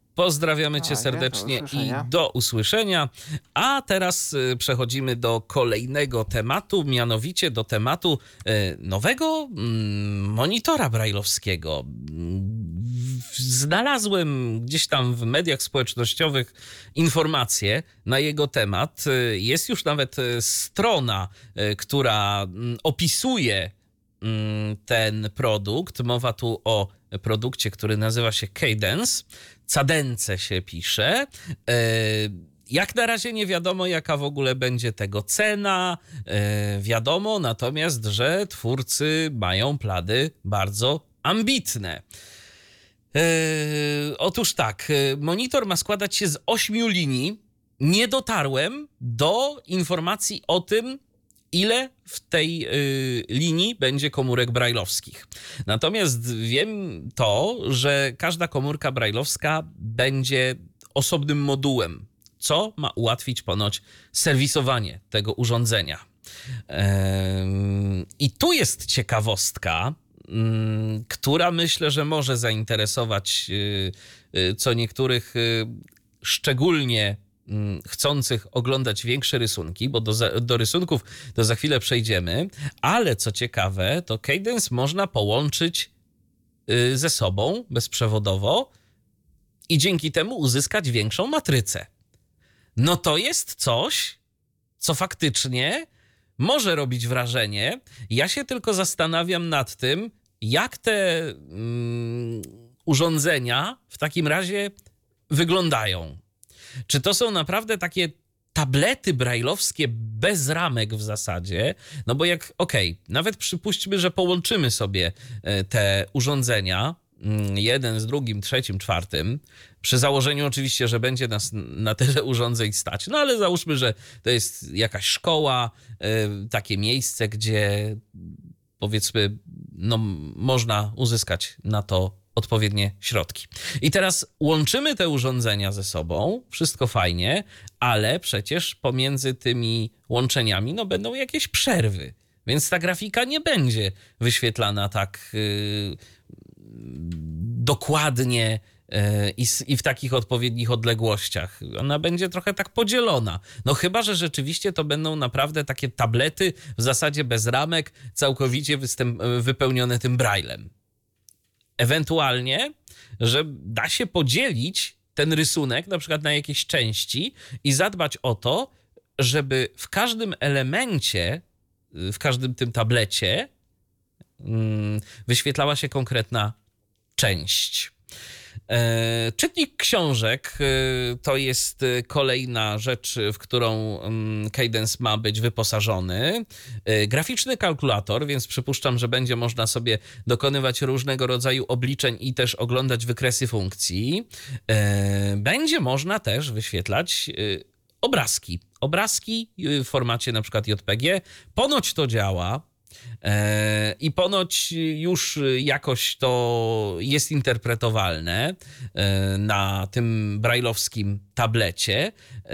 Pozdrawiamy Na cię razie, serdecznie do i usłyszenia. do usłyszenia. A teraz y, przechodzimy do kolejnego tematu, mianowicie do tematu y, nowego mm, monitora brajlowskiego. Mm, Znalazłem gdzieś tam w mediach społecznościowych informacje na jego temat. Y, Jest już nawet y, strona, y, która mm, opisuje mm, ten produkt. Mowa tu o produkcie, który nazywa się Cadence. Cadence się pisze. E, Jak na razie nie wiadomo, jaka w ogóle będzie tego cena. E, Wiadomo natomiast, że twórcy mają plany bardzo ambitne. E, Otóż tak, e, monitor ma składać się z ośmiu linii. Nie dotarłem do informacji o tym, ile w tej y, linii będzie komórek brajlowskich. Natomiast wiem to, że każda komórka brajlowska będzie osobnym modułem, co ma ułatwić ponoć serwisowanie tego urządzenia. Ehm, I tu jest ciekawostka, mm, która myślę, że może zainteresować y, y, co niektórych y, szczególnie chcących oglądać większe rysunki, bo do, za, do rysunków to za chwilę przejdziemy, ale co ciekawe, to Cadence można połączyć y, ze sobą bezprzewodowo i dzięki temu uzyskać większą matrycę. No to jest coś, co faktycznie może robić wrażenie. Ja się tylko zastanawiam nad tym, jak te mm, urządzenia w takim razie wyglądają. Czy to są naprawdę takie tablety brajlowskie bez ramek w zasadzie? No bo jak, okej, okay, nawet przypuśćmy, że połączymy sobie te urządzenia, jeden z drugim, trzecim, czwartym, przy założeniu oczywiście, że będzie nas na tyle urządzeń stać, no ale załóżmy, że to jest jakaś szkoła, takie miejsce, gdzie powiedzmy, no można uzyskać na to odpowiednie środki. I teraz łączymy te urządzenia ze sobą, wszystko fajnie, ale przecież pomiędzy tymi łączeniami no będą jakieś przerwy, więc ta grafika nie będzie wyświetlana tak yy, dokładnie yy, i, i w takich odpowiednich odległościach. Ona będzie trochę tak podzielona. No chyba, że rzeczywiście to będą naprawdę takie tablety w zasadzie bez ramek, całkowicie występ, wypełnione tym braillem. Ewentualnie, że da się podzielić ten rysunek na przykład na jakieś części i zadbać o to, żeby w każdym elemencie, w każdym tym tablecie wyświetlała się konkretna część. Czytnik książek to jest kolejna rzecz, w którą Cadence ma być wyposażony. Graficzny kalkulator, więc przypuszczam, że będzie można sobie dokonywać różnego rodzaju obliczeń i też oglądać wykresy funkcji. Będzie można też wyświetlać obrazki. Obrazki w formacie na przykład J P G. Ponoć to działa. I ponoć już jakoś to jest interpretowalne na tym brajlowskim tablecie.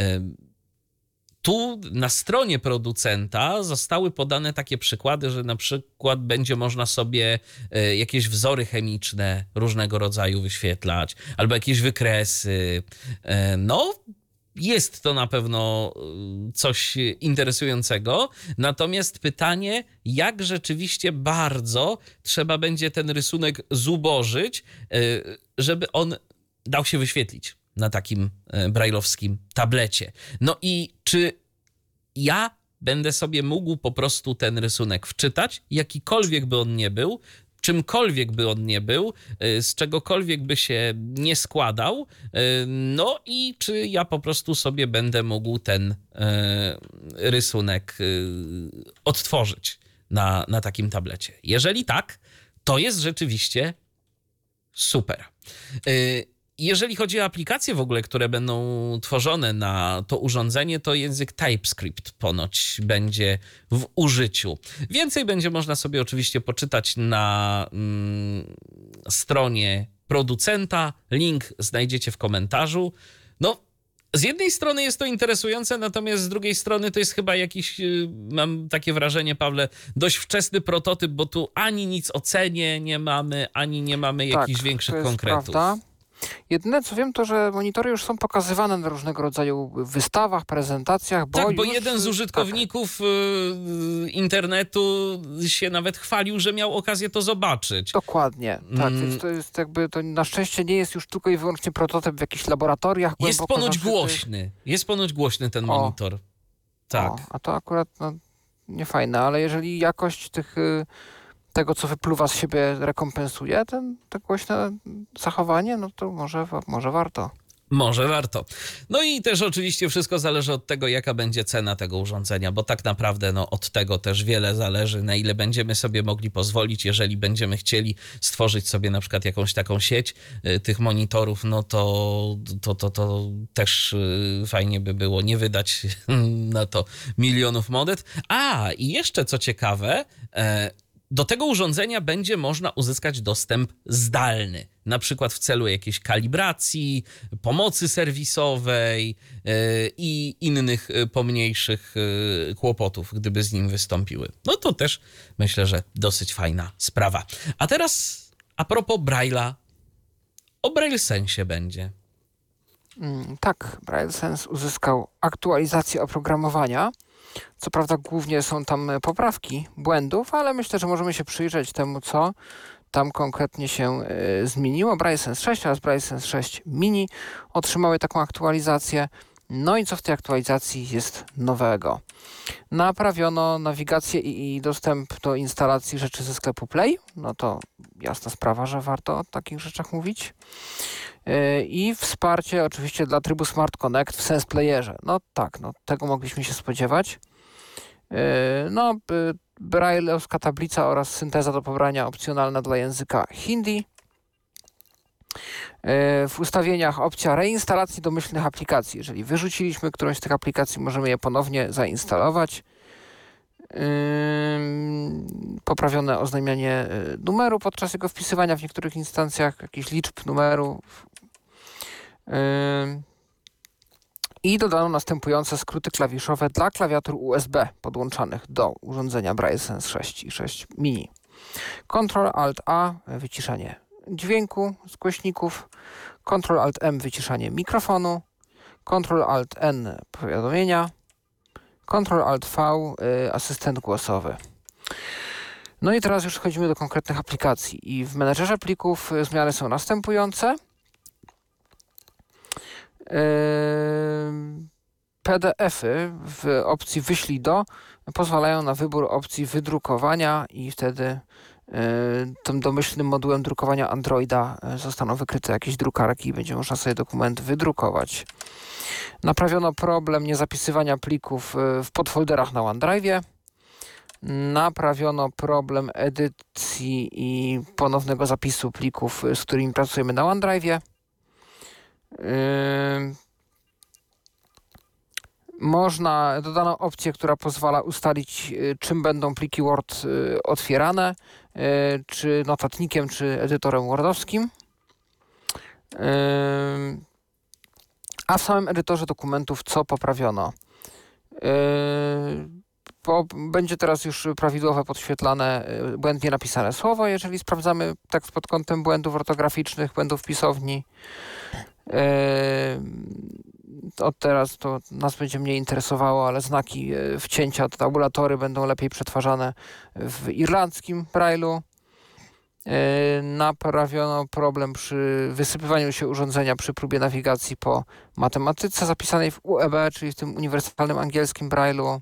Tu na stronie producenta zostały podane takie przykłady, że na przykład będzie można sobie jakieś wzory chemiczne różnego rodzaju wyświetlać, albo jakieś wykresy. No, jest to na pewno coś interesującego, natomiast pytanie, jak rzeczywiście bardzo trzeba będzie ten rysunek zubożyć, żeby on dał się wyświetlić na takim brajlowskim tablecie. No i czy ja będę sobie mógł po prostu ten rysunek wczytać, jakikolwiek by on nie był, czymkolwiek by on nie był, z czegokolwiek by się nie składał, no i czy ja po prostu sobie będę mógł ten rysunek odtworzyć na, na takim tablecie. Jeżeli tak, to jest rzeczywiście super. Jeżeli chodzi o aplikacje w ogóle, które będą tworzone na to urządzenie, to język TypeScript ponoć będzie w użyciu. Więcej będzie można sobie oczywiście poczytać na mm, stronie producenta. Link znajdziecie w komentarzu. No, z jednej strony jest to interesujące, natomiast z drugiej strony to jest chyba jakiś, mam takie wrażenie, Pawle, dość wczesny prototyp, bo tu ani nic o cenie nie mamy, ani nie mamy jakichś tak, większych to jest konkretów. Prawda. Jedyne co wiem, to że monitory już są pokazywane na różnego rodzaju wystawach, prezentacjach. Bo Tak, bo już, jeden z użytkowników tak. internetu się nawet chwalił, że miał okazję to zobaczyć. Dokładnie, tak, Mm. więc to jest jakby, to na szczęście nie jest już tylko i wyłącznie prototyp w jakichś laboratoriach. Jest głęboko ponoć zaszytych. głośny, jest ponoć głośny ten O. monitor. Tak. O, a to akurat no, nie fajne, ale jeżeli jakość tych, y, tego, co wypluwa z siebie, rekompensuje ten, to głośne zachowanie, no to może, wa- może warto. Może warto. No i też oczywiście wszystko zależy od tego, jaka będzie cena tego urządzenia, bo tak naprawdę no, od tego też wiele zależy, na ile będziemy sobie mogli pozwolić. Jeżeli będziemy chcieli stworzyć sobie na przykład jakąś taką sieć y, tych monitorów, no to, to, to, to też y, fajnie by było nie wydać na to milionów monet. A, i jeszcze co ciekawe, e, do tego urządzenia będzie można uzyskać dostęp zdalny, na przykład w celu jakiejś kalibracji, pomocy serwisowej yy, i innych yy, pomniejszych yy, kłopotów, gdyby z nim wystąpiły. No to też myślę, że dosyć fajna sprawa. A teraz a propos Braille'a, o Braille Sensie będzie. Mm, tak, Braille Sense uzyskał aktualizację oprogramowania. Co prawda głównie są tam poprawki błędów, ale myślę, że możemy się przyjrzeć temu, co tam konkretnie się y, zmieniło. Braille Sense sześć oraz Braille Sense sześć Mini otrzymały taką aktualizację. No i co w tej aktualizacji jest nowego? Naprawiono nawigację i, i dostęp do instalacji rzeczy ze sklepu Play. No to jasna sprawa, że warto o takich rzeczach mówić. Yy, I wsparcie oczywiście dla trybu Smart Connect w Sense Playerze. No tak, no tego mogliśmy się spodziewać. Yy, no, y, Braille'owska tablica oraz synteza do pobrania opcjonalna dla języka hindi. W ustawieniach opcja reinstalacji domyślnych aplikacji. Jeżeli wyrzuciliśmy którąś z tych aplikacji, możemy je ponownie zainstalować. Yy, poprawione oznajmianie numeru podczas jego wpisywania w niektórych instancjach, jakichś liczb numeru. Yy, I dodano następujące skróty klawiszowe dla klawiatur U S B podłączanych do urządzenia Braille Sense sześć i sześć Mini. Ctrl Alt A, wyciszanie dźwięku z głośników, Ctrl Alt M, wyciszanie mikrofonu, Ctrl Alt N, powiadomienia, Ctrl Alt V, y, asystent głosowy. No i teraz już przechodzimy do konkretnych aplikacji i w menedżerze plików y, zmiany są następujące. Y, P D F-y w opcji wyślij do pozwalają na wybór opcji wydrukowania i wtedy tym domyślnym modułem drukowania Androida zostaną wykryte jakieś drukarki i będzie można sobie dokument wydrukować. Naprawiono problem niezapisywania plików w podfolderach na OneDrive'ie. Naprawiono problem edycji i ponownego zapisu plików, z którymi pracujemy na OneDrive'ie. Yy... Można, dodano opcję, która pozwala ustalić, czym będą pliki Word y, otwierane, y, czy notatnikiem, czy edytorem wordowskim. Y, a w samym edytorze dokumentów co poprawiono? Y, bo będzie teraz już prawidłowo podświetlane y, błędnie napisane słowo, jeżeli sprawdzamy tekst pod kątem błędów ortograficznych, błędów pisowni. Y, Od teraz to nas będzie mniej interesowało, ale znaki wcięcia, tabulatory będą lepiej przetwarzane w irlandzkim Braille'u. Naprawiono problem przy wysypywaniu się urządzenia przy próbie nawigacji po matematyce zapisanej w U E B, czyli w tym uniwersalnym angielskim Braille'u.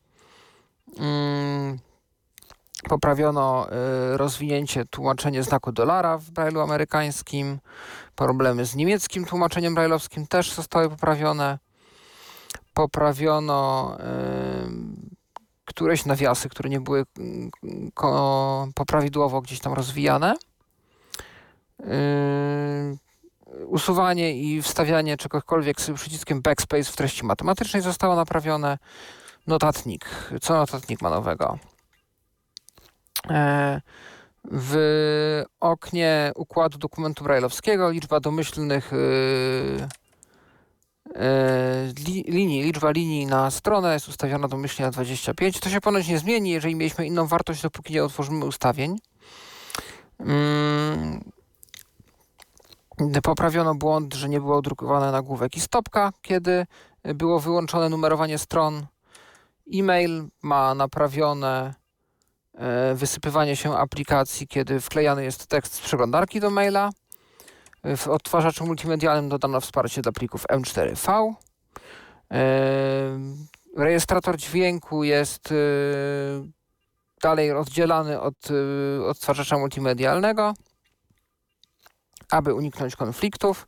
Poprawiono rozwinięcie, tłumaczenie znaku dolara w Braille'u amerykańskim. Problemy z niemieckim tłumaczeniem braille'owskim też zostały poprawione. Poprawiono y, któreś nawiasy, które nie były ko, poprawidłowo gdzieś tam rozwijane. Y, usuwanie i wstawianie czegokolwiek z przyciskiem backspace w treści matematycznej zostało naprawione. Notatnik. Co notatnik ma nowego? Y, W oknie układu dokumentu braille'owskiego liczba domyślnych yy, yy, li, linii, liczba linii na stronę jest ustawiona domyślnie na dwadzieścia pięć. To się ponoć nie zmieni, jeżeli mieliśmy inną wartość, dopóki nie otworzymy ustawień. Yy, Poprawiono błąd, że nie było drukowane nagłówek i stopka, kiedy było wyłączone numerowanie stron. E-mail ma naprawione wysypywanie się aplikacji, kiedy wklejany jest tekst z przeglądarki do maila. W odtwarzaczu multimedialnym dodano wsparcie dla plików M cztery V. Rejestrator dźwięku jest dalej rozdzielany od odtwarzacza multimedialnego, aby uniknąć konfliktów.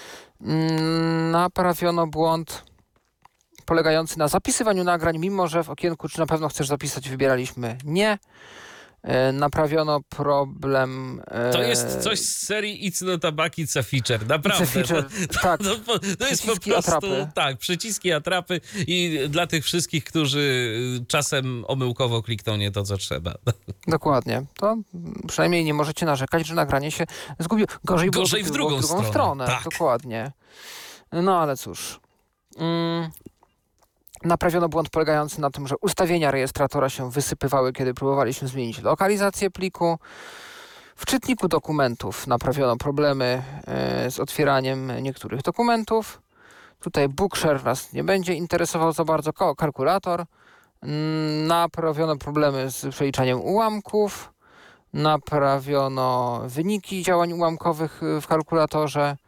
Naprawiono błąd polegający na zapisywaniu nagrań, mimo że w okienku czy na pewno chcesz zapisać wybieraliśmy nie. Naprawiono problem... To jest coś z serii It's not a bug, it's a feature. Naprawdę. It's a feature, to, tak. To, to, to jest po prostu... Atrapy. Tak, przyciski, atrapy i dla tych wszystkich, którzy czasem omyłkowo klikną nie to, co trzeba. Dokładnie. To przynajmniej nie możecie narzekać, że nagranie się zgubiło. Gorzej, Gorzej w drugą, w drugą stronę. stronę. Tak. Dokładnie. No ale cóż... Mm. Naprawiono błąd polegający na tym, że ustawienia rejestratora się wysypywały, kiedy próbowaliśmy zmienić lokalizację pliku. W czytniku dokumentów naprawiono problemy y, z otwieraniem niektórych dokumentów. Tutaj Bookshare nas nie będzie interesował za bardzo. Kalkulator. Mm, naprawiono problemy z przeliczaniem ułamków. Naprawiono wyniki działań ułamkowych w kalkulatorze.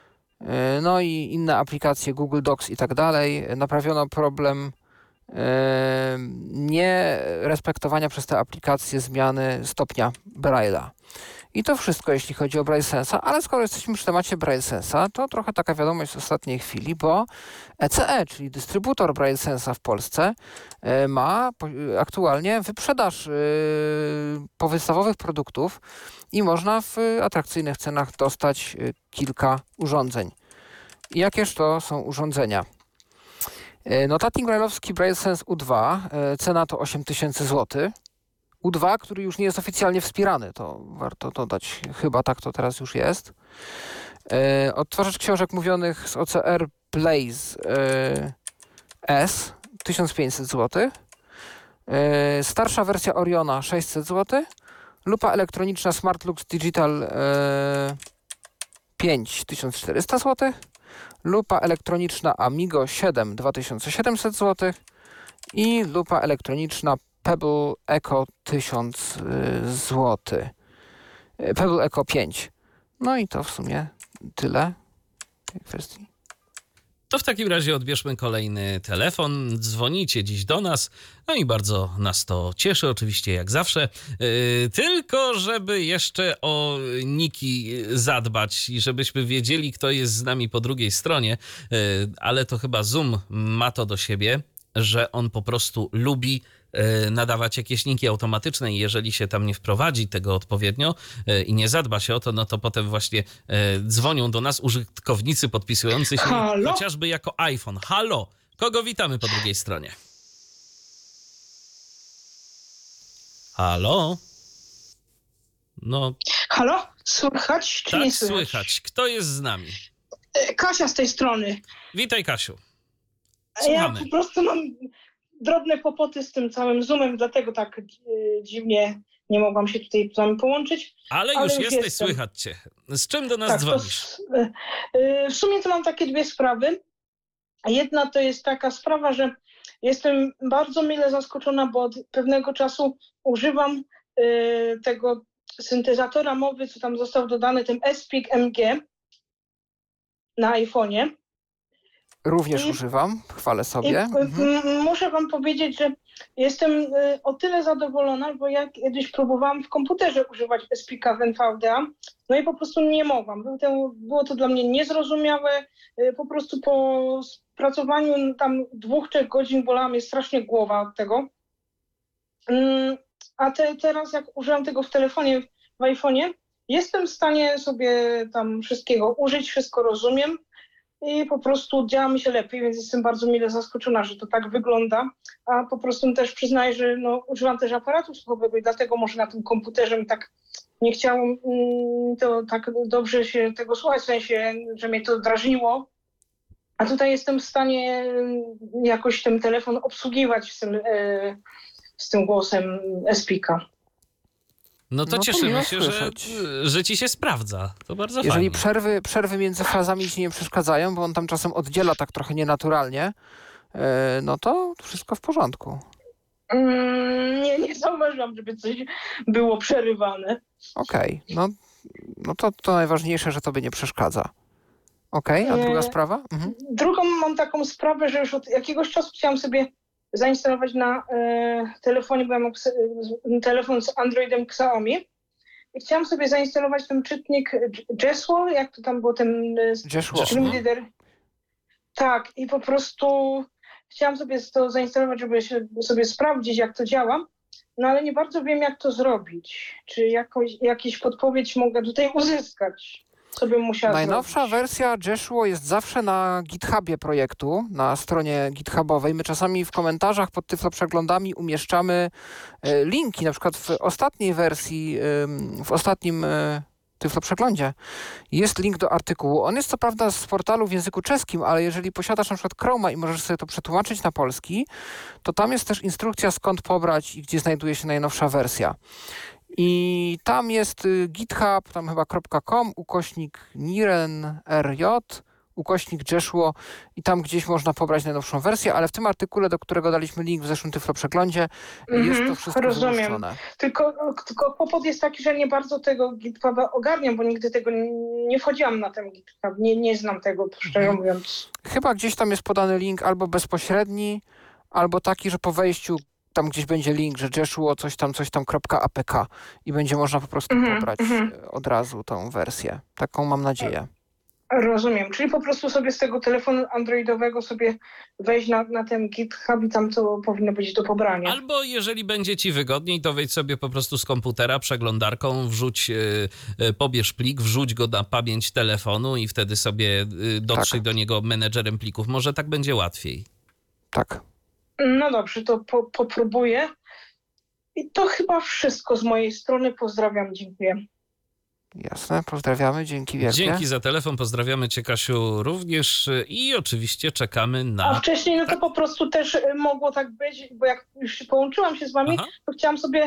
No i inne aplikacje, Google Docs i tak dalej. Naprawiono problem e, nie respektowania przez te aplikacje zmiany stopnia Braille'a. I to wszystko, jeśli chodzi o Braille Sensa, ale skoro jesteśmy przy temacie Braille Sensa, to trochę taka wiadomość z ostatniej chwili, bo E C E, czyli dystrybutor Braille Sensa w Polsce, e, ma po, aktualnie wyprzedaż e, podstawowych produktów i można w atrakcyjnych cenach dostać e, kilka urządzeń. I jakież to są urządzenia? E, notatnik braille'owski Braille Sense U dwa, e, cena to osiem tysięcy złotych. U dwa, który już nie jest oficjalnie wspierany, to warto dodać, chyba tak to teraz już jest. E, odtwarzacz książek mówionych z O C R Blaze e, S, tysiąc pięćset złotych. E, starsza wersja Oriona, sześćset złotych. Lupa elektroniczna SmartLux Digital e, pięć, tysiąc czterysta złotych. Lupa elektroniczna Amigo siedem, dwa tysiące siedemset złotych. I lupa elektroniczna Pebble Eco tysiąc złotych. Pebble Eco pięć. No i to w sumie tyle tej kwestii. To w takim razie odbierzmy kolejny telefon. Dzwonicie dziś do nas. No i bardzo nas to cieszy, oczywiście jak zawsze. Yy, tylko żeby jeszcze o niki zadbać i żebyśmy wiedzieli, kto jest z nami po drugiej stronie. Yy, ale to chyba Zoom ma to do siebie, że on po prostu lubi nadawać jakieś niki automatyczne i jeżeli się tam nie wprowadzi tego odpowiednio i nie zadba się o to, no to potem właśnie dzwonią do nas użytkownicy podpisujący się Halo? Chociażby jako iPhone. Halo, kogo witamy po drugiej stronie? Halo? No. Halo? Słychać czy tak, nie słychać? słychać. Kto jest z nami? Kasia z tej strony. Witaj, Kasiu. Słuchamy. Ja po prostu mam drobne kłopoty z tym całym Zoomem, dlatego tak y, dziwnie nie mogłam się tutaj z wami połączyć. Ale, ale już, już jesteś, jestem. Słychać cię. Z czym do nas tak, dzwonisz? To, y, y, w sumie to mam takie dwie sprawy. Jedna to jest taka sprawa, że jestem bardzo mile zaskoczona, bo od pewnego czasu używam y, tego syntezatora mowy, co tam został dodany, ten S-Peak M G na iPhone'ie. Również I, używam, chwalę sobie. I, mhm. Muszę wam powiedzieć, że jestem y, o tyle zadowolona, bo ja kiedyś próbowałam w komputerze używać S-Peaka w N V D A, no i po prostu nie mogłam. Był ten, było to dla mnie niezrozumiałe. Y, po prostu po pracowaniu tam dwóch, trzech godzin bolała mnie strasznie głowa od tego. Y, a te, teraz jak używam tego w telefonie, w iPhone'ie, jestem w stanie sobie tam wszystkiego użyć, wszystko rozumiem. I po prostu działa mi się lepiej, więc jestem bardzo mile zaskoczona, że to tak wygląda. A po prostu też przyznaję, że no, używam też aparatu słuchowego i dlatego może na tym komputerze mi tak nie chciało mm, to tak dobrze się tego słuchać, w sensie, że mnie to drażniło. A tutaj jestem w stanie jakoś ten telefon obsługiwać z tym, e, z tym głosem S-Peaka. No to No to cieszymy miło się, że, słyszeć. że ci się sprawdza. To bardzo Jeżeli fajnie. przerwy, przerwy między frazami ci nie przeszkadzają, bo on tam czasem oddziela tak trochę nienaturalnie, e, no to wszystko w porządku. Mm, nie, nie zauważyłam, żeby coś było przerywane. Okej, no, no to, to najważniejsze, że tobie nie przeszkadza. Okej, a druga Nie. sprawa? Mhm. Drugą mam taką sprawę, że już od jakiegoś czasu chciałam sobie zainstalować na e, telefonie, bo ja mam ks- telefon z Androidem Xiaomi. I chciałam sobie zainstalować ten czytnik Jesło, jak to tam było, ten e, Jesło. Stream Reader. Tak, i po prostu chciałam sobie to zainstalować, żeby się, sobie sprawdzić, jak to działa. No ale nie bardzo wiem, jak to zrobić. Czy jakoś, jakieś podpowiedź mogę tutaj uzyskać? Co bym musiała Najnowsza zrobić? wersja Jesło jest zawsze na GitHubie projektu, na stronie GitHubowej. My czasami w komentarzach pod Tyflo Przeglądami umieszczamy e, linki, na przykład w ostatniej wersji, ym, w ostatnim e, Tyflo Przeglądzie jest link do artykułu. On jest co prawda z portalu w języku czeskim, ale jeżeli posiadasz na przykład Chroma i możesz sobie to przetłumaczyć na polski, to tam jest też instrukcja, skąd pobrać i gdzie znajduje się najnowsza wersja. I tam jest y, GitHub, tam chyba .com, ukośnik niren rj, ukośnik Jesło i tam gdzieś można pobrać najnowszą wersję, ale w tym artykule, do którego daliśmy link w zeszłym Tyflo Przeglądzie, Mhm, jest to wszystko rozumiem. wyłuszczone. Tylko, tylko kłopot jest taki, że nie bardzo tego GitHuba ogarniam, bo nigdy tego nie, nie wchodziłam na ten GitHub. Nie, nie znam tego, szczerze Mhm. mówiąc. Chyba gdzieś tam jest podany link albo bezpośredni, albo taki, że po wejściu tam gdzieś będzie link, że Jesło coś tam, coś tam .apk i będzie można po prostu Mhm, pobrać mhm. y, od razu tą wersję. Taką mam nadzieję. Rozumiem. Czyli po prostu sobie z tego telefonu androidowego sobie wejść na, na ten GitHub i tam to powinno być do pobrania. Albo jeżeli będzie ci wygodniej, to wejdź sobie po prostu z komputera przeglądarką, wrzuć, yy, yy, pobierz plik, wrzuć go na pamięć telefonu i wtedy sobie yy, dotrzyj Tak. do niego menedżerem plików. Może tak będzie łatwiej. Tak. No dobrze, to po, popróbuję. I to chyba wszystko z mojej strony. Pozdrawiam, dziękuję. Jasne, pozdrawiamy, dzięki wielkie. Dzięki za telefon, pozdrawiamy cię, Kasiu, również yy, i oczywiście czekamy A na... wcześniej no to po prostu też y, mogło tak być, bo jak już połączyłam się z wami, Aha. to chciałam sobie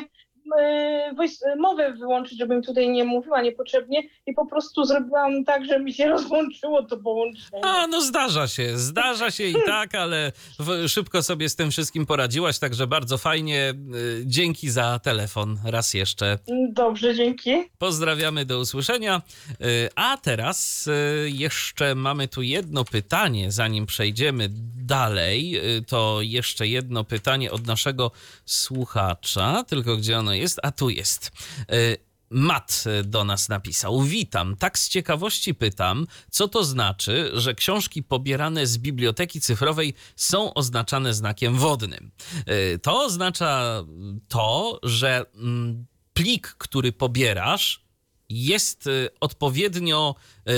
y, voice- mowę wyłączyć, żebym tutaj nie mówiła niepotrzebnie i po prostu zrobiłam tak, że mi się rozłączyło to połączenie. A, no zdarza się, zdarza się i tak, ale w, szybko sobie z tym wszystkim poradziłaś, także bardzo fajnie. Yy, Dzięki za telefon raz jeszcze. Dobrze, dzięki. Pozdrawiamy, do usłyszenia. Yy, A teraz yy, jeszcze mamy tu jedno pytanie, zanim przejdziemy dalej. Yy, To jeszcze jedno pytanie od naszego słuchacza, tylko gdzie ono jest? A tu jest. Yy, Matt do nas napisał. Witam. Tak z ciekawości pytam, co to znaczy, że książki pobierane z biblioteki cyfrowej są oznaczane znakiem wodnym. Yy, To oznacza to, że mm, plik, który pobierasz, jest y, odpowiednio y,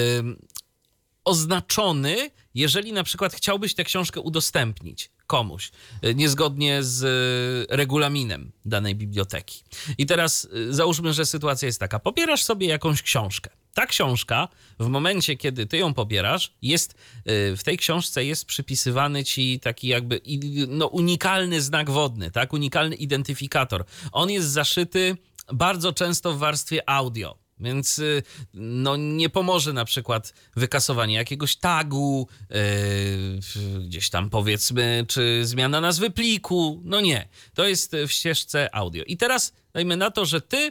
oznaczony, jeżeli na przykład chciałbyś tę książkę udostępnić komuś, y, niezgodnie z y, regulaminem danej biblioteki. I teraz y, załóżmy, że sytuacja jest taka. Pobierasz sobie jakąś książkę. Ta książka, w momencie, kiedy ty ją pobierasz, jest, y, w tej książce jest przypisywany ci taki jakby i- no, unikalny znak wodny, tak? Unikalny identyfikator. On jest zaszyty bardzo często w warstwie audio. Więc y, no, nie pomoże na przykład wykasowanie jakiegoś tagu, yy, gdzieś tam powiedzmy, czy zmiana nazwy pliku. No nie, to jest w ścieżce audio. I teraz dajmy na to, że ty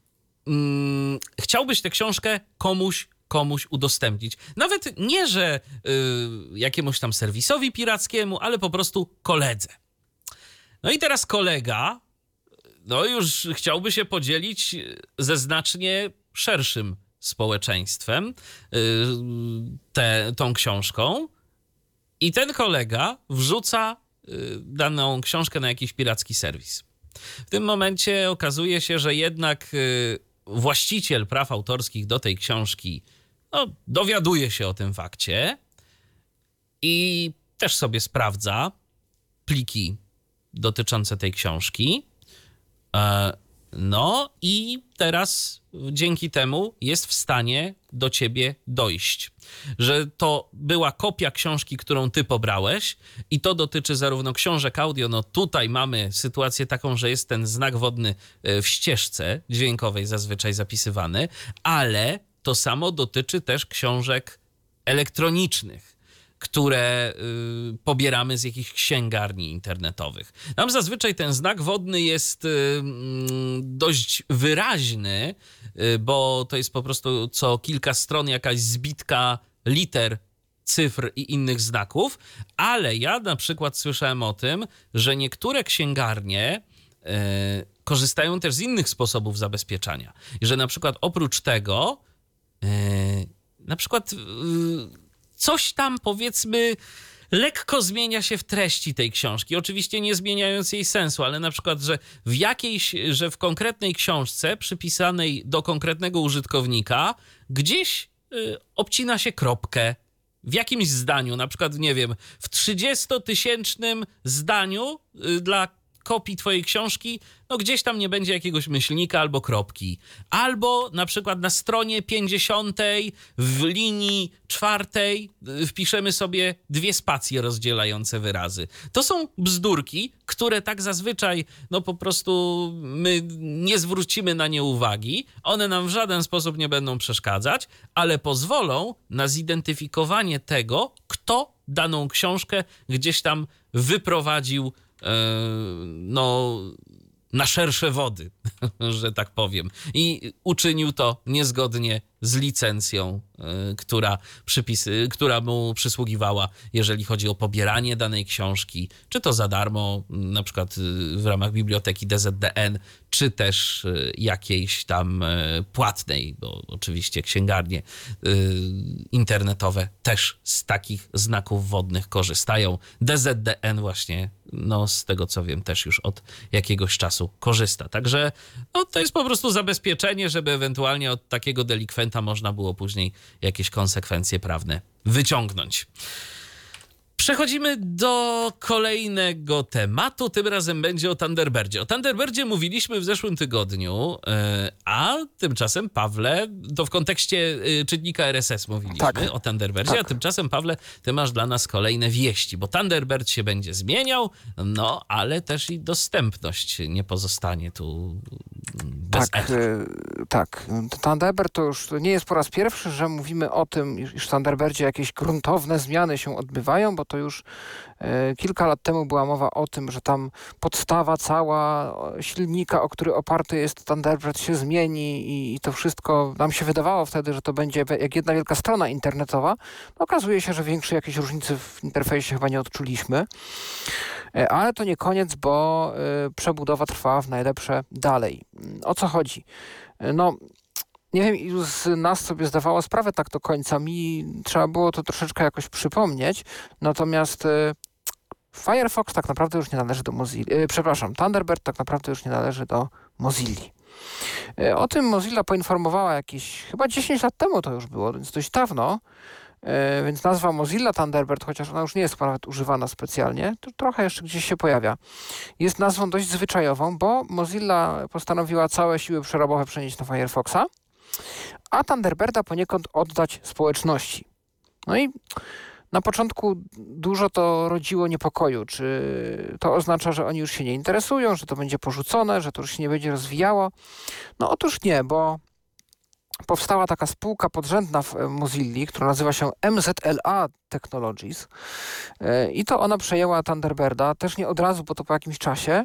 mm, chciałbyś tę książkę komuś, komuś udostępnić. Nawet nie, że y, jakiemuś tam serwisowi pirackiemu, ale po prostu koledze. No i teraz kolega no już chciałby się podzielić ze znacznie szerszym społeczeństwem yy, te, tą książką i ten kolega wrzuca yy, daną książkę na jakiś piracki serwis. W tym momencie okazuje się, że jednak yy, właściciel praw autorskich do tej książki no, dowiaduje się o tym fakcie i też sobie sprawdza pliki dotyczące tej książki. No i teraz dzięki temu jest w stanie do ciebie dojść. Że to była kopia książki, którą ty pobrałeś i to dotyczy zarówno książek audio, no tutaj mamy sytuację taką, że jest ten znak wodny w ścieżce dźwiękowej zazwyczaj zapisywany, ale to samo dotyczy też książek elektronicznych, które y, pobieramy z jakichś księgarni internetowych. Tam zazwyczaj ten znak wodny jest y, y, dość wyraźny, y, bo to jest po prostu co kilka stron jakaś zbitka liter, cyfr i innych znaków, ale ja na przykład słyszałem o tym, że niektóre księgarnie y, korzystają też z innych sposobów zabezpieczania. I że na przykład oprócz tego y, na przykład y, coś tam, powiedzmy, lekko zmienia się w treści tej książki. Oczywiście nie zmieniając jej sensu, ale na przykład, że w jakiejś, że w konkretnej książce przypisanej do konkretnego użytkownika gdzieś y, obcina się kropkę w jakimś zdaniu, na przykład, nie wiem, w trzydziestotysięcznym zdaniu y, dla kopii twojej książki, no gdzieś tam nie będzie jakiegoś myślnika albo kropki. Albo na przykład na stronie pięćdziesiątej w linii czwartej wpiszemy sobie dwie spacje rozdzielające wyrazy. To są bzdurki, które tak zazwyczaj, no po prostu my nie zwrócimy na nie uwagi. One nam w żaden sposób nie będą przeszkadzać, ale pozwolą na zidentyfikowanie tego, kto daną książkę gdzieś tam wyprowadził no, na szersze wody, że tak powiem. I uczynił to niezgodnie z licencją, która, przypisy, która mu przysługiwała, jeżeli chodzi o pobieranie danej książki, czy to za darmo, na przykład w ramach biblioteki D Z D N, czy też jakiejś tam płatnej, bo oczywiście księgarnie internetowe też z takich znaków wodnych korzystają. D Z D N właśnie, no z tego co wiem, też już od jakiegoś czasu korzysta. Także no, to jest po prostu zabezpieczenie, żeby ewentualnie od takiego delikwenta można było później jakieś konsekwencje prawne wyciągnąć. Przechodzimy do kolejnego tematu, tym razem będzie o Thunderbirdzie. O Thunderbirdzie mówiliśmy w zeszłym tygodniu, a tymczasem, Pawle, to w kontekście czytnika R S S mówiliśmy tak. o Thunderbirdzie, tak. a tymczasem, Pawle, ty masz dla nas kolejne wieści, bo Thunderbird się będzie zmieniał, no ale też i dostępność nie pozostanie tu bez tak, y, tak. Thunderbird to już nie jest po raz pierwszy, że mówimy o tym, iż w Thunderbirdzie jakieś gruntowne zmiany się odbywają, bo to już y, kilka lat temu była mowa o tym, że tam podstawa cała silnika, o który oparty jest Thunderbird, się zmieni i, i to wszystko nam się wydawało wtedy, że to będzie jak jedna wielka strona internetowa. No, okazuje się, że większej jakiejś różnicy w interfejsie chyba nie odczuliśmy. Y, ale to nie koniec, bo y, przebudowa trwa w najlepsze dalej. O co chodzi? No, nie wiem, ilu z nas sobie zdawało sprawę tak do końca. Mi trzeba było to troszeczkę jakoś przypomnieć. Natomiast y, Firefox tak naprawdę już nie należy do Mozilla. Y, przepraszam, Thunderbird tak naprawdę już nie należy do Mozilli. Y, o tym Mozilla poinformowała jakieś, chyba dziesięć lat temu to już było, więc dość dawno. Y, więc nazwa Mozilla Thunderbird, chociaż ona już nie jest nawet używana specjalnie, to trochę jeszcze gdzieś się pojawia. Jest nazwą dość zwyczajową, bo Mozilla postanowiła całe siły przerobowe przenieść na Firefoxa, a Thunderbirda poniekąd oddać społeczności. No i na początku dużo to rodziło niepokoju. Czy to oznacza, że oni już się nie interesują, że to będzie porzucone, że to już się nie będzie rozwijało? No otóż nie, bo powstała taka spółka podrzędna w Mozilli, która nazywa się M Z L A Technologies i to ona przejęła Thunderbirda, też nie od razu, bo to po jakimś czasie.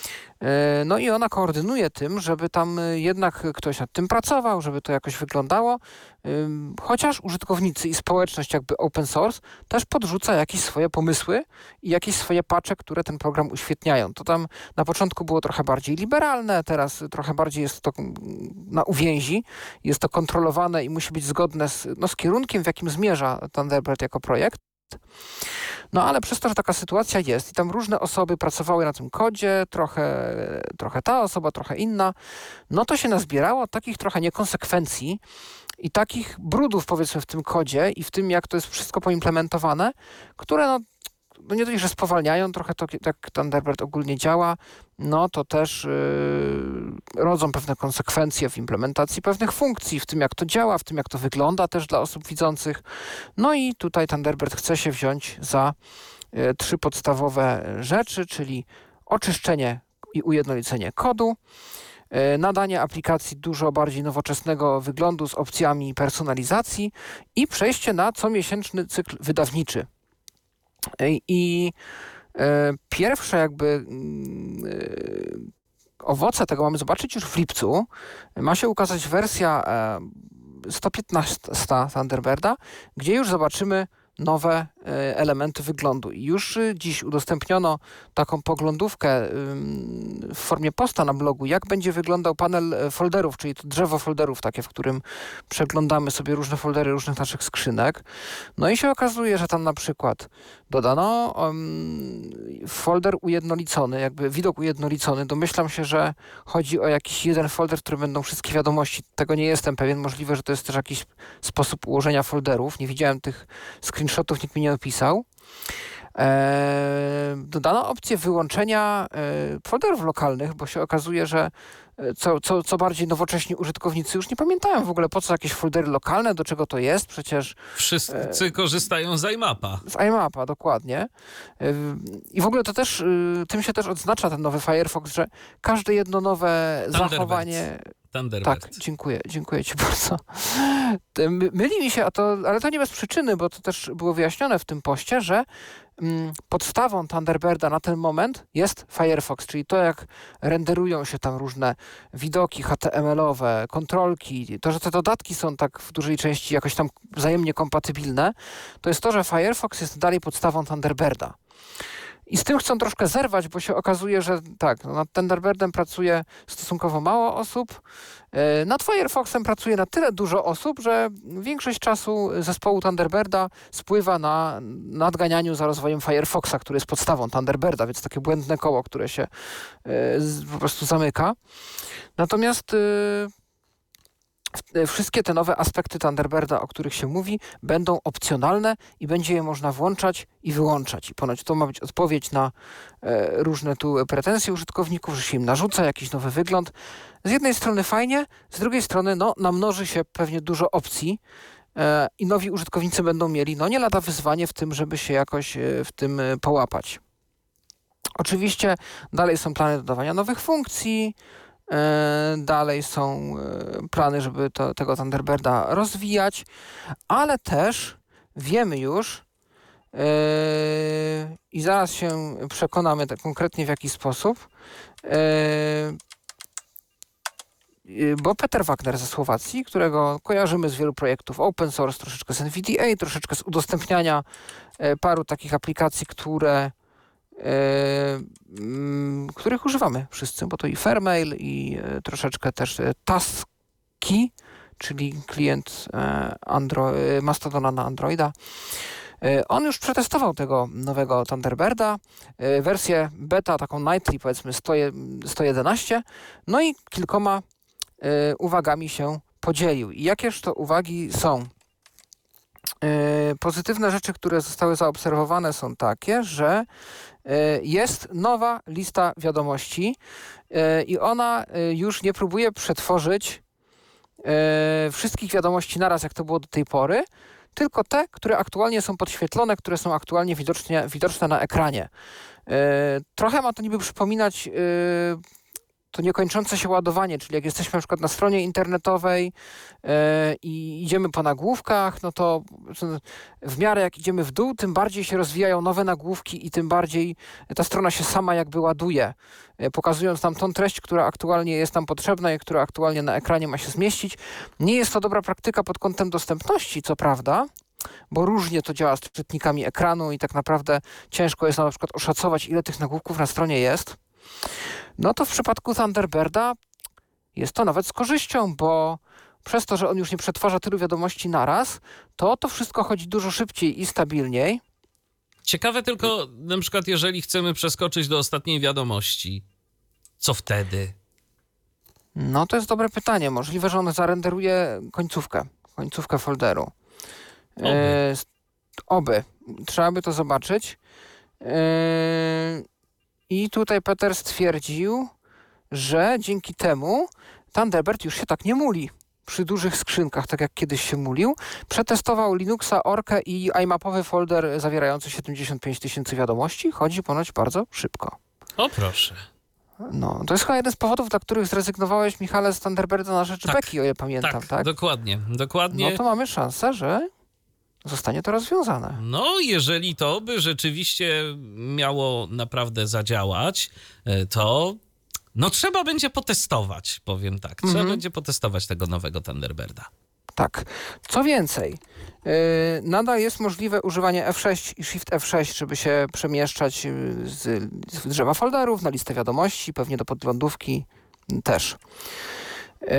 No i ona koordynuje tym, żeby tam jednak ktoś nad tym pracował, żeby to jakoś wyglądało, chociaż użytkownicy i społeczność jakby open source też podrzuca jakieś swoje pomysły i jakieś swoje patche, które ten program uświetniają. To tam na początku było trochę bardziej liberalne, teraz trochę bardziej jest to na uwięzi, jest to kontrolowane i musi być zgodne z, no, z kierunkiem, w jakim zmierza Thunderbird jako projekt. No ale przez to, że taka sytuacja jest i tam różne osoby pracowały na tym kodzie, trochę, trochę ta osoba, trochę inna, no to się nazbierało takich trochę niekonsekwencji i takich brudów, powiedzmy, w tym kodzie i w tym, jak to jest wszystko poimplementowane, które no, no nie dość, że spowalniają trochę to, jak Thunderbird ogólnie działa, no to też yy, rodzą pewne konsekwencje w implementacji pewnych funkcji, w tym jak to działa, w tym jak to wygląda też dla osób widzących. No i tutaj Thunderbird chce się wziąć za yy, trzy podstawowe rzeczy, czyli oczyszczenie i ujednolicenie kodu, nadanie aplikacji dużo bardziej nowoczesnego wyglądu z opcjami personalizacji i przejście na comiesięczny cykl wydawniczy. I pierwsze jakby owoce tego mamy zobaczyć już w lipcu. Ma się ukazać wersja sto piętnaście Thunderbirda, gdzie już zobaczymy nowe elementy wyglądu. I już dziś udostępniono taką poglądówkę w formie posta na blogu, jak będzie wyglądał panel folderów, czyli to drzewo folderów takie, w którym przeglądamy sobie różne foldery różnych naszych skrzynek. No i się okazuje, że tam na przykład dodano um, folder ujednolicony, jakby widok ujednolicony. Domyślam się, że chodzi o jakiś jeden folder, w którym będą wszystkie wiadomości. Tego nie jestem pewien. Możliwe, że to jest też jakiś sposób ułożenia folderów. Nie widziałem tych screenshotów, nikt mi nie opisał. Eee, dodano opcję wyłączenia e, folderów lokalnych, bo się okazuje, że co, co, co bardziej nowocześni użytkownicy już nie pamiętają w ogóle, po co jakieś foldery lokalne, do czego to jest. Przecież wszyscy e, korzystają z iMapa. Z iMapa, dokładnie. E, I w ogóle to też, e, tym się też odznacza ten nowy Firefox, że każde jedno nowe Thunderbird. zachowanie... Thunderbird. Tak, dziękuję, dziękuję ci bardzo. Myli mi się, a to, ale to nie bez przyczyny, bo to też było wyjaśnione w tym poście, że mm, podstawą Thunderbirda na ten moment jest Firefox, czyli to, jak renderują się tam różne widoki H T M L-owe, kontrolki, to, że te dodatki są tak w dużej części jakoś tam wzajemnie kompatybilne, to jest to, że Firefox jest dalej podstawą Thunderbirda. I z tym chcą troszkę zerwać, bo się okazuje, że tak, no nad Thunderbirdem pracuje stosunkowo mało osób. Nad Firefoxem pracuje na tyle dużo osób, że większość czasu zespołu Thunderbirda spływa na nadganianiu za rozwojem Firefoxa, który jest podstawą Thunderbirda, więc takie błędne koło, które się po prostu zamyka. Natomiast wszystkie te nowe aspekty Thunderbirda, o których się mówi, będą opcjonalne i będzie je można włączać i wyłączać. I ponoć to ma być odpowiedź na e, różne tu pretensje użytkowników, że się im narzuca jakiś nowy wygląd. Z jednej strony fajnie, z drugiej strony no, namnoży się pewnie dużo opcji e, i nowi użytkownicy będą mieli no nie lada wyzwanie w tym, żeby się jakoś e, w tym e, połapać. Oczywiście dalej są plany dodawania nowych funkcji, dalej są plany, żeby to, tego Thunderbirda rozwijać, ale też wiemy już yy, i zaraz się przekonamy tak konkretnie w jaki sposób, yy, bo Peter Wagner ze Słowacji, którego kojarzymy z wielu projektów open source, troszeczkę z N V D A, troszeczkę z udostępniania yy, paru takich aplikacji, które Yy, których używamy wszyscy, bo to i Fairmail i yy, troszeczkę też yy, Taski, czyli klient yy, Andro- yy, Mastodona na Androida. Yy, on już przetestował tego nowego Thunderbirda, yy, wersję beta, taką nightly powiedzmy sto jedenaście, no i kilkoma yy, uwagami się podzielił. I jakież to uwagi są? Yy, pozytywne rzeczy, które zostały zaobserwowane są takie, że jest nowa lista wiadomości i ona już nie próbuje przetworzyć wszystkich wiadomości naraz, jak to było do tej pory, tylko te, które aktualnie są podświetlone, które są aktualnie widocznie, widoczne na ekranie. Trochę ma to niby przypominać to niekończące się ładowanie, czyli jak jesteśmy na przykład na stronie internetowej yy, i idziemy po nagłówkach, no to w miarę jak idziemy w dół, tym bardziej się rozwijają nowe nagłówki i tym bardziej ta strona się sama jakby ładuje, yy, pokazując nam tą treść, która aktualnie jest nam potrzebna i która aktualnie na ekranie ma się zmieścić. Nie jest to dobra praktyka pod kątem dostępności, co prawda, bo różnie to działa z czytnikami ekranu i tak naprawdę ciężko jest na przykład oszacować, ile tych nagłówków na stronie jest. No to w przypadku Thunderbirda jest to nawet z korzyścią, bo przez to, że on już nie przetwarza tylu wiadomości naraz, to to wszystko chodzi dużo szybciej i stabilniej. Ciekawe tylko, na przykład jeżeli chcemy przeskoczyć do ostatniej wiadomości, co wtedy? No to jest dobre pytanie. Możliwe, że on zarenderuje końcówkę, końcówkę folderu. Oby. E, oby. Trzeba by to zobaczyć. Yy, I tutaj Peter stwierdził, że dzięki temu Thunderbird już się tak nie muli przy dużych skrzynkach, tak jak kiedyś się mulił. Przetestował Linuxa, Orkę i iMapowy folder zawierający siedemdziesiąt pięć tysięcy wiadomości. Chodzi ponoć bardzo szybko. O proszę. No, to jest chyba jeden z powodów, dla których zrezygnowałeś, Michale, z Thunderbirda na rzecz Tak, beki, o ile pamiętam, tak? Tak, dokładnie, dokładnie. No to mamy szansę, że zostanie to rozwiązane. No, jeżeli to by rzeczywiście miało naprawdę zadziałać, to no trzeba będzie potestować, powiem tak. Trzeba Mhm. będzie potestować tego nowego Thunderbirda. Tak. Co więcej, yy, nadal jest możliwe używanie F sześć i Shift F sześć, żeby się przemieszczać yy, z, z drzewa folderów na listę wiadomości, pewnie do podglądówki też. Yy,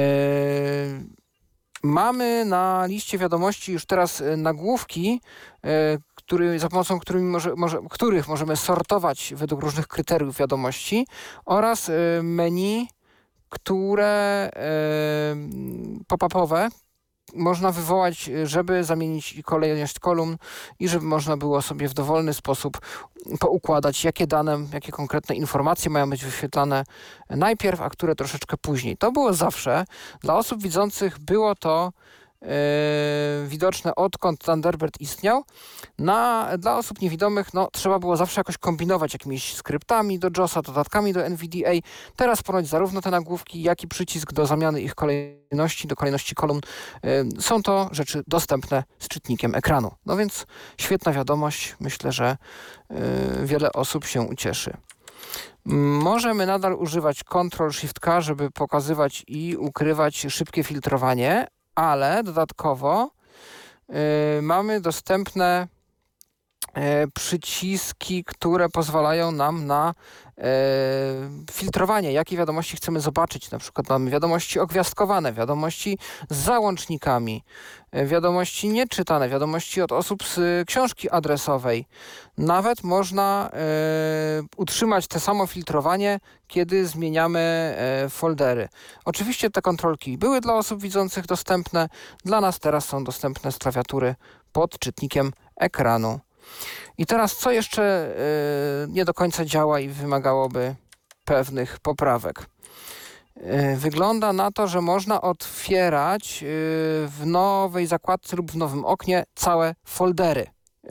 mamy na liście wiadomości już teraz yy, nagłówki, yy, który, za pomocą którymi może, może, których możemy sortować według różnych kryteriów wiadomości oraz yy, menu, które yy, pop-upowe, można wywołać, żeby zamienić kolejność kolumn i żeby można było sobie w dowolny sposób poukładać, jakie dane, jakie konkretne informacje mają być wyświetlane najpierw, a które troszeczkę później. To było zawsze. Dla osób widzących było to yy, widoczne odkąd Thunderbird istniał. Na, dla osób niewidomych no, trzeba było zawsze jakoś kombinować jakimiś skryptami do JOSa, dodatkami do N V D A. Teraz ponoć zarówno te nagłówki, jak i przycisk do zamiany ich kolejności, do kolejności kolumn, yy, są to rzeczy dostępne z czytnikiem ekranu. No więc świetna wiadomość. Myślę, że yy, wiele osób się ucieszy. Możemy nadal używać Ctrl-Shift-K, żeby pokazywać i ukrywać szybkie filtrowanie, ale dodatkowo yy, mamy dostępne yy, przyciski, które pozwalają nam na yy, filtrowanie, jakie wiadomości chcemy zobaczyć. Na przykład mamy wiadomości ogwiazdkowane, wiadomości z załącznikami, yy, wiadomości nieczytane, wiadomości od osób z yy, książki adresowej. Nawet można yy, utrzymać te samo filtrowanie, kiedy zmieniamy yy, foldery. Oczywiście te kontrolki były dla osób widzących dostępne, dla nas teraz są dostępne z klawiatury pod czytnikiem ekranu. I teraz co jeszcze yy, nie do końca działa i wymagałoby pewnych poprawek. Yy, wygląda na to, że można otwierać yy, w nowej zakładce lub w nowym oknie całe foldery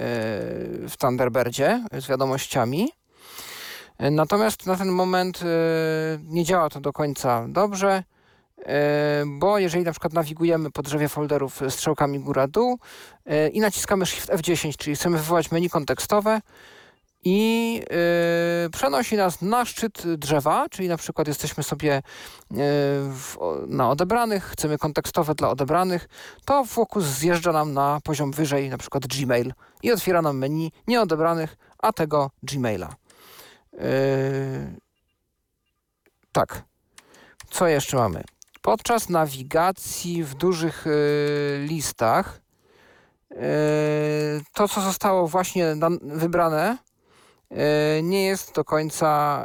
w Thunderbirdzie z wiadomościami. Natomiast na ten moment nie działa to do końca dobrze, bo jeżeli na przykład nawigujemy po drzewie folderów strzałkami góra-dół i naciskamy Shift F dziesięć, czyli chcemy wywołać menu kontekstowe i yy, przenosi nas na szczyt drzewa, czyli na przykład jesteśmy sobie yy, w, na odebranych, chcemy kontekstowe dla odebranych, to fokus zjeżdża nam na poziom wyżej, na przykład Gmail i otwiera nam menu nieodebranych, a tego Gmaila. Yy, tak. Co jeszcze mamy? Podczas nawigacji w dużych yy, listach yy, to, co zostało właśnie dan- wybrane, nie jest do końca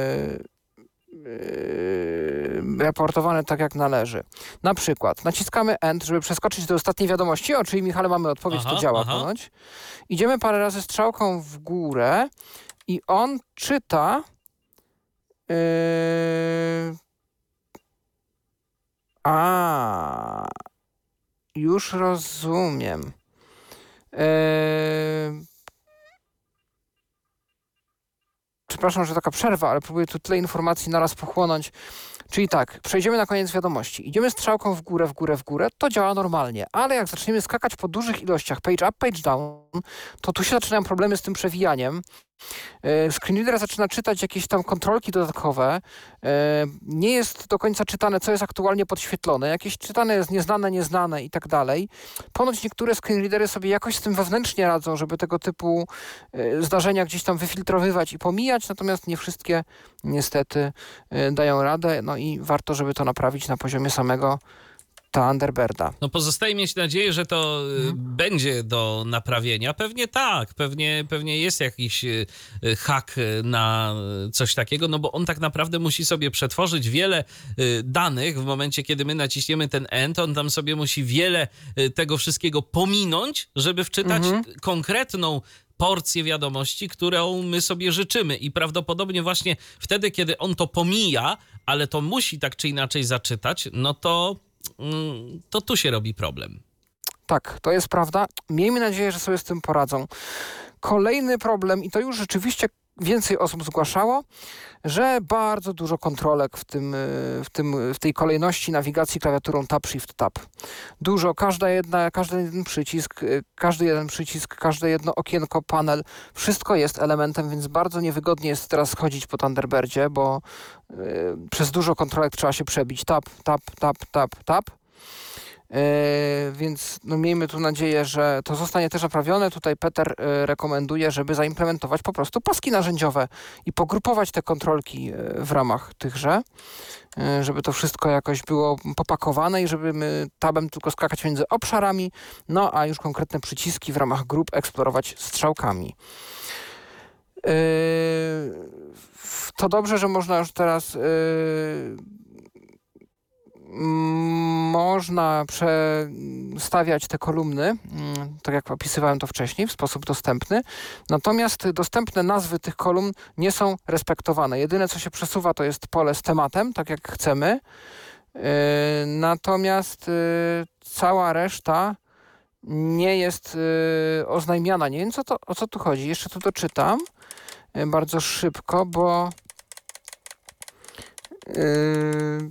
raportowane tak, jak należy. Na przykład naciskamy End, żeby przeskoczyć do ostatniej wiadomości. O, czyli Michale, mamy odpowiedź, aha, to działa aha. ponoć. Idziemy parę razy strzałką w górę i on czyta yy... a już rozumiem. Yy... Przepraszam, że taka przerwa, ale próbuję tu tyle informacji naraz pochłonąć. Czyli tak, przejdziemy na koniec wiadomości. Idziemy strzałką w górę, w górę, w górę, to działa normalnie. Ale jak zaczniemy skakać po dużych ilościach, page up, page down, to tu się zaczynają problemy z tym przewijaniem. Yy, screenreader zaczyna czytać jakieś tam kontrolki dodatkowe. Yy, nie jest do końca czytane, co jest aktualnie podświetlone. Jakieś czytane jest nieznane, nieznane i tak dalej. Ponoć niektóre screenreadery sobie jakoś z tym wewnętrznie radzą, żeby tego typu yy, zdarzenia gdzieś tam wyfiltrowywać i pomijać, natomiast nie wszystkie niestety yy, dają radę. No i warto, żeby to naprawić na poziomie samego Thunderbirda. No pozostaje mieć nadzieję, że to hmm. będzie do naprawienia. Pewnie tak, pewnie, pewnie jest jakiś hak na coś takiego, no bo on tak naprawdę musi sobie przetworzyć wiele danych w momencie, kiedy my naciśniemy ten End, on tam sobie musi wiele tego wszystkiego pominąć, żeby wczytać hmm. konkretną porcję wiadomości, którą my sobie życzymy. I prawdopodobnie właśnie wtedy, kiedy on to pomija, ale to musi tak czy inaczej zaczytać, no to, to tu się robi problem. Tak, to jest prawda. Miejmy nadzieję, że sobie z tym poradzą. Kolejny problem, i to już rzeczywiście więcej osób zgłaszało, że bardzo dużo kontrolek w, tym, w, tym, w tej kolejności nawigacji klawiaturą Tab, Shift, Tab. Dużo, każda jedna, każdy jeden przycisk, każdy jeden przycisk, każde jedno okienko, panel, wszystko jest elementem, więc bardzo niewygodnie jest teraz chodzić po Thunderbirdzie, bo y, przez dużo kontrolek trzeba się przebić. Tab, tab, tab, tab, tab. Yy, więc no miejmy tu nadzieję, że to zostanie też naprawione. Tutaj Peter yy, rekomenduje, żeby zaimplementować po prostu paski narzędziowe i pogrupować te kontrolki yy, w ramach tychże, yy, żeby to wszystko jakoś było popakowane i żeby my tabem tylko skakać między obszarami, no a już konkretne przyciski w ramach grup eksplorować strzałkami. Yy, to dobrze, że można już teraz yy, można przestawiać te kolumny, tak jak opisywałem to wcześniej, w sposób dostępny. Natomiast dostępne nazwy tych kolumn nie są respektowane. Jedyne, co się przesuwa, to jest pole z tematem, tak jak chcemy. Natomiast cała reszta nie jest oznajmiana. Nie wiem, co to, o co tu chodzi. Jeszcze tu doczytam bardzo szybko, bo yy,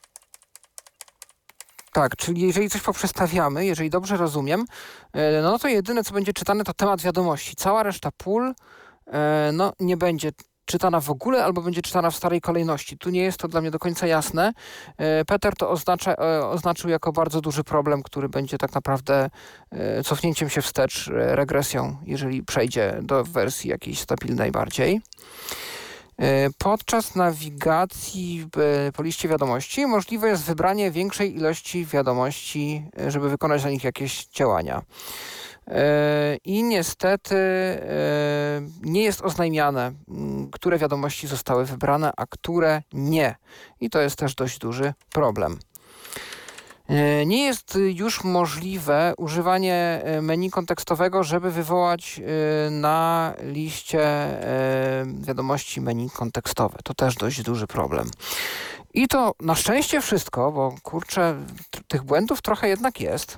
tak, czyli jeżeli coś poprzestawiamy, jeżeli dobrze rozumiem, no to jedyne, co będzie czytane, to temat wiadomości. Cała reszta pól no, nie będzie czytana w ogóle albo będzie czytana w starej kolejności. Tu nie jest to dla mnie do końca jasne. Peter to oznacza, oznaczył jako bardzo duży problem, który będzie tak naprawdę cofnięciem się wstecz, regresją, jeżeli przejdzie do wersji jakiejś stabilnej bardziej. Podczas nawigacji po liście wiadomości możliwe jest wybranie większej ilości wiadomości, żeby wykonać na nich jakieś działania. I niestety nie jest oznajmiane, które wiadomości zostały wybrane, a które nie. I to jest też dość duży problem. Nie jest już możliwe używanie menu kontekstowego, żeby wywołać na liście wiadomości menu kontekstowe. To też dość duży problem. I to na szczęście wszystko, bo kurczę, tych błędów trochę jednak jest.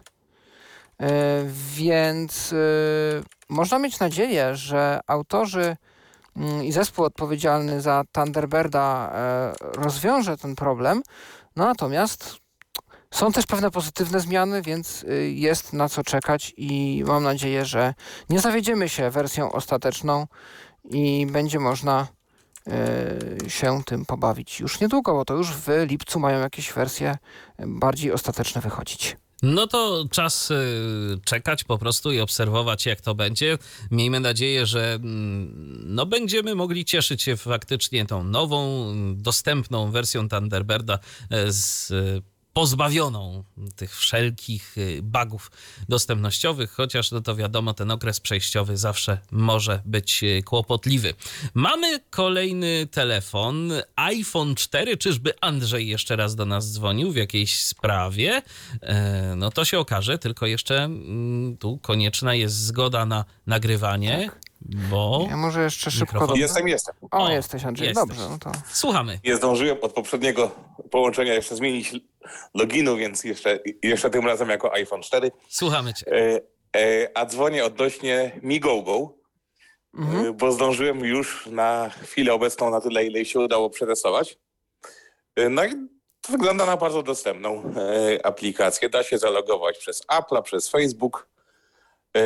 Więc można mieć nadzieję, że autorzy i zespół odpowiedzialny za Thunderbirda rozwiąże ten problem. No natomiast są też pewne pozytywne zmiany, więc jest na co czekać i mam nadzieję, że nie zawiedziemy się wersją ostateczną i będzie można y, się tym pobawić już niedługo, bo to już w lipcu mają jakieś wersje bardziej ostateczne wychodzić. No to czas czekać po prostu i obserwować, jak to będzie. Miejmy nadzieję, że no, będziemy mogli cieszyć się faktycznie tą nową, dostępną wersją Thunderbirda z pozbawioną tych wszelkich bugów dostępnościowych, chociaż no to wiadomo, ten okres przejściowy zawsze może być kłopotliwy. Mamy kolejny telefon, iPhone cztery. Czyżby Andrzej jeszcze raz do nas dzwonił w jakiejś sprawie? No to się okaże, tylko jeszcze tu konieczna jest zgoda na nagrywanie. Tak. Bo ja może jeszcze szybko... Do... Jestem, jestem. O, o jesteś Andrzej, jesteś. Dobrze. No to... Słuchamy. Nie zdążyłem od poprzedniego połączenia jeszcze zmienić loginu, więc jeszcze, jeszcze tym razem jako iPhone cztery. Słuchamy cię. E, e, a dzwonię odnośnie Mi Go Go, mhm. e, bo zdążyłem już na chwilę obecną na tyle, ile się udało przetestować. E, no i to wygląda na bardzo dostępną e, aplikację. Da się zalogować przez Apple'a, przez Facebook. E,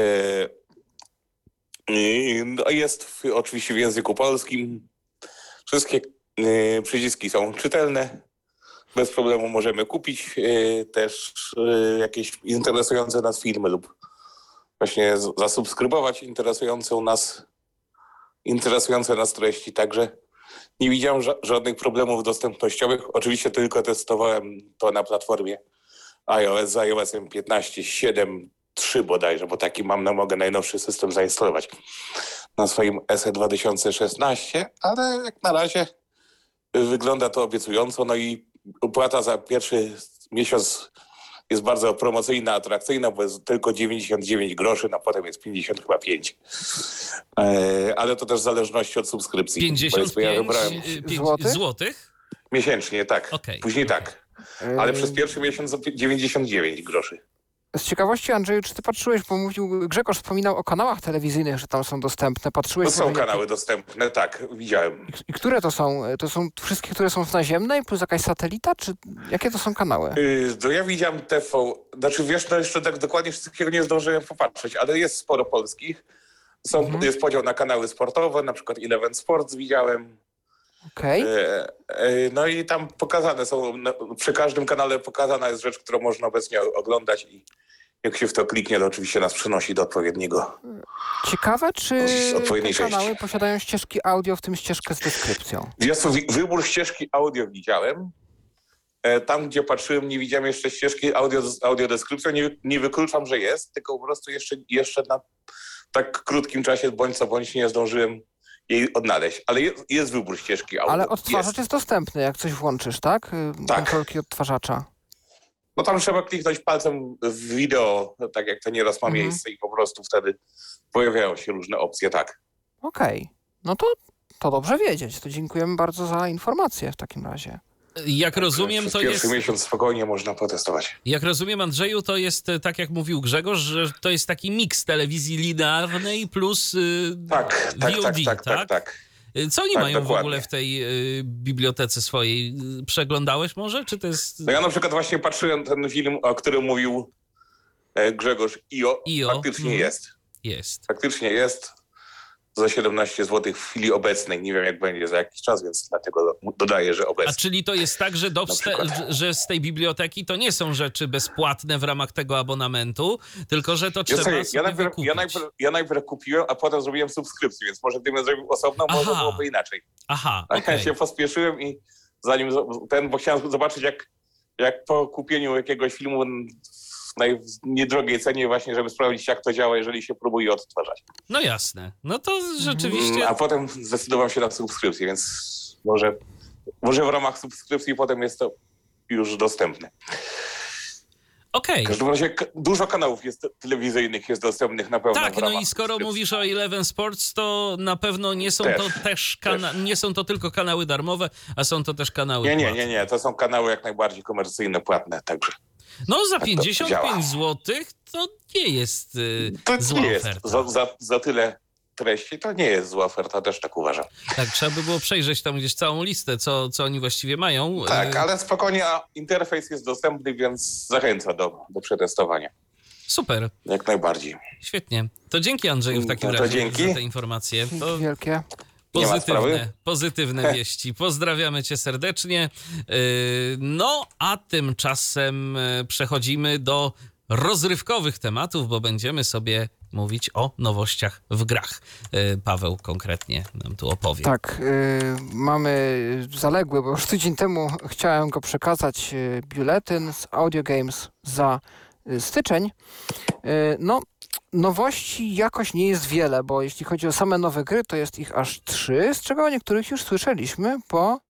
No jest w, oczywiście w języku polskim. Wszystkie y, przyciski są czytelne. Bez problemu możemy kupić y, też y, jakieś interesujące nas filmy lub właśnie z, zasubskrybować interesującą nas, interesujące nas treści. Także nie widziałem ża- żadnych problemów dostępnościowych. Oczywiście tylko testowałem to na platformie iOS z iOS-em piętnaście siedem trzy bodajże, bo taki mam, no mogę najnowszy system zainstalować na swoim S E dwa tysiące szesnaście, ale jak na razie wygląda to obiecująco, no i opłata za pierwszy miesiąc jest bardzo promocyjna, atrakcyjna, bo jest tylko dziewięćdziesiąt dziewięć groszy, a potem jest pięćdziesiąt chyba pięć. E, ale to też w zależności od subskrypcji. pięćdziesiąt pięć Ja wybrałem Złotych? złotych? miesięcznie, tak. Okay. Później okay. tak. Ale przez pierwszy miesiąc dziewięćdziesiąt dziewięć groszy. Z ciekawości, Andrzeju, czy ty patrzyłeś, bo mówił, Grzegorz wspominał o kanałach telewizyjnych, że tam są dostępne. Patrzyłeś To są może, kanały jakie... dostępne, tak, widziałem. I które to są? To są wszystkie, które są w naziemnej, plus jakaś satelita, czy jakie to są kanały? Yy, to ja widziałem T V, znaczy wiesz, no jeszcze tak dokładnie wszystkiego nie zdążyłem popatrzeć, ale jest sporo polskich. Są, Mhm. Jest podział na kanały sportowe, na przykład Eleven Sports widziałem. Okej. Okay. Yy, yy, no i tam pokazane są, no, przy każdym kanale pokazana jest rzecz, którą można obecnie oglądać i jak się w to kliknie, to oczywiście nas przenosi do odpowiedniego. Ciekawe, czy te kanały części. posiadają ścieżki audio, w tym ścieżkę z deskrypcją? Jest to wybór ścieżki audio widziałem. Tam, gdzie patrzyłem, nie widziałem jeszcze ścieżki audio z audiodeskrypcją. Nie, nie wykluczam, że jest, tylko po prostu jeszcze, jeszcze na tak krótkim czasie bądź co bądź nie zdążyłem jej odnaleźć. Ale jest, jest wybór ścieżki audio. Ale odtwarzacz jest. jest dostępny, jak coś włączysz, tak? Tak. Kontrolki odtwarzacza. No tam trzeba kliknąć palcem w wideo, tak jak to nieraz ma Mhm. miejsce i po prostu wtedy pojawiają się różne opcje, tak. Okej. Okay. No to, to dobrze wiedzieć. To dziękujemy bardzo za informację w takim razie. Jak rozumiem, Przez to pierwszy jest... miesiąc spokojnie można potestować. Jak rozumiem, Andrzeju, to jest, tak jak mówił Grzegorz, że to jest taki miks telewizji linearnej plus yy, tak, tak, V O D, tak, tak, tak, tak. Co oni tak, mają dokładnie. w ogóle w tej y, bibliotece swojej? Przeglądałeś może? Czy to jest... No ja na przykład właśnie patrzyłem ten film, o którym mówił e, Grzegorz, I O. I O. Faktycznie Mhm. jest. Jest. Faktycznie jest. Za siedemnaście złotych w chwili obecnej. Nie wiem, jak będzie za jakiś czas, więc dlatego dodaję, że A obecnie. czyli to jest tak, że, do wste- że z tej biblioteki to nie są rzeczy bezpłatne w ramach tego abonamentu, tylko że to trzeba sobie, sobie ja, najpierw, wykupić. ja, najpierw, ja najpierw kupiłem, a potem zrobiłem subskrypcję, więc może gdybym zrobił osobną, Aha. może byłoby inaczej. Aha, A okej. ja się pospieszyłem i zanim z- ten, bo chciałem zobaczyć, jak, jak po kupieniu jakiegoś filmu w naj- w niedrogiej cenie właśnie, żeby sprawdzić, jak to działa, jeżeli się próbuje odtwarzać. No jasne. No to rzeczywiście... Mm, A potem zdecydowałem się na subskrypcję, więc może, może w ramach subskrypcji potem jest to już dostępne. Okej. W każdym razie k- dużo kanałów jest telewizyjnych jest dostępnych na pewno. Tak, w no ramach i skoro subskrypcji. mówisz o Eleven Sports, to na pewno nie są Też, to też, kana- nie są to tylko kanały darmowe, a są to też kanały Nie, nie, płatne. nie, nie. To są kanały jak najbardziej komercyjne, płatne także. No za to pięćdziesiąt działa. pięć złotych to nie jest y, To zła nie jest oferta. za, za, za tyle treści, to nie jest zła oferta, też tak uważam. Tak, trzeba by było przejrzeć tam gdzieś całą listę, co, co oni właściwie mają. Tak, Y, ale spokojnie, a interfejs jest dostępny, więc zachęcam do, do przetestowania. Super, Jak najbardziej. świetnie. To dzięki Andrzeju w takim No to razie dzięki. za te informacje. To Wielkie. Nie ma pozytywne, sprawy. pozytywne wieści. Pozdrawiamy cię serdecznie. Yy, No, a tymczasem yy, przechodzimy do rozrywkowych tematów, bo będziemy sobie mówić o nowościach w grach. Yy, Paweł konkretnie nam tu opowie. Tak, y, mamy zaległy, bo już tydzień temu chciałem go przekazać, y, biuletyn z Audio Games za y, styczeń. Y, no, nowości jakoś nie jest wiele, bo jeśli chodzi o same nowe gry, to jest ich aż trzy, z czego o niektórych już słyszeliśmy, bo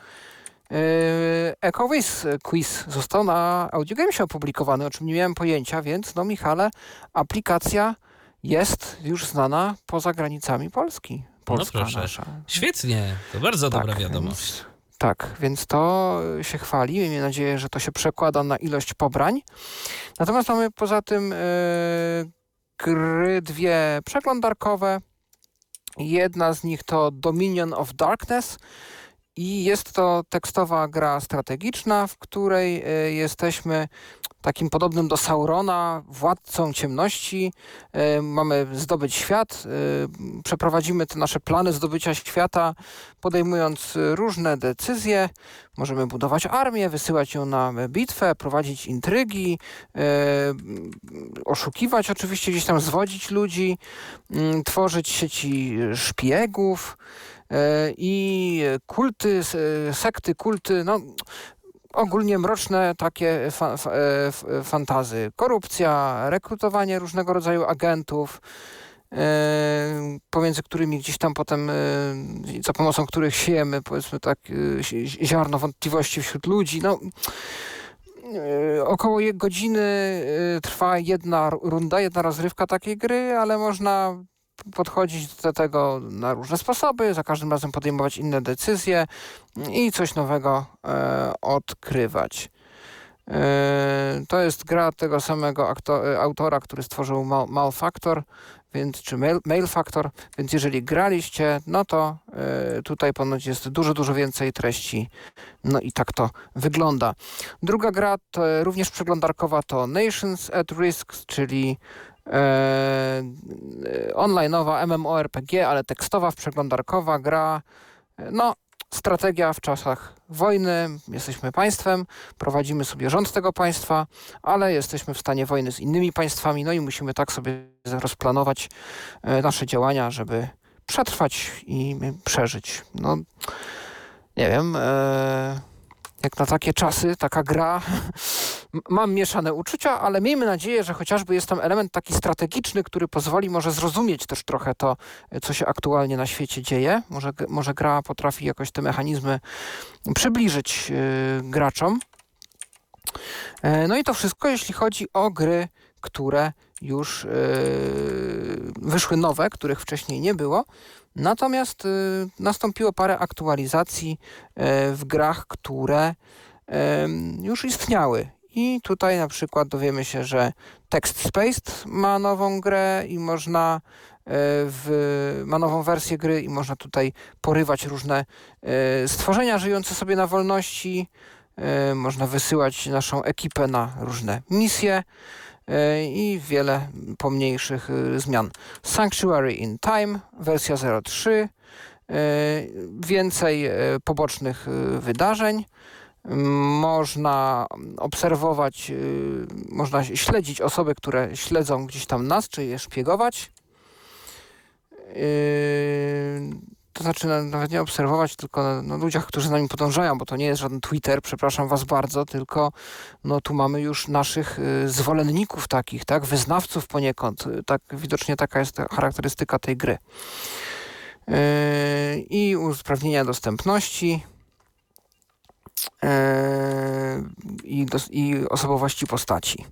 y, Echo Quiz, quiz został na Audio Gamesie opublikowany, o czym nie miałem pojęcia, więc no Michale, aplikacja jest już znana poza granicami Polski. Polska No proszę. nasza. Świetnie, to bardzo dobra Tak, wiadomość. Więc, tak, więc to się chwali. Miejmy nadzieję, że to się przekłada na ilość pobrań. Natomiast mamy poza tym yy, gry dwie przeglądarkowe. Jedna z nich to Dominion of Darkness i jest to tekstowa gra strategiczna, w której y, jesteśmy takim podobnym do Saurona, władcą ciemności. Y, mamy zdobyć świat, y, przeprowadzimy te nasze plany zdobycia świata, podejmując y, różne decyzje. Możemy budować armię, wysyłać ją na bitwę, prowadzić intrygi, y, oszukiwać oczywiście, gdzieś tam zwodzić ludzi, y, tworzyć sieci szpiegów y, i kulty, s- sekty, kulty, no ogólnie mroczne takie fa- fa- f- fantazy. Korupcja, rekrutowanie różnego rodzaju agentów, e, pomiędzy którymi gdzieś tam potem, e, za pomocą których siejemy, powiedzmy tak, e, zi- ziarno wątpliwości wśród ludzi. No, Yy, około je- godziny yy, trwa jedna runda, jedna rozrywka takiej gry, ale można podchodzić do tego na różne sposoby, za każdym razem podejmować inne decyzje i coś nowego e, odkrywać. E, to jest gra tego samego akto- autora, który stworzył Mal- Malfactor, więc, czy Mail, Mail Factor, więc jeżeli graliście, no to e, tutaj ponoć jest dużo, dużo więcej treści. No i tak to wygląda. Druga gra, to również przeglądarkowa, to Nations at Risk, czyli e, online'owa MMORPG, ale tekstowa, przeglądarkowa gra. No, strategia w czasach wojny. Jesteśmy państwem, prowadzimy sobie rząd tego państwa, ale jesteśmy w stanie wojny z innymi państwami, no i musimy tak sobie rozplanować e, nasze działania, żeby przetrwać i przeżyć. No, nie wiem, e, jak na takie czasy, taka gra, mam mieszane uczucia, ale miejmy nadzieję, że chociażby jest tam element taki strategiczny, który pozwoli może zrozumieć też trochę to, co się aktualnie na świecie dzieje. Może, może gra potrafi jakoś te mechanizmy przybliżyć yy, graczom. Yy, no i to wszystko, jeśli chodzi o gry, które już yy, wyszły nowe, których wcześniej nie było. Natomiast y, nastąpiło parę aktualizacji y, w grach, które y, już istniały. I tutaj na przykład dowiemy się, że Text Spaced ma nową grę i można y, w, ma nową wersję gry i można tutaj porywać różne y, stworzenia żyjące sobie na wolności. Y, można wysyłać naszą ekipę na różne misje i wiele pomniejszych y, zmian. Sanctuary in Time, wersja zero trzy, y, więcej y, pobocznych y, wydarzeń. Można obserwować, y, można śledzić osoby, które śledzą gdzieś tam nas, czy je szpiegować. Y, to znaczy nawet nie obserwować, tylko na, na ludziach, którzy za nami podążają, bo to nie jest żaden Twitter, przepraszam was bardzo, tylko no tu mamy już naszych y, zwolenników takich, tak, wyznawców poniekąd. Tak, widocznie taka jest charakterystyka tej gry. Yy, I usprawnienia dostępności yy, i, dos- i osobowości postaci.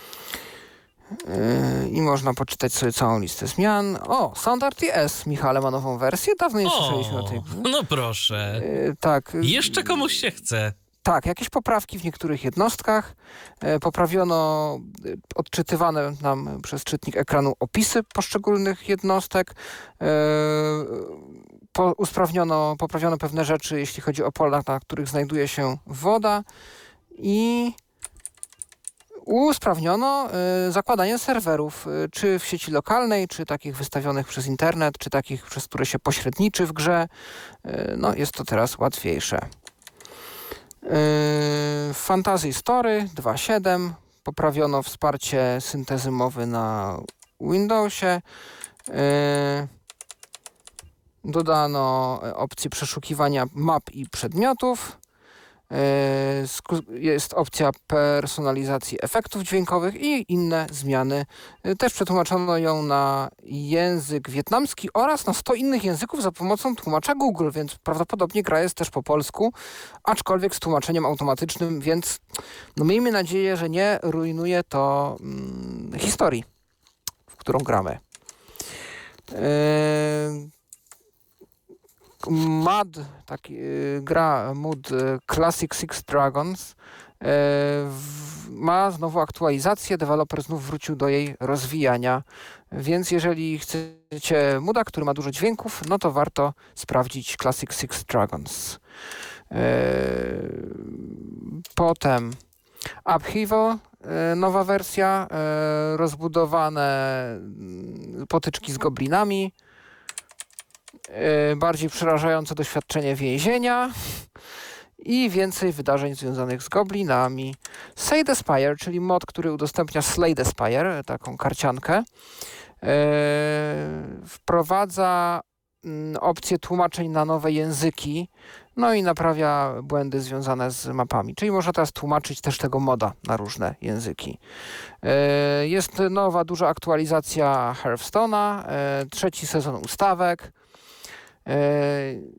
Yy, I można poczytać sobie całą listę zmian. O, Sound R T S, Michale, ma nową wersję. Dawno nie słyszeliśmy o tej. No proszę. Yy, tak. Jeszcze komuś się chce. Tak, jakieś poprawki w niektórych jednostkach. E, poprawiono e, odczytywane nam przez czytnik ekranu opisy poszczególnych jednostek. E, po, usprawniono, poprawiono pewne rzeczy, jeśli chodzi o pola, na których znajduje się woda. I usprawniono y, zakładanie serwerów, y, czy w sieci lokalnej, czy takich wystawionych przez internet, czy takich, przez które się pośredniczy w grze. Y, no, jest to teraz łatwiejsze. Y, Fantasy Story dwa siedem. Poprawiono wsparcie syntezy mowy na Windowsie. Y, dodano opcję przeszukiwania map i przedmiotów. Jest opcja personalizacji efektów dźwiękowych i inne zmiany. Też przetłumaczono ją na język wietnamski oraz na sto innych języków za pomocą tłumacza Google, więc prawdopodobnie gra jest też po polsku, aczkolwiek z tłumaczeniem automatycznym, więc no miejmy nadzieję, że nie rujnuje to mm, historii, w którą gramy. Yy... M A D, taki, y, gra M U D y, Classic Six Dragons y, w, ma znowu aktualizację, deweloper znów wrócił do jej rozwijania, więc jeżeli chcecie M U D a, który ma dużo dźwięków, no to warto sprawdzić Classic Six Dragons. Y, potem Upheaval, y, nowa wersja, y, rozbudowane y, potyczki z goblinami, bardziej przerażające doświadczenie więzienia i więcej wydarzeń związanych z goblinami. Slay the Spire, czyli mod, który udostępnia Slay the Spire, taką karciankę, yy, wprowadza yy, opcję tłumaczeń na nowe języki, no i naprawia błędy związane z mapami. Czyli można teraz tłumaczyć też tego moda na różne języki. Yy, jest nowa, duża aktualizacja Hearthstone'a, yy, trzeci sezon ustawek,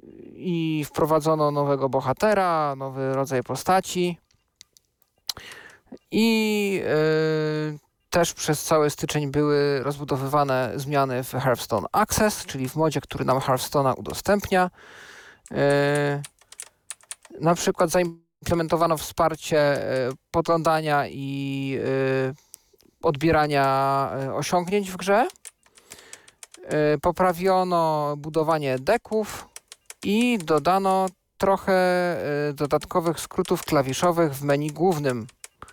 i wprowadzono nowego bohatera, nowy rodzaj postaci. I yy, też przez cały styczeń były rozbudowywane zmiany w Hearthstone Access, czyli w modzie, który nam Hearthstone'a udostępnia. Yy, na przykład zaimplementowano wsparcie yy, podglądania i yy, odbierania yy, osiągnięć w grze. Yy, poprawiono budowanie deków i dodano trochę yy, dodatkowych skrótów klawiszowych w menu głównym.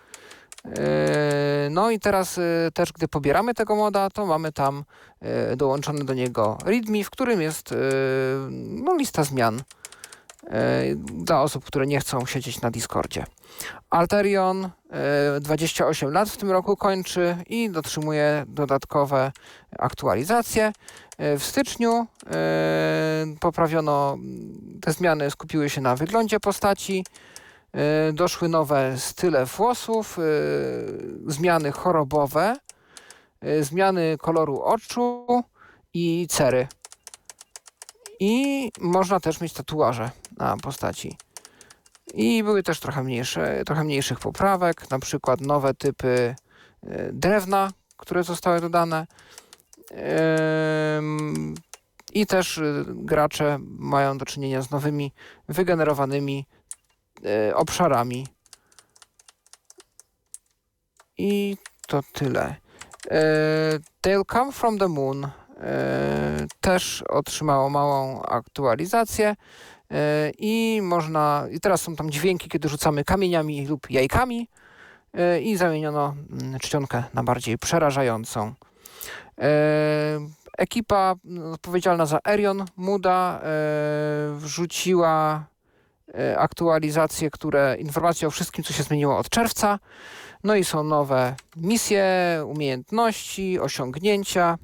No i teraz też, gdy pobieramy tego moda, to mamy tam dołączony do niego readme, w którym jest no, lista zmian dla osób, które nie chcą siedzieć na Discordzie. Alterion dwadzieścia osiem lat w tym roku kończy i dotrzymuje dodatkowe aktualizacje. W styczniu poprawiono, te zmiany skupiły się na wyglądzie postaci. Doszły nowe style włosów, zmiany chorobowe, zmiany koloru oczu i cery. I można też mieć tatuaże na postaci. I były też trochę mniejsze, trochę mniejszych poprawek, na przykład nowe typy drewna, które zostały dodane. I też gracze mają do czynienia z nowymi, wygenerowanymi obszarami. I to tyle. They'll Come From The Moon też otrzymało małą aktualizację i można, i teraz są tam dźwięki, kiedy rzucamy kamieniami lub jajkami i zamieniono czcionkę na bardziej przerażającą. Ekipa odpowiedzialna za Erion Muda wrzuciła aktualizacje, które informacje o wszystkim, co się zmieniło od czerwca. No i są nowe misje, umiejętności, osiągnięcia,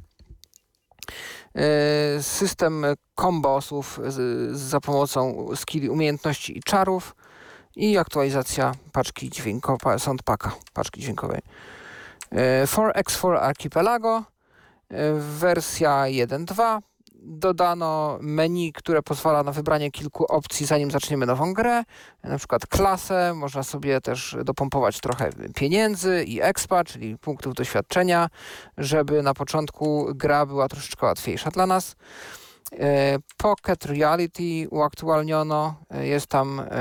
system kombosów za pomocą skilli, umiejętności i czarów i aktualizacja paczki dźwiękowej, soundpacka, paczki dźwiękowej. cztery kropka cztery Archipelago, wersja jeden dwa. Dodano menu, które pozwala na wybranie kilku opcji, zanim zaczniemy nową grę. Na przykład klasę, można sobie też dopompować trochę pieniędzy i expa, czyli punktów doświadczenia, żeby na początku gra była troszeczkę łatwiejsza dla nas. Pocket Reality uaktualniono, jest tam e,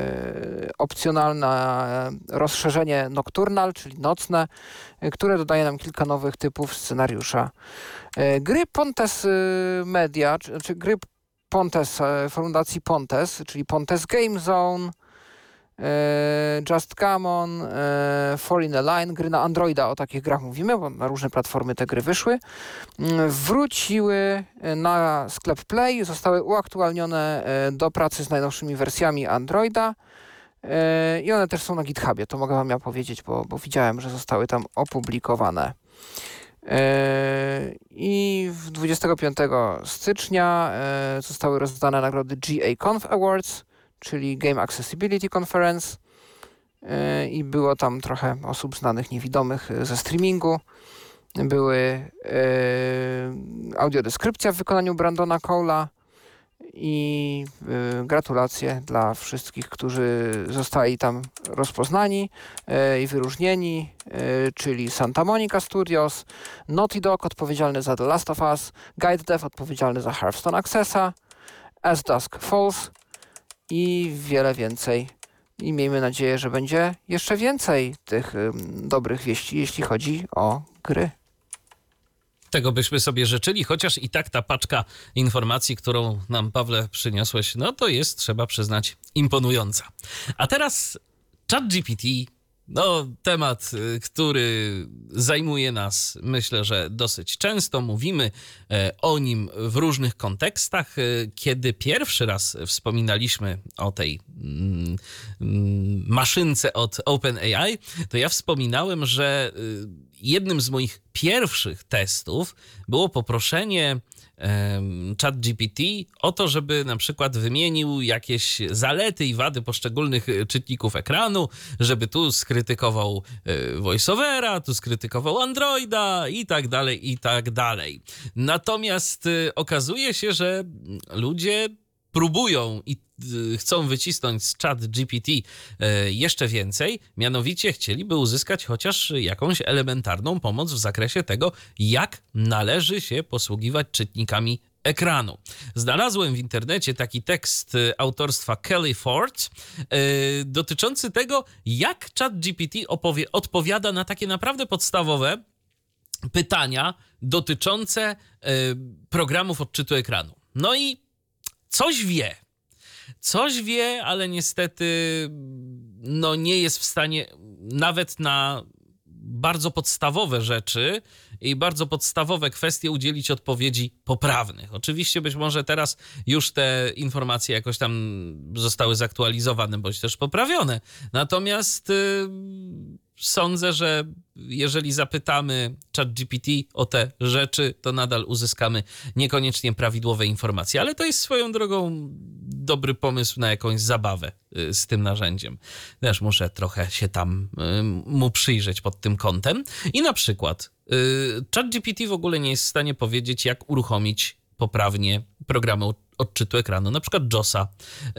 opcjonalne rozszerzenie Nocturnal, czyli nocne, które dodaje nam kilka nowych typów scenariusza. E, gry Pontes Media, czy, czy gry Pontes, fundacji Pontes, czyli Pontes Game Zone, e, Just Gammon, e, Fall in a Line, gry na Androida, o takich grach mówimy, bo na różne platformy te gry wyszły. Wróciły na sklep Play, zostały uaktualnione do pracy z najnowszymi wersjami Androida i one też są na GitHubie, to mogę wam ja powiedzieć, bo, bo widziałem, że zostały tam opublikowane. I dwudziestego piątego stycznia zostały rozdane nagrody G A Conf Awards, czyli Game Accessibility Conference, i było tam trochę osób znanych, niewidomych ze streamingu. Były e, audiodeskrypcja w wykonaniu Brandona Cole'a i e, gratulacje dla wszystkich, którzy zostali tam rozpoznani e, i wyróżnieni, e, czyli Santa Monica Studios, Naughty Dog odpowiedzialny za The Last of Us, Guide Dev odpowiedzialny za Hearthstone Accessa, As Dusk Falls i wiele więcej. I miejmy nadzieję, że będzie jeszcze więcej tych y, dobrych wieści, jeśli chodzi o gry. Tego byśmy sobie życzyli, chociaż i tak ta paczka informacji, którą nam, Pawle, przyniosłeś, no to jest, trzeba przyznać, imponująca. A teraz ChatGPT, no temat, który zajmuje nas, myślę, że dosyć często. Mówimy o nim w różnych kontekstach. Kiedy pierwszy raz wspominaliśmy o tej mm, maszynce od OpenAI, to ja wspominałem, że jednym z moich pierwszych testów było poproszenie ChatGPT o to, żeby na przykład wymienił jakieś zalety i wady poszczególnych czytników ekranu, żeby tu skrytykował VoiceOvera, tu skrytykował Androida i tak dalej, i tak dalej. Natomiast okazuje się, że ludzie próbują i chcą wycisnąć z Chat G P T jeszcze więcej, mianowicie chcieliby uzyskać chociaż jakąś elementarną pomoc w zakresie tego, jak należy się posługiwać czytnikami ekranu. Znalazłem w internecie taki tekst autorstwa Kelly Ford yy, dotyczący tego, jak Chat G P T opowie- odpowiada na takie naprawdę podstawowe pytania dotyczące yy, programów odczytu ekranu. No i coś wie. Coś wie, ale niestety no nie jest w stanie nawet na bardzo podstawowe rzeczy i bardzo podstawowe kwestie udzielić odpowiedzi poprawnych. Oczywiście być może teraz już te informacje jakoś tam zostały zaktualizowane bądź też poprawione. Natomiast yy, sądzę, że jeżeli zapytamy Chat G P T o te rzeczy, to nadal uzyskamy niekoniecznie prawidłowe informacje. Ale to jest swoją drogą dobry pomysł na jakąś zabawę z tym narzędziem. Też muszę trochę się tam mu przyjrzeć pod tym kątem. I na przykład Chat G P T w ogóle nie jest w stanie powiedzieć, jak uruchomić poprawnie programy odczytu ekranu, na przykład JOSa.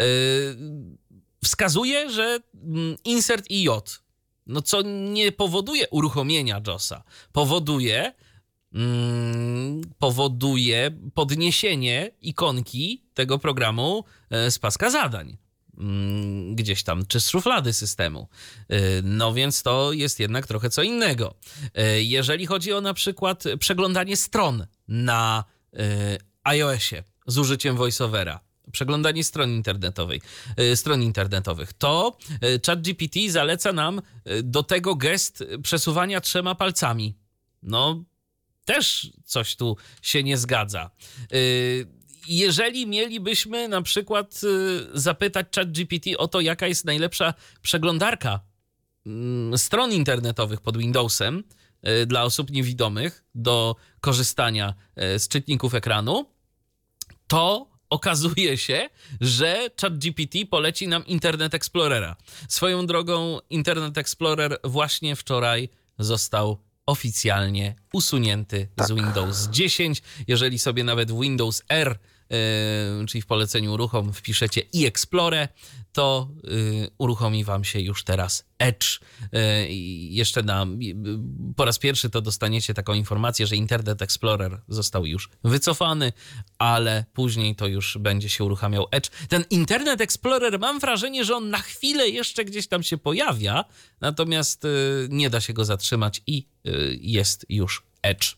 Wskazuje, że insert I J, no co nie powoduje uruchomienia JOSa, powoduje, mm, powoduje podniesienie ikonki tego programu z paska zadań. Gdzieś tam, czy z szuflady systemu. No więc to jest jednak trochę co innego. Jeżeli chodzi o na przykład przeglądanie stron na iOSie z użyciem VoiceOvera, przeglądanie stron internetowej, stron internetowych, to Chat G P T zaleca nam do tego gest przesuwania trzema palcami. No, też coś tu się nie zgadza. Jeżeli mielibyśmy na przykład zapytać Chat G P T o to, jaka jest najlepsza przeglądarka stron internetowych pod Windowsem dla osób niewidomych do korzystania z czytników ekranu, to okazuje się, że Chat G P T poleci nam Internet Explorera. Swoją drogą Internet Explorer właśnie wczoraj został oficjalnie usunięty tak. z Windows dziesięć. Jeżeli sobie nawet w Windows R, yy, czyli w poleceniu uruchom, wpiszecie i Explore, to yy, uruchomi wam się już teraz Edge. Yy, jeszcze na, yy, po raz pierwszy to dostaniecie taką informację, że Internet Explorer został już wycofany, ale później to już będzie się uruchamiał Edge. Ten Internet Explorer, mam wrażenie, że on na chwilę jeszcze gdzieś tam się pojawia, natomiast yy, nie da się go zatrzymać i yy, jest już Edge.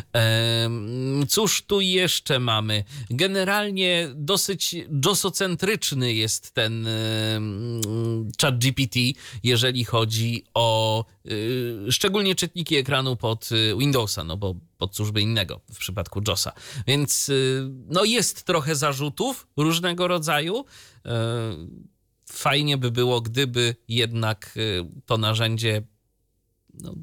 Cóż tu jeszcze mamy? Generalnie dosyć josocentryczny jest ten Chat G P T, jeżeli chodzi o szczególnie czytniki ekranu pod Windowsa, no bo pod cóż by innego w przypadku JOSa. Więc no jest trochę zarzutów różnego rodzaju. Fajnie by było, gdyby jednak to narzędzie no,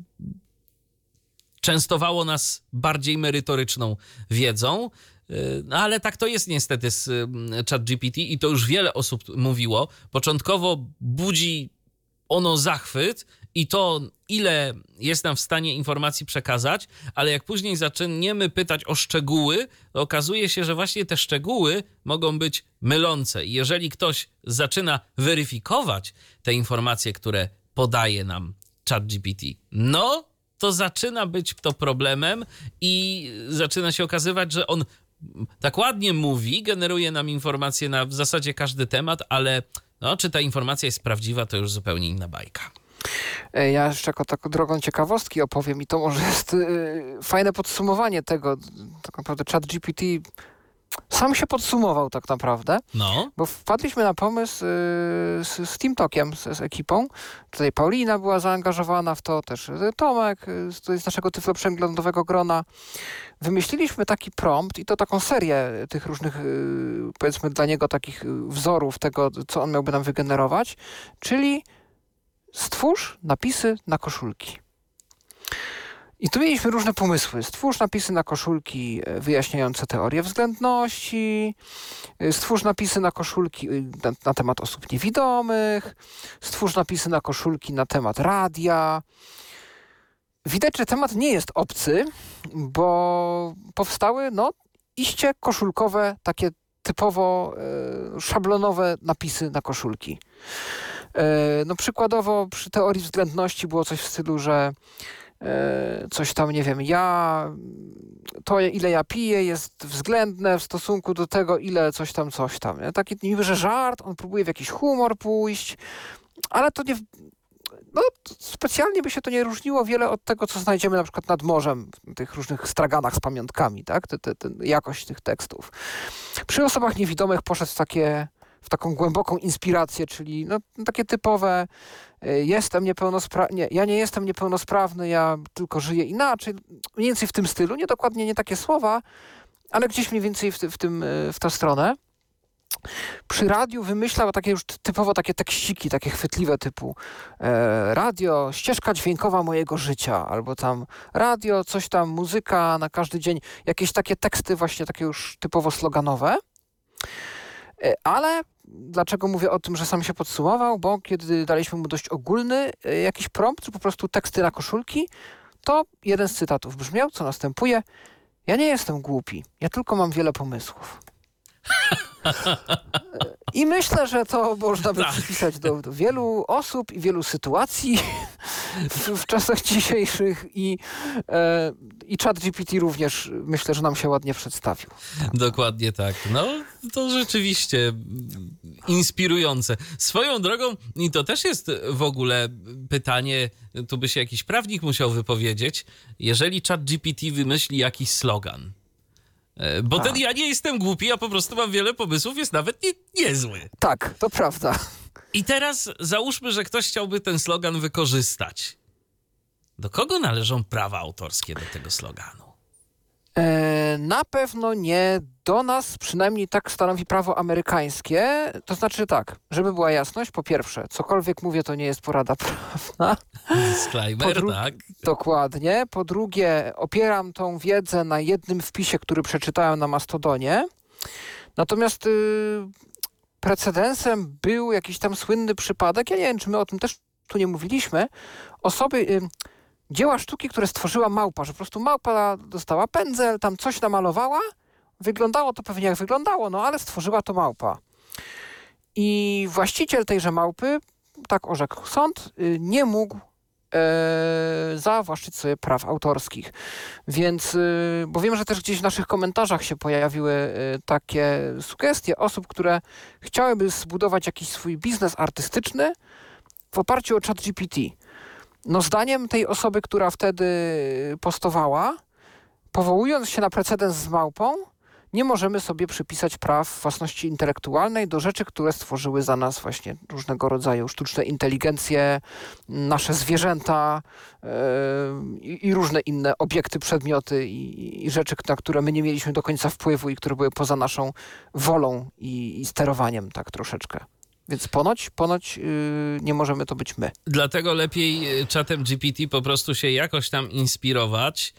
częstowało nas bardziej merytoryczną wiedzą, no ale tak to jest niestety z Chat G P T i to już wiele osób mówiło. Początkowo budzi ono zachwyt i to, ile jest nam w stanie informacji przekazać, ale jak później zaczniemy pytać o szczegóły, to okazuje się, że właśnie te szczegóły mogą być mylące. I jeżeli ktoś zaczyna weryfikować te informacje, które podaje nam Chat G P T, no to zaczyna być to problemem i zaczyna się okazywać, że on tak ładnie mówi, generuje nam informacje na w zasadzie każdy temat, ale no, czy ta informacja jest prawdziwa, to już zupełnie inna bajka. Ja jeszcze jako taką drogą ciekawostki opowiem i to może jest yy, fajne podsumowanie tego. Tak naprawdę Chat G P T sam się podsumował tak naprawdę, no. Bo wpadliśmy na pomysł yy, z, z Team Talkiem, z, z ekipą. Tutaj Paulina była zaangażowana w to, też Tomek yy, z naszego Tyflo Przeglądowego grona. Wymyśliliśmy taki prompt i to taką serię tych różnych, yy, powiedzmy dla niego takich wzorów tego, co on miałby nam wygenerować, czyli stwórz napisy na koszulki. I tu mieliśmy różne pomysły. Stwórz napisy na koszulki wyjaśniające teorię względności, stwórz napisy na koszulki na, na temat osób niewidomych, stwórz napisy na koszulki na temat radia. Widać, że temat nie jest obcy, bo powstały no iście koszulkowe takie typowo e, szablonowe napisy na koszulki. E, no przykładowo przy teorii względności było coś w stylu, że e, coś tam, nie wiem, ja, to ile ja piję jest względne w stosunku do tego, ile coś tam, coś tam. Nie? Taki niby, że żart, on próbuje w jakiś humor pójść, ale to nie... No, specjalnie by się to nie różniło wiele od tego, co znajdziemy na przykład nad morzem, w tych różnych straganach z pamiątkami, tak? Te, te, te, jakość tych tekstów. Przy osobach niewidomych poszedł w, takie, w taką głęboką inspirację, czyli no, takie typowe y, jestem niepełnosprawny, nie, ja nie jestem niepełnosprawny, ja tylko żyję inaczej. Mniej więcej w tym stylu, nie dokładnie nie takie słowa, ale gdzieś mniej więcej w, w, tym, y, w tę stronę. Przy radiu wymyślał takie już typowo takie tekściki, takie chwytliwe typu e, radio, ścieżka dźwiękowa mojego życia, albo tam radio, coś tam, muzyka na każdy dzień, jakieś takie teksty właśnie takie już typowo sloganowe. E, ale dlaczego mówię o tym, że sam się podsumował? Bo kiedy daliśmy mu dość ogólny e, jakiś prompt, czy po prostu teksty na koszulki, to jeden z cytatów brzmiał, co następuje: ja nie jestem głupi, ja tylko mam wiele pomysłów. I myślę, że to można by tak. przypisać do, do wielu osób i wielu sytuacji w, w czasach dzisiejszych i, e, i ChatGPT również myślę, że nam się ładnie przedstawił. Dokładnie tak. No, to rzeczywiście inspirujące. Swoją drogą, i to też jest w ogóle pytanie, tu by się jakiś prawnik musiał wypowiedzieć, jeżeli ChatGPT wymyśli jakiś slogan, bo tak. ten ja nie jestem głupi, ja po prostu mam wiele pomysłów, jest nawet nie, niezły. Tak, to prawda. I teraz załóżmy, że ktoś chciałby ten slogan wykorzystać. Do kogo należą prawa autorskie do tego sloganu? E, na pewno nie do nas, przynajmniej tak stanowi prawo amerykańskie. To znaczy tak, żeby była jasność, po pierwsze, cokolwiek mówię, to nie jest porada prawna. Disclaimer, dru- tak. Dokładnie. Po drugie, opieram tą wiedzę na jednym wpisie, który przeczytałem na Mastodonie. Natomiast y, precedensem był jakiś tam słynny przypadek, ja nie wiem, czy my o tym też tu nie mówiliśmy, osoby... Y, dzieła sztuki, które stworzyła małpa, że po prostu małpa dostała pędzel, tam coś namalowała, wyglądało to pewnie jak wyglądało, no ale stworzyła to małpa. I właściciel tejże małpy, tak orzekł sąd, nie mógł e, zawłaszczyć sobie praw autorskich. Więc, e, bo wiem, że też gdzieś w naszych komentarzach się pojawiły e, takie sugestie osób, które chciałyby zbudować jakiś swój biznes artystyczny w oparciu o ChatGPT. No zdaniem tej osoby, która wtedy postowała, powołując się na precedens z małpą, nie możemy sobie przypisać praw własności intelektualnej do rzeczy, które stworzyły za nas właśnie różnego rodzaju sztuczne inteligencje, nasze zwierzęta yy, i różne inne obiekty, przedmioty i, i rzeczy, na które my nie mieliśmy do końca wpływu i które były poza naszą wolą i, i sterowaniem tak troszeczkę. Więc ponoć, ponoć yy, nie możemy to być my. Dlatego lepiej czatem G P T po prostu się jakoś tam inspirować.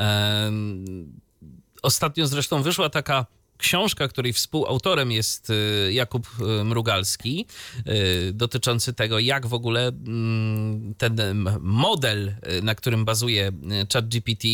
Um, ostatnio zresztą wyszła taka książka, której współautorem jest Jakub Mrugalski, dotyczący tego, jak w ogóle ten model, na którym bazuje ChatGPT,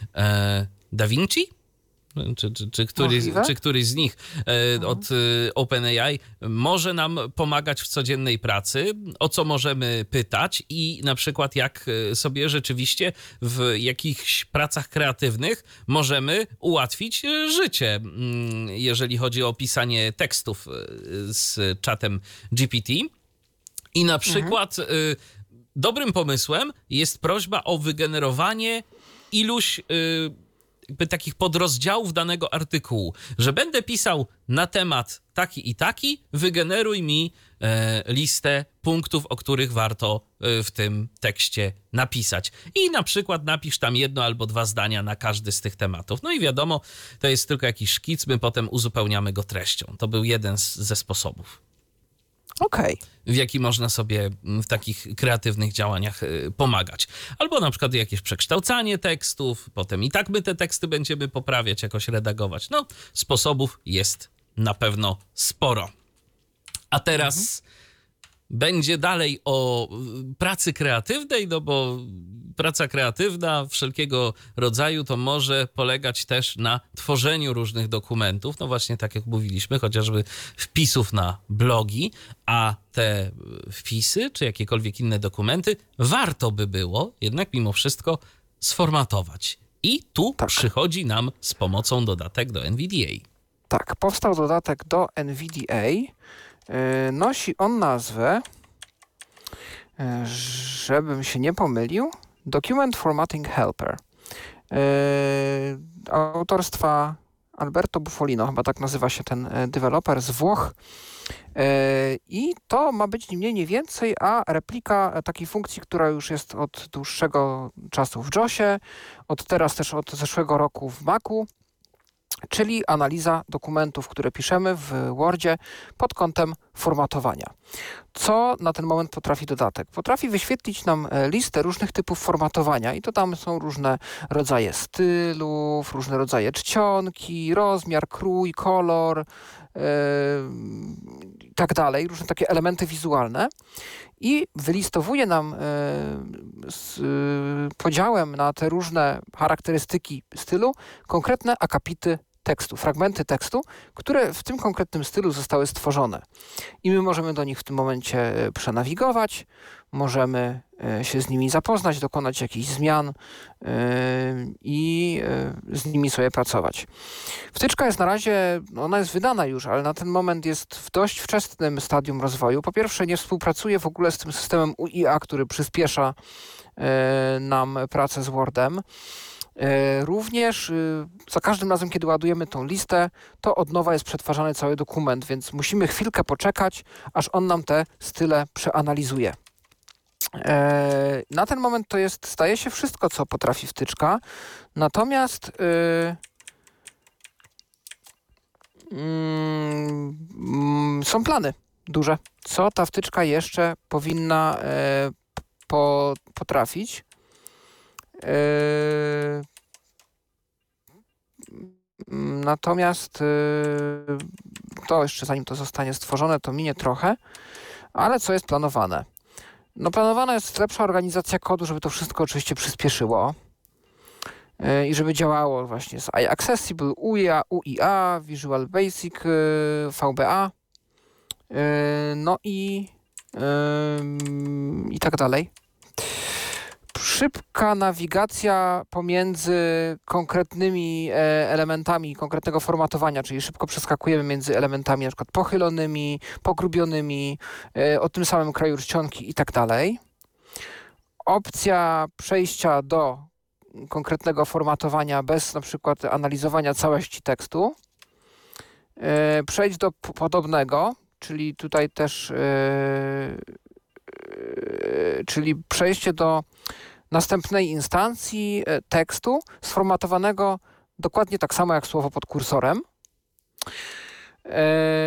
Da Vinci? Czy, czy, czy, któryś, czy któryś z nich e, od e, OpenAI może nam pomagać w codziennej pracy, o co możemy pytać i na przykład jak sobie rzeczywiście w jakichś pracach kreatywnych możemy ułatwić życie, jeżeli chodzi o pisanie tekstów z czatem G P T. I na przykład mhm. e, dobrym pomysłem jest prośba o wygenerowanie iluś e, jakby takich podrozdziałów danego artykułu, że będę pisał na temat taki i taki, wygeneruj mi e, listę punktów, o których warto e, w tym tekście napisać. I na przykład napisz tam jedno albo dwa zdania na każdy z tych tematów. No i wiadomo, to jest tylko jakiś szkic, my potem uzupełniamy go treścią. To był jeden z, ze sposobów. Okej. Okay. W jaki można sobie w takich kreatywnych działaniach pomagać. Albo na przykład jakieś przekształcanie tekstów, potem i tak my te teksty będziemy poprawiać, jakoś redagować. No, sposobów jest na pewno sporo. A teraz mhm. będzie dalej o pracy kreatywnej, no bo praca kreatywna wszelkiego rodzaju to może polegać też na tworzeniu różnych dokumentów, no właśnie tak jak mówiliśmy, chociażby wpisów na blogi, a te wpisy czy jakiekolwiek inne dokumenty warto by było jednak mimo wszystko sformatować. I tu Tak. przychodzi nam z pomocą dodatek do N V D A. Tak, powstał dodatek do N V D A. Yy, nosi on nazwę, yy, żebym się nie pomylił, Document Formatting Helper. Yy, autorstwa Alberto Buffolino, chyba tak nazywa się ten deweloper z Włoch. Yy, I to ma być nie mniej, nie więcej, a replika takiej funkcji, która już jest od dłuższego czasu w JOSie, od teraz też od zeszłego roku w Macu, czyli analiza dokumentów, które piszemy w Wordzie pod kątem formatowania. Co na ten moment potrafi dodatek? Potrafi wyświetlić nam listę różnych typów formatowania i to tam są różne rodzaje stylów, różne rodzaje czcionki, rozmiar, krój, kolor yy, i tak dalej, różne takie elementy wizualne i wylistowuje nam yy, z yy, podziałem na te różne charakterystyki stylu konkretne akapity tekstu, fragmenty tekstu, które w tym konkretnym stylu zostały stworzone. I my możemy do nich w tym momencie przenawigować, możemy się z nimi zapoznać, dokonać jakichś zmian yy, i yy, z nimi sobie pracować. Wtyczka jest na razie, ona jest wydana już, ale na ten moment jest w dość wczesnym stadium rozwoju. Po pierwsze nie współpracuje w ogóle z tym systemem U I A, który przyspiesza yy, nam pracę z Wordem. Również za każdym razem, kiedy ładujemy tą listę, to od nowa jest przetwarzany cały dokument, więc musimy chwilkę poczekać, aż on nam te style przeanalizuje. Na ten moment to jest, staje się wszystko, co potrafi wtyczka, natomiast yy, yy, są plany duże, co ta wtyczka jeszcze powinna yy, po, potrafić. Yy, natomiast yy, to jeszcze zanim to zostanie stworzone, to minie trochę, ale co jest planowane? No planowana jest lepsza organizacja kodu, żeby to wszystko oczywiście przyspieszyło yy, i żeby działało właśnie z iAccessible, U I A, U I A, Visual Basic, yy, V B A, yy, no i, yy, i tak dalej. Szybka nawigacja pomiędzy konkretnymi e, elementami konkretnego formatowania, czyli szybko przeskakujemy między elementami na przykład pochylonymi, pogrubionymi, e, o tym samym kraju czcionki i tak dalej. Opcja przejścia do konkretnego formatowania bez na przykład analizowania całości tekstu. E, przejść do p- podobnego, czyli tutaj też e, e, czyli przejście do następnej instancji tekstu sformatowanego dokładnie tak samo jak słowo pod kursorem. Eee,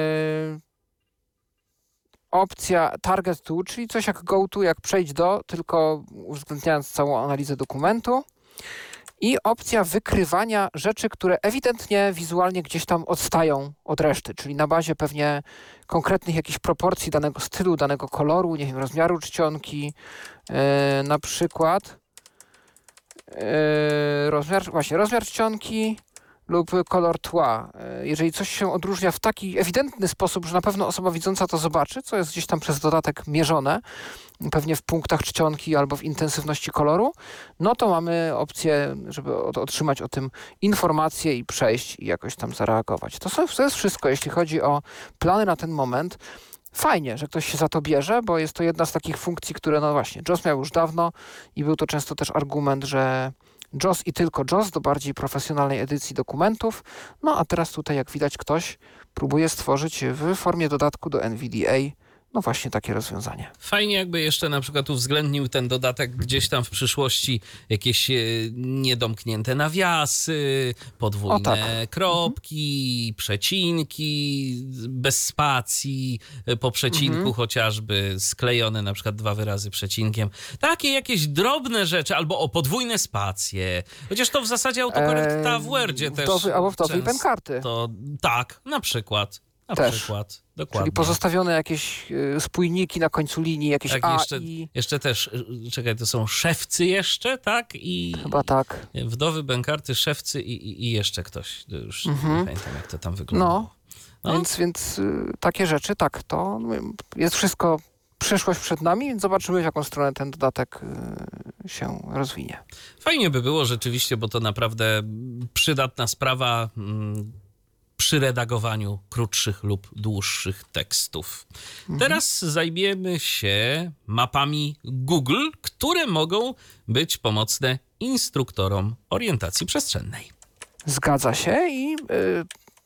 opcja target to, czyli coś jak go to, jak przejść do, tylko uwzględniając całą analizę dokumentu. I opcja wykrywania rzeczy, które ewidentnie wizualnie gdzieś tam odstają od reszty, czyli na bazie pewnie konkretnych jakichś proporcji danego stylu, danego koloru, nie wiem, rozmiaru czcionki, yy, na przykład yy, rozmiar, właśnie rozmiar czcionki lub kolor tła. Yy, jeżeli coś się odróżnia w taki ewidentny sposób, że na pewno osoba widząca to zobaczy, co jest gdzieś tam przez dodatek mierzone, pewnie w punktach czcionki albo w intensywności koloru, no to mamy opcję, żeby otrzymać o tym informację i przejść i jakoś tam zareagować. To, są, to jest wszystko, jeśli chodzi o plany na ten moment. Fajnie, że ktoś się za to bierze, bo jest to jedna z takich funkcji, które no właśnie JOS miał już dawno i był to często też argument, że JOS i tylko JOS do bardziej profesjonalnej edycji dokumentów. No a teraz tutaj, jak widać, ktoś próbuje stworzyć w formie dodatku do N V D A no właśnie takie rozwiązanie. Fajnie, jakby jeszcze na przykład uwzględnił ten dodatek gdzieś tam w przyszłości jakieś niedomknięte nawiasy, podwójne o, tak. kropki, mhm. przecinki bez spacji, po przecinku mhm. chociażby sklejone na przykład dwa wyrazy przecinkiem. Takie jakieś drobne rzeczy, albo o podwójne spacje. Chociaż to w zasadzie autokorekta w Wordzie też. Albo w dowej penkarty. To tak, na przykład. Na Też. przykład. Dokładnie. Czyli pozostawione jakieś y, spójniki na końcu linii, jakieś tak, A jeszcze, i... jeszcze też, y, czekaj, to są szewcy jeszcze, tak? I Chyba tak. wdowy, bękarty, szewcy i, i, i jeszcze ktoś. To już Mhm. nie pamiętam, jak to tam wygląda. No, No. więc, więc y, takie rzeczy, tak, to y, jest wszystko, przyszłość przed nami, więc zobaczymy, w jaką stronę ten dodatek y, się rozwinie. Fajnie by było rzeczywiście, bo to naprawdę przydatna sprawa mm, przy redagowaniu krótszych lub dłuższych tekstów. Mhm. Teraz zajmiemy się mapami Google, które mogą być pomocne instruktorom orientacji przestrzennej. Zgadza się i y,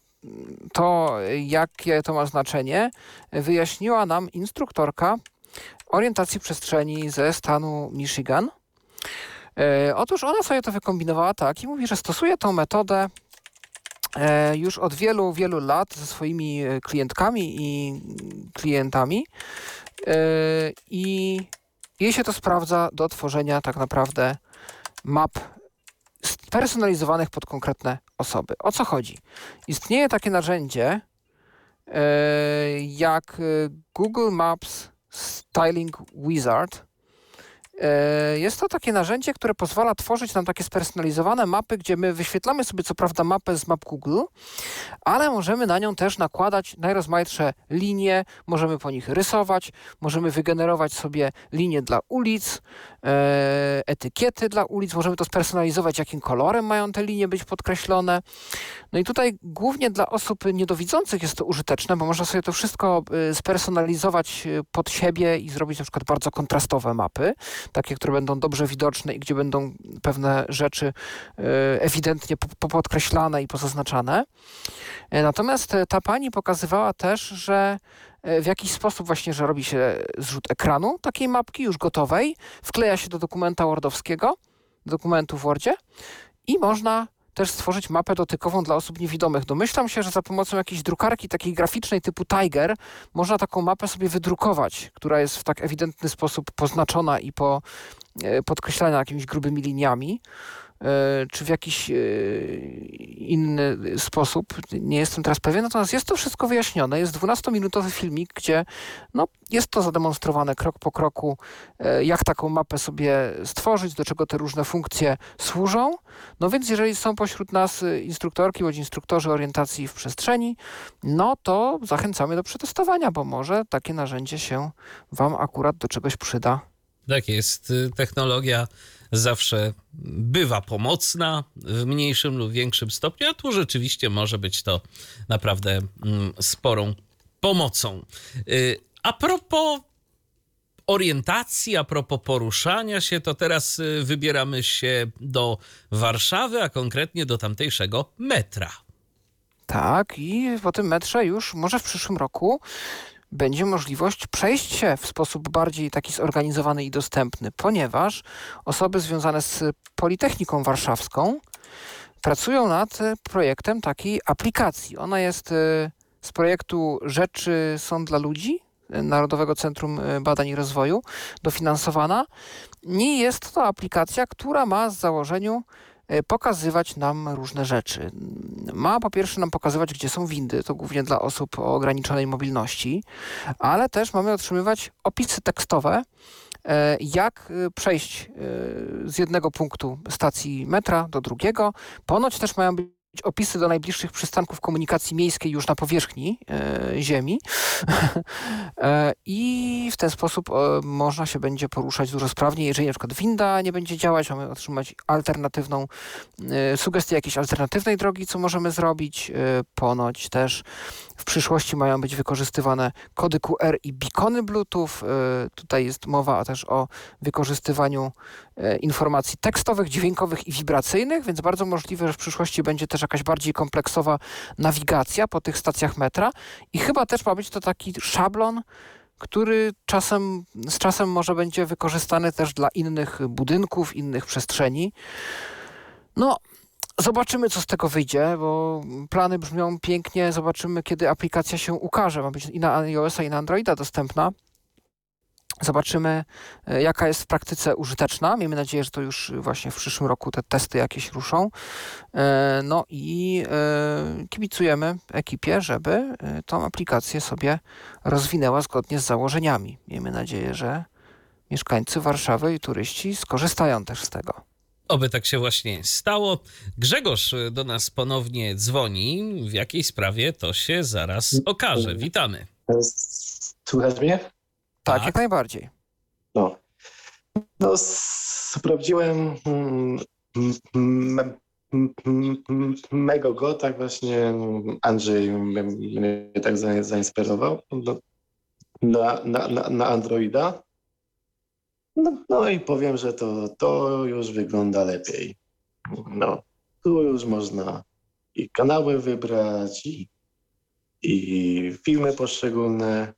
to, jakie to ma znaczenie, wyjaśniła nam instruktorka orientacji przestrzeni ze stanu Michigan. E, otóż ona sobie to wykombinowała tak i mówi, że stosuje tą metodę e, już od wielu, wielu lat ze swoimi klientkami i klientami e, i jej się to sprawdza do tworzenia tak naprawdę map personalizowanych pod konkretne osoby. O co chodzi? Istnieje takie narzędzie e, jak Google Maps Styling Wizard. E, jest to takie narzędzie, które pozwala tworzyć nam takie spersonalizowane mapy, gdzie my wyświetlamy sobie co prawda mapę z map Google, ale możemy na nią też nakładać najrozmaitsze linie, możemy po nich rysować, możemy wygenerować sobie linie dla ulic, e, etykiety dla ulic, możemy to spersonalizować, jakim kolorem mają te linie być podkreślone. No i tutaj głównie dla osób niedowidzących jest to użyteczne, bo można sobie to wszystko e, spersonalizować pod siebie i zrobić na przykład bardzo kontrastowe mapy, takie, które będą dobrze widoczne i gdzie będą pewne rzeczy e, ewidentnie po, podkreślane i pozaznaczane. E, natomiast e, ta pani pokazywała też, że w jakiś sposób właśnie, że robi się zrzut ekranu takiej mapki już gotowej, wkleja się do dokumenta wordowskiego, dokumentu w Wordzie i można też stworzyć mapę dotykową dla osób niewidomych. Domyślam się, że za pomocą jakiejś drukarki takiej graficznej typu Tiger można taką mapę sobie wydrukować, która jest w tak ewidentny sposób poznaczona i po, podkreślana jakimiś grubymi liniami, czy w jakiś inny sposób. Nie jestem teraz pewien, natomiast jest to wszystko wyjaśnione. Jest dwunastominutowy filmik, gdzie no, jest to zademonstrowane krok po kroku, jak taką mapę sobie stworzyć, do czego te różne funkcje służą. No więc jeżeli są pośród nas instruktorki bądź instruktorzy orientacji w przestrzeni, no to zachęcamy do przetestowania, bo może takie narzędzie się wam akurat do czegoś przyda. Tak jest. Technologia zawsze bywa pomocna w mniejszym lub większym stopniu, a tu rzeczywiście może być to naprawdę mm, sporą pomocą. Yy, a propos orientacji, a propos poruszania się, to teraz y, wybieramy się do Warszawy, a konkretnie do tamtejszego metra. Tak, i po tym metrze już może w przyszłym roku będzie możliwość przejść się w sposób bardziej taki zorganizowany i dostępny, ponieważ osoby związane z Politechniką Warszawską pracują nad projektem takiej aplikacji. Ona jest z projektu Rzeczy są dla ludzi, Narodowego Centrum Badań i Rozwoju, dofinansowana. I jest to aplikacja, która ma z założeniu pokazywać nam różne rzeczy. Ma po pierwsze nam pokazywać, gdzie są windy, to głównie dla osób o ograniczonej mobilności, ale też mamy otrzymywać opisy tekstowe, jak przejść z jednego punktu stacji metra do drugiego. Ponoć też mają być opisy do najbliższych przystanków komunikacji miejskiej już na powierzchni e, ziemi e, i w ten sposób e, można się będzie poruszać dużo sprawniej. Jeżeli na przykład winda nie będzie działać, mamy otrzymać alternatywną e, sugestię jakiejś alternatywnej drogi, co możemy zrobić. E, ponoć też w przyszłości mają być wykorzystywane kody Q R i beacony Bluetooth. E, tutaj jest mowa też o wykorzystywaniu e, informacji tekstowych, dźwiękowych i wibracyjnych, więc bardzo możliwe, że w przyszłości będzie też jakaś bardziej kompleksowa nawigacja po tych stacjach metra i chyba też ma być to taki szablon, który czasem, z czasem może będzie wykorzystany też dla innych budynków, innych przestrzeni. No, zobaczymy, co z tego wyjdzie, bo plany brzmią pięknie. Zobaczymy, kiedy aplikacja się ukaże. Ma być i na iOS-a, i na Androida dostępna. Zobaczymy, jaka jest w praktyce użyteczna. Miejmy nadzieję, że to już właśnie w przyszłym roku te testy jakieś ruszą. No i kibicujemy ekipie, żeby tą aplikację sobie rozwinęła zgodnie z założeniami. Miejmy nadzieję, że mieszkańcy Warszawy i turyści skorzystają też z tego. Oby tak się właśnie stało. Grzegorz do nas ponownie dzwoni. W jakiej sprawie, to się zaraz okaże. Witamy. Słychać mnie? Tak, Tak. jak najbardziej. No, no sprawdziłem mm, mm, mm, mm, mego go, tak właśnie Andrzej mnie tak za- zainspirował do, na, na, na, na Androida. No, no i powiem, że to, to już wygląda lepiej. No, tu już można i kanały wybrać, i, i filmy poszczególne.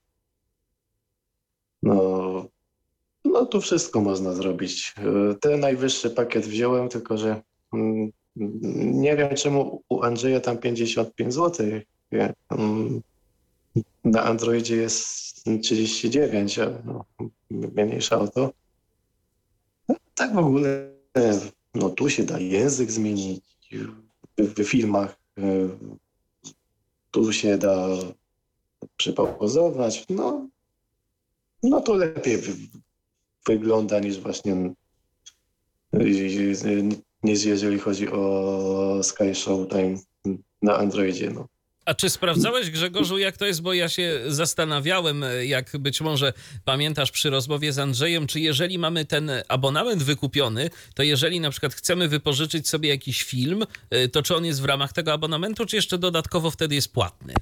No, no tu wszystko można zrobić. Ten najwyższy pakiet wziąłem, tylko że mm, nie wiem czemu u Andrzeja tam pięćdziesiąt pięć złotych. Mm, Na Androidzie jest trzydzieści dziewięć, a no, mniejsza o to. Tak w ogóle, no tu się da język zmienić w, w filmach. Tu się da przypauzować. No, no to lepiej wy, wygląda niż właśnie niż jeżeli chodzi o Sky Showtime na Androidzie. No. A czy sprawdzałeś, Grzegorzu, jak to jest? Bo ja się zastanawiałem, jak być może pamiętasz przy rozmowie z Andrzejem, czy jeżeli mamy ten abonament wykupiony, to jeżeli na przykład chcemy wypożyczyć sobie jakiś film, to czy on jest w ramach tego abonamentu, czy jeszcze dodatkowo wtedy jest płatny?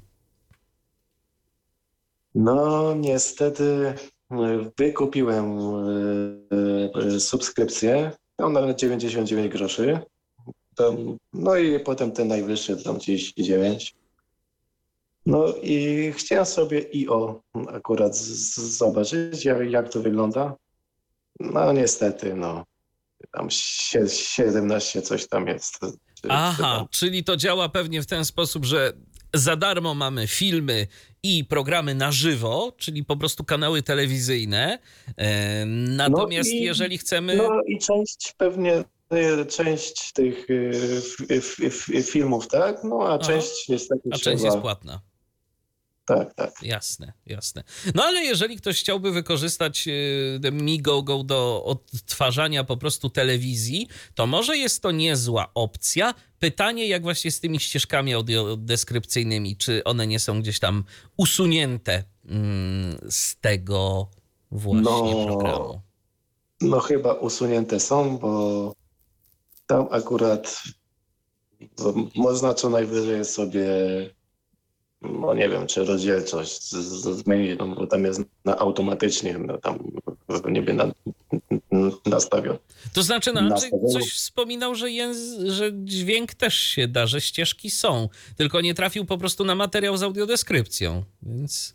No niestety wykupiłem y, y, subskrypcję, ona na dziewięćdziesiąt dziewięć groszy. Tam, no i potem ten najwyższy, tam trzydzieści dziewięć. No i chciałem sobie i o akurat z, z, zobaczyć, jak, jak to wygląda. No niestety, no tam sie, siedemnaście coś tam jest. Czy, Aha, czy tam. czyli to działa pewnie w ten sposób, że za darmo mamy filmy i programy na żywo, czyli po prostu kanały telewizyjne. E, natomiast No i- jeżeli chcemy... No i część pewnie, y, część tych y, f, f, f, filmów, tak? No a Aha. część niestety A trzeba... część jest płatna. Tak, tak. Jasne, jasne. No ale jeżeli ktoś chciałby wykorzystać y, MiGoGo do odtwarzania po prostu telewizji, to może jest to niezła opcja. Pytanie, jak właśnie z tymi ścieżkami audiodeskrypcyjnymi, czy one nie są gdzieś tam usunięte mm, z tego właśnie No. programu. No chyba usunięte są, bo tam akurat bo można co najwyżej sobie, no nie wiem, czy rozdzielczość z- z- zmienić, no bo tam jest na automatycznie, no tam niby na, nastawione. To znaczy, no Andrzej Nastawione. coś wspominał, że, jęz- że dźwięk też się da, że ścieżki są, tylko nie trafił po prostu na materiał z audiodeskrypcją, więc...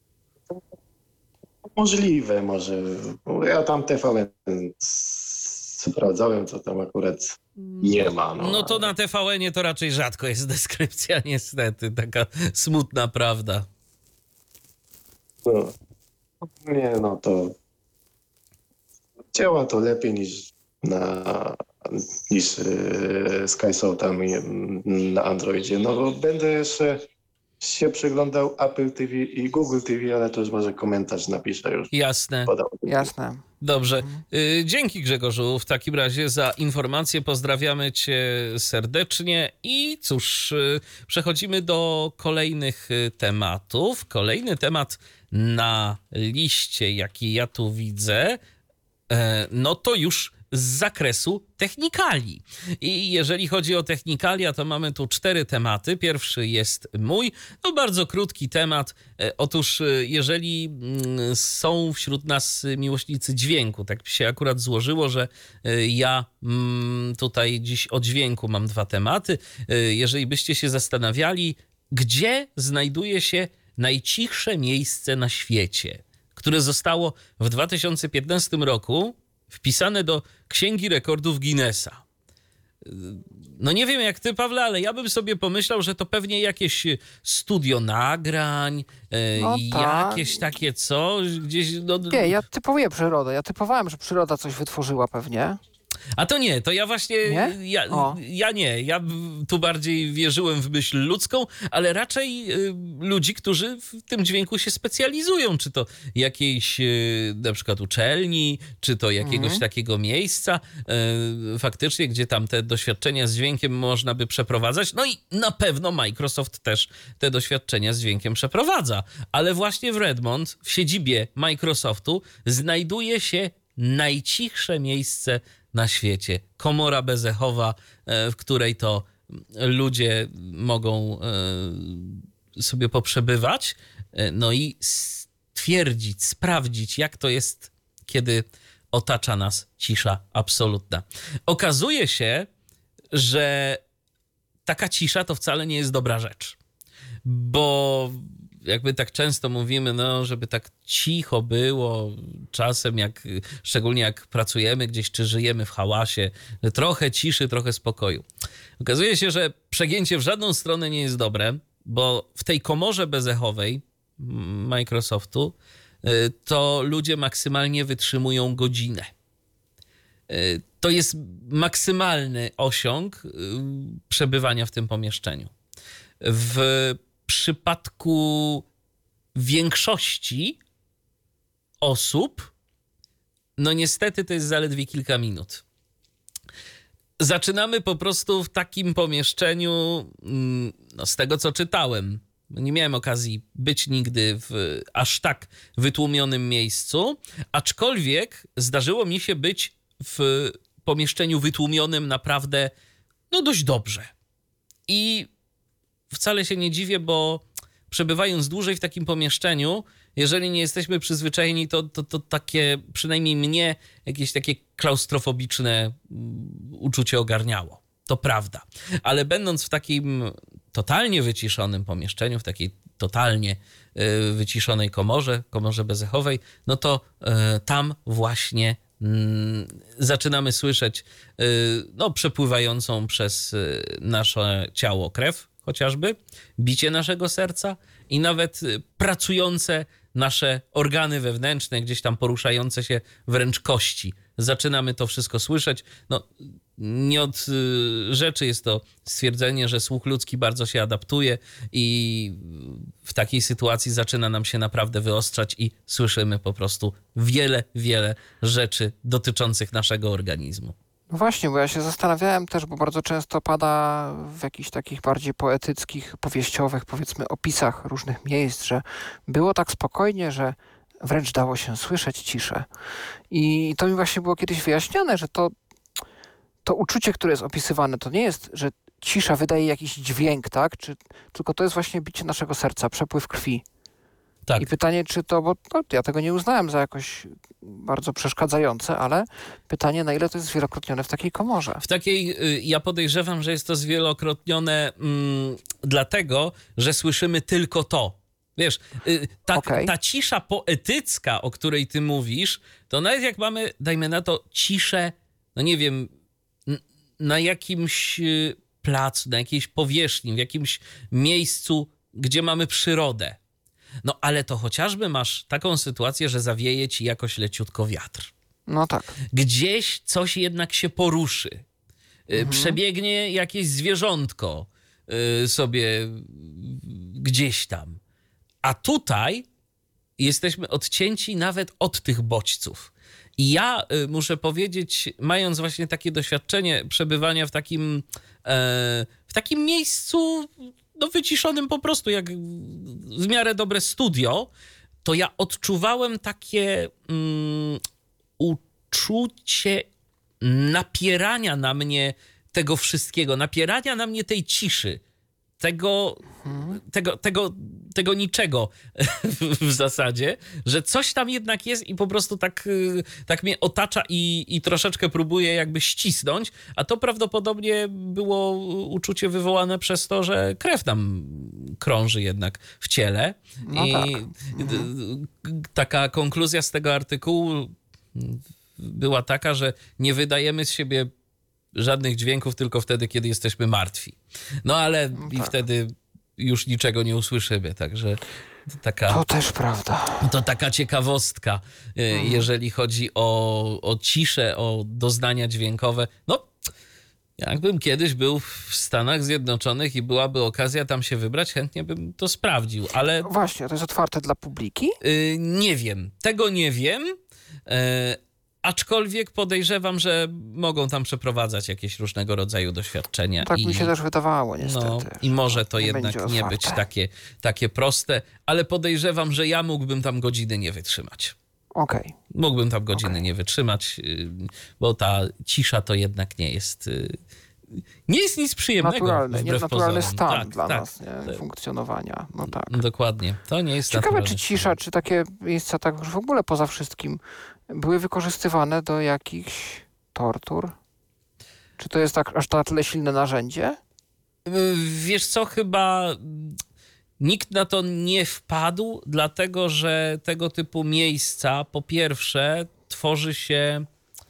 Możliwe może, bo ja tam T V N sprawdzałem, co tam akurat nie ma. No, No to na T V N-ie to raczej rzadko jest deskrypcja, niestety. Taka smutna prawda. No, nie, no to działa to lepiej niż na niż yy, Sky Soul tam i, na Androidzie. No bo będę jeszcze się przyglądał Apple T V i Google T V, ale to już może komentarz napiszę już. Jasne. Podał. Jasne. Dobrze. Y, Dzięki, Grzegorzu, w takim razie za informację. Pozdrawiamy cię serdecznie i cóż, y, przechodzimy do kolejnych y, tematów. Kolejny temat na liście, jaki ja tu widzę, e, no to już z zakresu technikali. I jeżeli chodzi o technikalia, to mamy tu cztery tematy. Pierwszy jest mój, no bardzo krótki temat. E, Otóż e, jeżeli mm, są wśród nas miłośnicy dźwięku, tak się akurat złożyło, że e, ja mm, tutaj dziś o dźwięku mam dwa tematy. E, Jeżeli byście się zastanawiali, gdzie znajduje się najcichsze miejsce na świecie, które zostało w dwa tysiące piętnastym roku wpisane do Księgi Rekordów Guinnessa. no nie wiem jak ty, Pawle, ale ja bym sobie pomyślał, że to pewnie jakieś studio nagrań, No tak. jakieś takie coś, gdzieś... No... Nie, ja typuję przyrodę. Ja typowałem, że przyroda coś wytworzyła pewnie. A to nie, to ja właśnie, Nie? Ja, O. ja nie, ja tu bardziej wierzyłem w myśl ludzką, ale raczej y, ludzi, którzy w tym dźwięku się specjalizują, czy to jakiejś y, na przykład uczelni, czy to jakiegoś Mhm. takiego miejsca y, faktycznie, gdzie tam te doświadczenia z dźwiękiem można by przeprowadzać, no i na pewno Microsoft też te doświadczenia z dźwiękiem przeprowadza, ale właśnie w Redmond, w siedzibie Microsoftu znajduje się najcichsze miejsce na świecie. Komora bezechowa, w której to ludzie mogą sobie poprzebywać, no i stwierdzić, sprawdzić, jak to jest, kiedy otacza nas cisza absolutna. Okazuje się, że taka cisza to wcale nie jest dobra rzecz, bo jakby tak często mówimy, no, żeby tak cicho było czasem, jak, szczególnie jak pracujemy gdzieś, czy żyjemy w hałasie, trochę ciszy, trochę spokoju. Okazuje się, że przegięcie w żadną stronę nie jest dobre, bo w tej komorze bezechowej Microsoftu to ludzie maksymalnie wytrzymują godzinę. To jest maksymalny osiąg przebywania w tym pomieszczeniu. W przypadku większości osób, no niestety to jest zaledwie kilka minut. Zaczynamy po prostu w takim pomieszczeniu, no z tego co czytałem, nie miałem okazji być nigdy w aż tak wytłumionym miejscu, aczkolwiek zdarzyło mi się być w pomieszczeniu wytłumionym naprawdę no dość dobrze. I wcale się nie dziwię, bo przebywając dłużej w takim pomieszczeniu, jeżeli nie jesteśmy przyzwyczajeni, to, to, to takie, przynajmniej mnie, jakieś takie klaustrofobiczne uczucie ogarniało. To prawda. Ale będąc w takim totalnie wyciszonym pomieszczeniu, w takiej totalnie y, wyciszonej komorze, komorze bezechowej, no to y, tam właśnie y, zaczynamy słyszeć y, no, przepływającą przez y, nasze ciało krew, chociażby, bicie naszego serca i nawet pracujące nasze organy wewnętrzne, gdzieś tam poruszające się wręcz kości. Zaczynamy to wszystko słyszeć. No, nie od rzeczy jest to stwierdzenie, że słuch ludzki bardzo się adaptuje i w takiej sytuacji zaczyna nam się naprawdę wyostrzać i słyszymy po prostu wiele, wiele rzeczy dotyczących naszego organizmu. No właśnie, bo ja się zastanawiałem też, bo bardzo często pada w jakichś takich bardziej poetyckich, powieściowych, powiedzmy, opisach różnych miejsc, że było tak spokojnie, że wręcz dało się słyszeć ciszę. I to mi właśnie było kiedyś wyjaśnione, że to, to uczucie, które jest opisywane, to nie jest, że cisza wydaje jakiś dźwięk, tak? Czy, tylko to jest właśnie bicie naszego serca, przepływ krwi. Tak. I pytanie, czy to, bo no, ja tego nie uznałem za jakoś bardzo przeszkadzające, ale pytanie, na ile to jest zwielokrotnione w takiej komorze. W takiej, ja podejrzewam, że jest to zwielokrotnione mm, dlatego, że słyszymy tylko to. Wiesz, ta, Okay. ta cisza poetycka, o której ty mówisz, to nawet jak mamy, dajmy na to, ciszę, no nie wiem, na jakimś placu, na jakiejś powierzchni, w jakimś miejscu, gdzie mamy przyrodę. No ale to chociażby masz taką sytuację, że zawieje ci jakoś leciutko wiatr. No tak. Gdzieś coś jednak się poruszy. Mhm. Przebiegnie jakieś zwierzątko sobie gdzieś tam. A tutaj jesteśmy odcięci nawet od tych bodźców. I ja muszę powiedzieć, mając właśnie takie doświadczenie przebywania w takim, w takim miejscu no wyciszonym po prostu, jak w miarę dobre studio, to ja odczuwałem takie um, uczucie napierania na mnie tego wszystkiego, napierania na mnie tej ciszy, tego, hmm. tego, tego, tego niczego w zasadzie, że coś tam jednak jest i po prostu tak, tak mnie otacza i, i troszeczkę próbuje jakby ścisnąć, a to prawdopodobnie było uczucie wywołane przez to, że krew nam krąży jednak w ciele. No I tak. mhm. taka konkluzja z tego artykułu była taka, że nie wydajemy z siebie żadnych dźwięków tylko wtedy, kiedy jesteśmy martwi. No ale No i tak. wtedy już niczego nie usłyszymy, także to taka, To też prawda. to taka ciekawostka, y, jeżeli chodzi o, o ciszę, o doznania dźwiękowe. No, jakbym kiedyś był w Stanach Zjednoczonych i byłaby okazja tam się wybrać, chętnie bym to sprawdził, ale Właśnie, to jest otwarte dla publiki? y, nie wiem, tego nie wiem. Y, Aczkolwiek podejrzewam, że mogą tam przeprowadzać jakieś różnego rodzaju doświadczenia. Tak i, mi się też wydawało, niestety. no, I może to Nie jednak będzie nie otwarte. być takie, takie proste, ale podejrzewam, że ja mógłbym tam godziny nie wytrzymać. Okej. Mógłbym tam godziny Okej. nie wytrzymać, y, bo ta cisza to jednak nie jest... y, Nie jest nic przyjemnego. Naturalny, nie, wbrew naturalny pozorom. stan Tak, dla tak, nas nie? tak. funkcjonowania. No tak. Dokładnie. To nie jest Ciekawe, naturalny czy stan. cisza, czy takie miejsca tak już w ogóle poza wszystkim były wykorzystywane do jakichś tortur? Czy to jest tak aż na tyle silne narzędzie? Wiesz co, chyba nikt na to nie wpadł, dlatego że tego typu miejsca po pierwsze tworzy się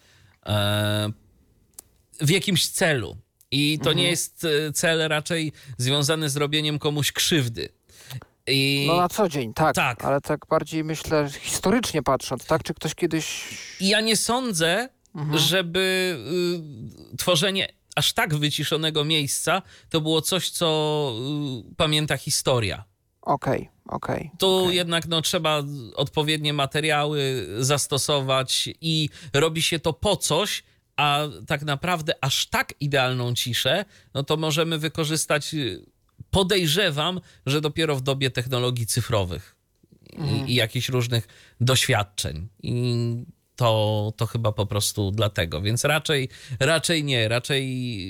e, w jakimś celu. I to Mhm. nie jest e, cel raczej związany z robieniem komuś krzywdy. I No na co dzień, tak, Tak. ale tak bardziej myślę, historycznie patrząc, tak? Czy ktoś kiedyś... ja nie sądzę, Mhm. żeby y, tworzenie aż tak wyciszonego miejsca to było coś, co y, pamięta historia. Okej, okej. Tu okej. jednak no, trzeba odpowiednie materiały zastosować i robi się to po coś, a tak naprawdę aż tak idealną ciszę, no to możemy wykorzystać, y, podejrzewam, że dopiero w dobie technologii cyfrowych i, i jakichś różnych doświadczeń. I to, to chyba po prostu dlatego. Więc raczej, raczej nie, raczej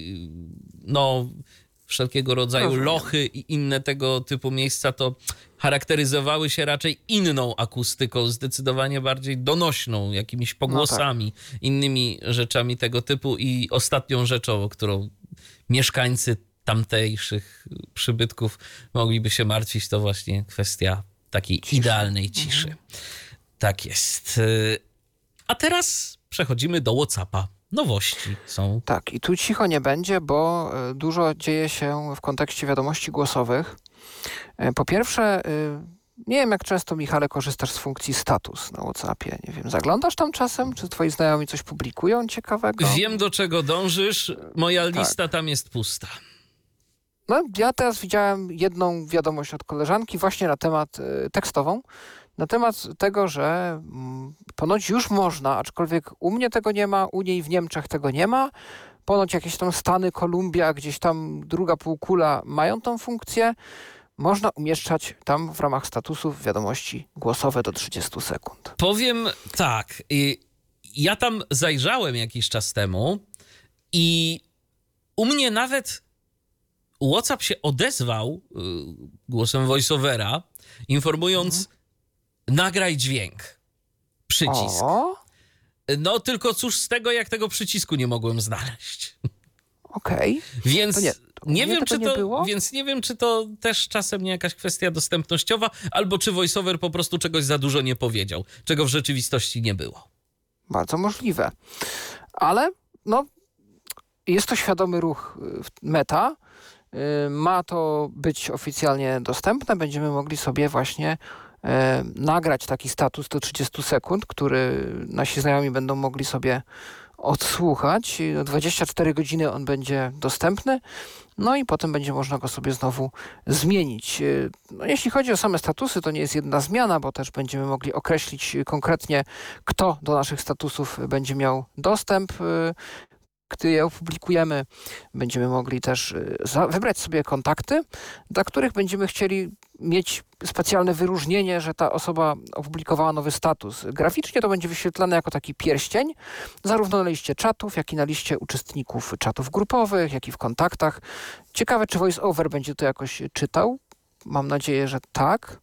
no wszelkiego rodzaju Rozumiem. lochy i inne tego typu miejsca to charakteryzowały się raczej inną akustyką, zdecydowanie bardziej donośną, jakimiś pogłosami, innymi rzeczami tego typu. I ostatnią rzeczą, o którą mieszkańcy tamtejszych przybytków mogliby się martwić, to właśnie kwestia takiej idealnej ciszy. Tak jest. A teraz przechodzimy do WhatsAppa. Nowości są. Tak, i tu cicho nie będzie, bo y, dużo dzieje się w kontekście wiadomości głosowych. Y, Po pierwsze, y, nie wiem jak często, Michale, korzystasz z funkcji status na WhatsAppie. Nie wiem, zaglądasz tam czasem? Czy twoi znajomi coś publikują ciekawego? Wiem, do czego dążysz. Moja Tak. lista tam jest pusta. No, ja teraz widziałem jedną wiadomość od koleżanki właśnie na temat y, tekstową, na temat tego, że mm, ponoć już można, aczkolwiek u mnie tego nie ma, u niej w Niemczech tego nie ma. Ponoć jakieś tam Stany, Kolumbia, gdzieś tam druga półkula mają tą funkcję. Można umieszczać tam w ramach statusów wiadomości głosowe do trzydziestu sekund. Powiem tak. y, Ja tam zajrzałem jakiś czas temu i u mnie nawet WhatsApp się odezwał y, głosem voiceovera, informując Mhm. nagraj dźwięk. Przycisk. O, No tylko cóż z tego, jak tego przycisku nie mogłem znaleźć. okej. Więc To nie, to u nie mnie wiem, tego czy nie to, było? więc nie wiem, czy to też czasem nie jakaś kwestia dostępnościowa, albo czy voiceover po prostu czegoś za dużo nie powiedział, czego w rzeczywistości nie było. Bardzo możliwe. Ale no, jest to świadomy ruch y, w- Meta. Y, Ma to być oficjalnie dostępne. Będziemy mogli sobie właśnie e, nagrać taki status do trzydziestu sekund, który nasi znajomi będą mogli sobie odsłuchać. I dwadzieścia cztery godziny on będzie dostępny. No i potem będzie można go sobie znowu zmienić. Y, No, jeśli chodzi o same statusy, to nie jest jedna zmiana, bo też będziemy mogli określić y, konkretnie, kto do naszych statusów będzie miał dostęp. y, Gdy je opublikujemy, będziemy mogli też y, za- wybrać sobie kontakty, dla których będziemy chcieli mieć specjalne wyróżnienie, że ta osoba opublikowała nowy status. Graficznie to będzie wyświetlane jako taki pierścień, zarówno na liście czatów, jak i na liście uczestników czatów grupowych, jak i w kontaktach. Ciekawe, czy VoiceOver będzie to jakoś czytał. Mam nadzieję, że tak.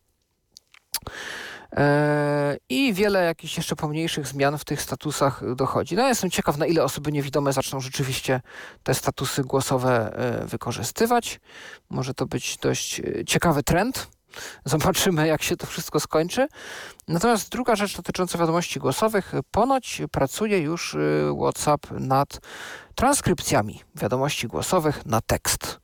Eee, I wiele jakichś jeszcze pomniejszych zmian w tych statusach dochodzi. No ja jestem ciekaw, na ile osoby niewidome zaczną rzeczywiście te statusy głosowe e, wykorzystywać. Może to być dość e, ciekawy trend. Zobaczymy, jak się to wszystko skończy. Natomiast druga rzecz dotycząca wiadomości głosowych. Ponoć pracuje już WhatsApp nad transkrypcjami wiadomości głosowych na tekst.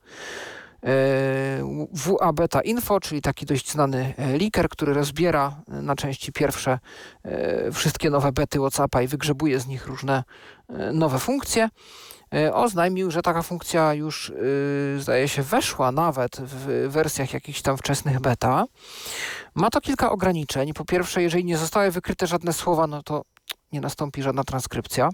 W A Beta Info, czyli taki dość znany leaker, który rozbiera na części pierwsze wszystkie nowe bety WhatsAppa i wygrzebuje z nich różne nowe funkcje, oznajmił, że taka funkcja już zdaje się weszła nawet w wersjach jakichś tam wczesnych beta. Ma to kilka ograniczeń. Po pierwsze, jeżeli nie zostały wykryte żadne słowa, no to nie nastąpi żadna transkrypcja.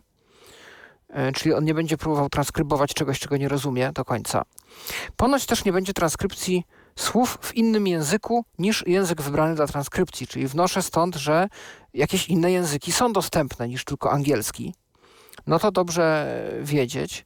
Czyli on nie będzie próbował transkrybować czegoś, czego nie rozumie do końca. Ponoć też nie będzie transkrypcji słów w innym języku niż język wybrany dla transkrypcji, czyli wnoszę stąd, że jakieś inne języki są dostępne niż tylko angielski. No to dobrze wiedzieć.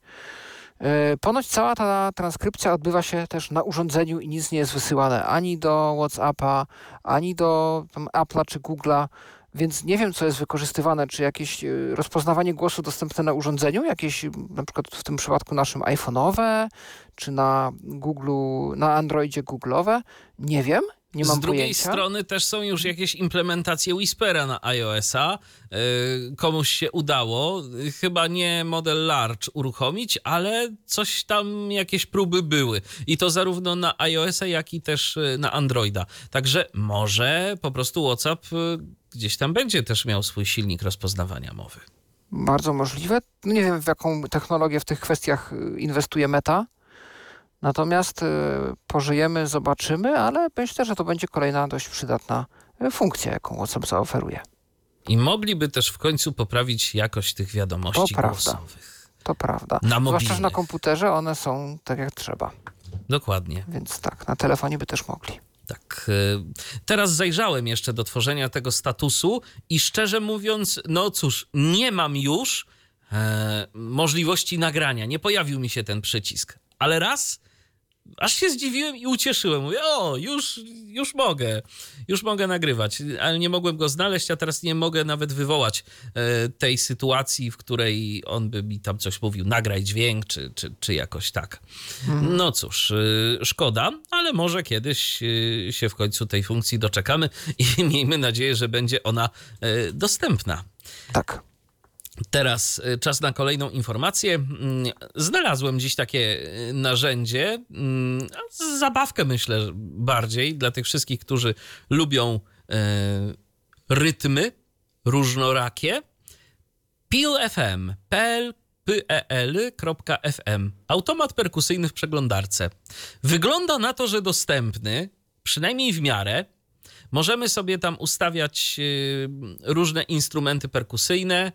Ponoć cała ta transkrypcja odbywa się też na urządzeniu i nic nie jest wysyłane ani do WhatsAppa, ani do tam, Apple'a czy Google'a. Więc nie wiem, co jest wykorzystywane, czy jakieś rozpoznawanie głosu dostępne na urządzeniu, jakieś na przykład w tym przypadku naszym iPhone'owe, czy na Google'u, na Androidzie Google'owe. Nie wiem, nie mam Z drugiej pojęcia. strony też są już jakieś implementacje Whispera na iOS-a. Yy, komuś się udało, chyba nie model large uruchomić, ale coś tam, jakieś próby były. I to zarówno na iOS-a, jak i też na Androida. Także może po prostu WhatsApp gdzieś tam będzie też miał swój silnik rozpoznawania mowy. Bardzo możliwe. Nie wiem, w jaką technologię w tych kwestiach inwestuje Meta. Natomiast y, pożyjemy, zobaczymy, ale myślę, że to będzie kolejna dość przydatna funkcja, jaką WhatsApp zaoferuje. I mogliby też w końcu poprawić jakość tych wiadomości to głosowych. To prawda. Na mobilnych. Zwłaszcza, że na komputerze one są tak jak trzeba. Dokładnie. Więc tak, na telefonie by też mogli. Tak. Teraz zajrzałem jeszcze do tworzenia tego statusu i szczerze mówiąc, no cóż, nie mam już e, możliwości nagrania. Nie pojawił mi się ten przycisk. Ale raz, aż się zdziwiłem i ucieszyłem. Mówię, o, już, już mogę, już mogę nagrywać. Ale nie mogłem go znaleźć, a teraz nie mogę nawet wywołać e, tej sytuacji, w której on by mi tam coś mówił, nagraj dźwięk, czy, czy, czy jakoś tak. Mhm. No cóż, e, szkoda, ale może kiedyś e, się w końcu tej funkcji doczekamy i miejmy nadzieję, że będzie ona e, dostępna. Tak. Teraz czas na kolejną informację. Znalazłem dziś takie narzędzie, zabawkę myślę bardziej dla tych wszystkich, którzy lubią rytmy różnorakie. Peel kropka F M, P L P E L kropka F M. Automat perkusyjny w przeglądarce. Wygląda na to, że dostępny, przynajmniej w miarę. Możemy sobie tam ustawiać różne instrumenty perkusyjne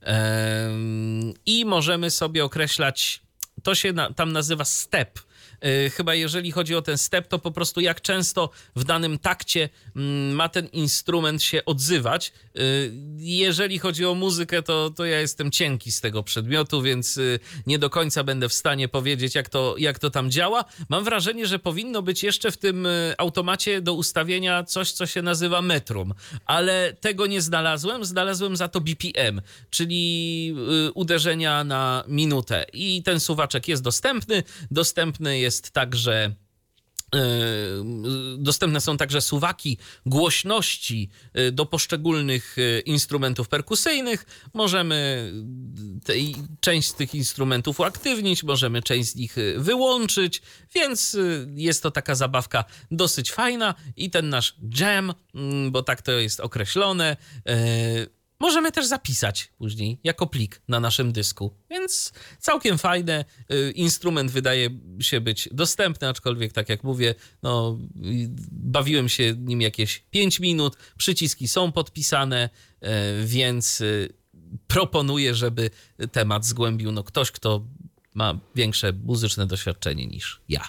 i możemy sobie określać, to się na, tam nazywa step. Chyba jeżeli chodzi o ten step, to po prostu jak często w danym takcie ma ten instrument się odzywać. Jeżeli chodzi o muzykę, to, to ja jestem cienki z tego przedmiotu, więc nie do końca będę w stanie powiedzieć, jak to, jak to tam działa. Mam wrażenie, że powinno być jeszcze w tym automacie do ustawienia coś, co się nazywa metrum, ale tego nie znalazłem. Znalazłem za to B P M, czyli uderzenia na minutę. I ten suwaczek jest dostępny. Dostępny jest Jest także, yy, dostępne są także suwaki głośności do poszczególnych instrumentów perkusyjnych. Możemy te, część z tych instrumentów uaktywnić, możemy część z nich wyłączyć, więc jest to taka zabawka dosyć fajna i ten nasz jam, bo tak to jest określone, yy, możemy też zapisać później jako plik na naszym dysku, więc całkiem fajne. Instrument wydaje się być dostępny, aczkolwiek tak jak mówię, no, bawiłem się nim jakieś pięć minut, przyciski są podpisane, więc proponuję, żeby temat zgłębił no, ktoś, kto ma większe muzyczne doświadczenie niż ja.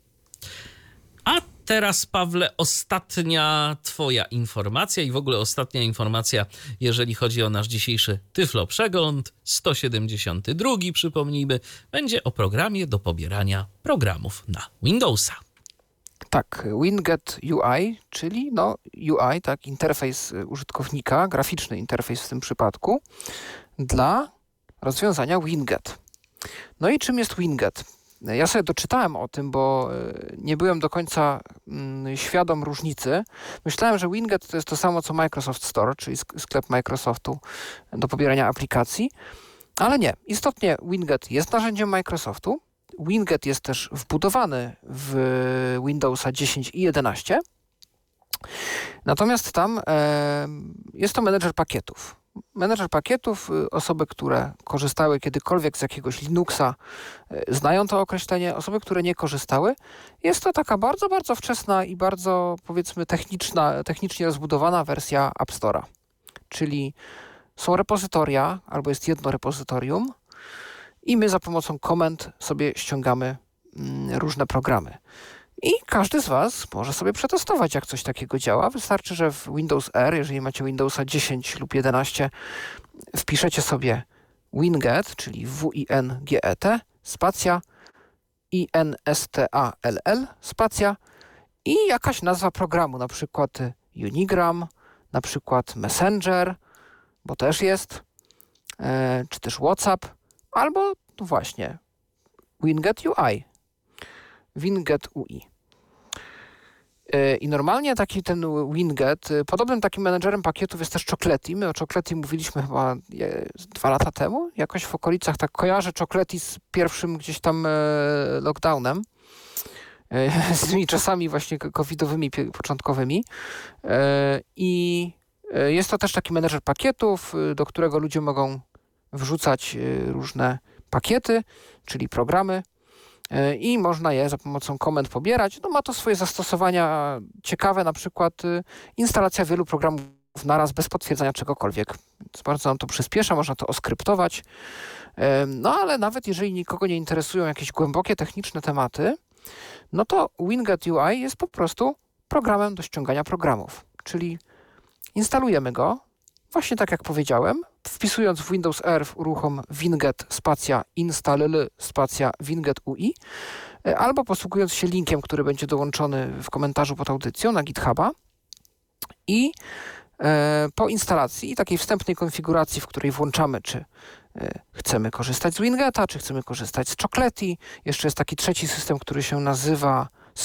A teraz, Pawle, ostatnia twoja informacja i w ogóle ostatnia informacja, jeżeli chodzi o nasz dzisiejszy Tyflo Przegląd, sto siedemdziesiąty drugi, przypomnijmy, będzie o programie do pobierania programów na Windowsa. Tak, Winget U I, czyli no U I, tak, interfejs użytkownika, graficzny interfejs w tym przypadku, dla rozwiązania Winget. No i czym jest Winget? Ja sobie doczytałem o tym, bo nie byłem do końca mm, świadom różnicy. Myślałem, że Winget to jest to samo co Microsoft Store, czyli sklep Microsoftu do pobierania aplikacji, ale nie. Istotnie Winget jest narzędziem Microsoftu. Winget jest też wbudowany w Windowsa dziesięć i jedenaście. Natomiast tam e, jest to menedżer pakietów. Menedżer pakietów, osoby, które korzystały kiedykolwiek z jakiegoś Linuxa, znają to określenie. Osoby, które nie korzystały, jest to taka bardzo, bardzo wczesna i bardzo, powiedzmy, techniczna, technicznie rozbudowana wersja App Store'a. Czyli są repozytoria, albo jest jedno repozytorium i my za pomocą komend sobie ściągamy mm, różne programy. I każdy z Was może sobie przetestować, jak coś takiego działa. Wystarczy, że w Windows R, jeżeli macie Windowsa dziesięć lub jedenaście, wpiszecie sobie winget, czyli W I N G E T, spacja, I N S T A L L, spacja i jakaś nazwa programu, na przykład Unigram, na przykład Messenger, bo też jest, e, czy też WhatsApp, albo no właśnie Winget U I. Winget U I. I normalnie taki ten Winget, podobnym takim menedżerem pakietów jest też Chocolatey. My o Chocolatey mówiliśmy chyba dwa lata temu, jakoś w okolicach, tak kojarzę Chocolatey z pierwszym gdzieś tam lockdownem, z tymi czasami właśnie covidowymi, początkowymi. I jest to też taki menedżer pakietów, do którego ludzie mogą wrzucać różne pakiety, czyli programy, i można je za pomocą komend pobierać. No ma to swoje zastosowania ciekawe, na przykład instalacja wielu programów naraz bez potwierdzania czegokolwiek. Więc bardzo nam to przyspiesza, można to oskryptować. No ale nawet jeżeli nikogo nie interesują jakieś głębokie techniczne tematy, no to Winget U I jest po prostu programem do ściągania programów. Czyli instalujemy go, właśnie tak jak powiedziałem, wpisując w Windows R w uruchom winget spacja install spacja winget U I, albo posługując się linkiem, który będzie dołączony w komentarzu pod audycją na GitHuba. I e, po instalacji i takiej wstępnej konfiguracji, w której włączamy, czy e, chcemy korzystać z Wingeta, czy chcemy korzystać z Chocolatey. Jeszcze jest taki trzeci system, który się nazywa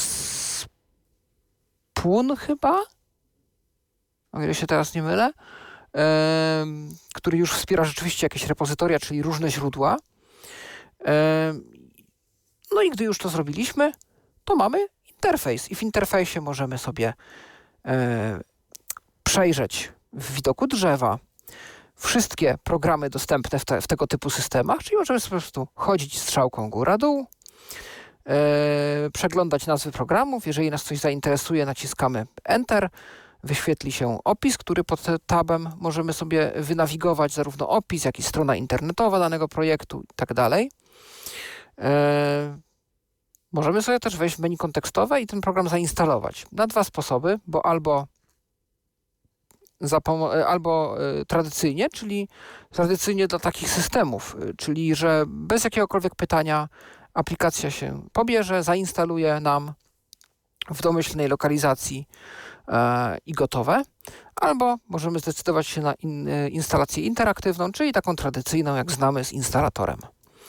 Spoon chyba, o ile się teraz nie mylę, który już wspiera rzeczywiście jakieś repozytoria, czyli różne źródła. No i gdy już to zrobiliśmy, to mamy interfejs i w interfejsie możemy sobie przejrzeć w widoku drzewa wszystkie programy dostępne w, te, w tego typu systemach, czyli możemy po prostu chodzić strzałką góra-dół, przeglądać nazwy programów. Jeżeli nas coś zainteresuje, naciskamy Enter. Wyświetli się opis, który pod tabem możemy sobie wynawigować, zarówno opis, jak i strona internetowa danego projektu i tak dalej. Możemy sobie też wejść w menu kontekstowe i ten program zainstalować na dwa sposoby, bo albo, albo tradycyjnie, czyli tradycyjnie dla takich systemów, czyli że bez jakiegokolwiek pytania aplikacja się pobierze, zainstaluje nam w domyślnej lokalizacji i gotowe, albo możemy zdecydować się na in, instalację interaktywną, czyli taką tradycyjną, jak znamy z instalatorem.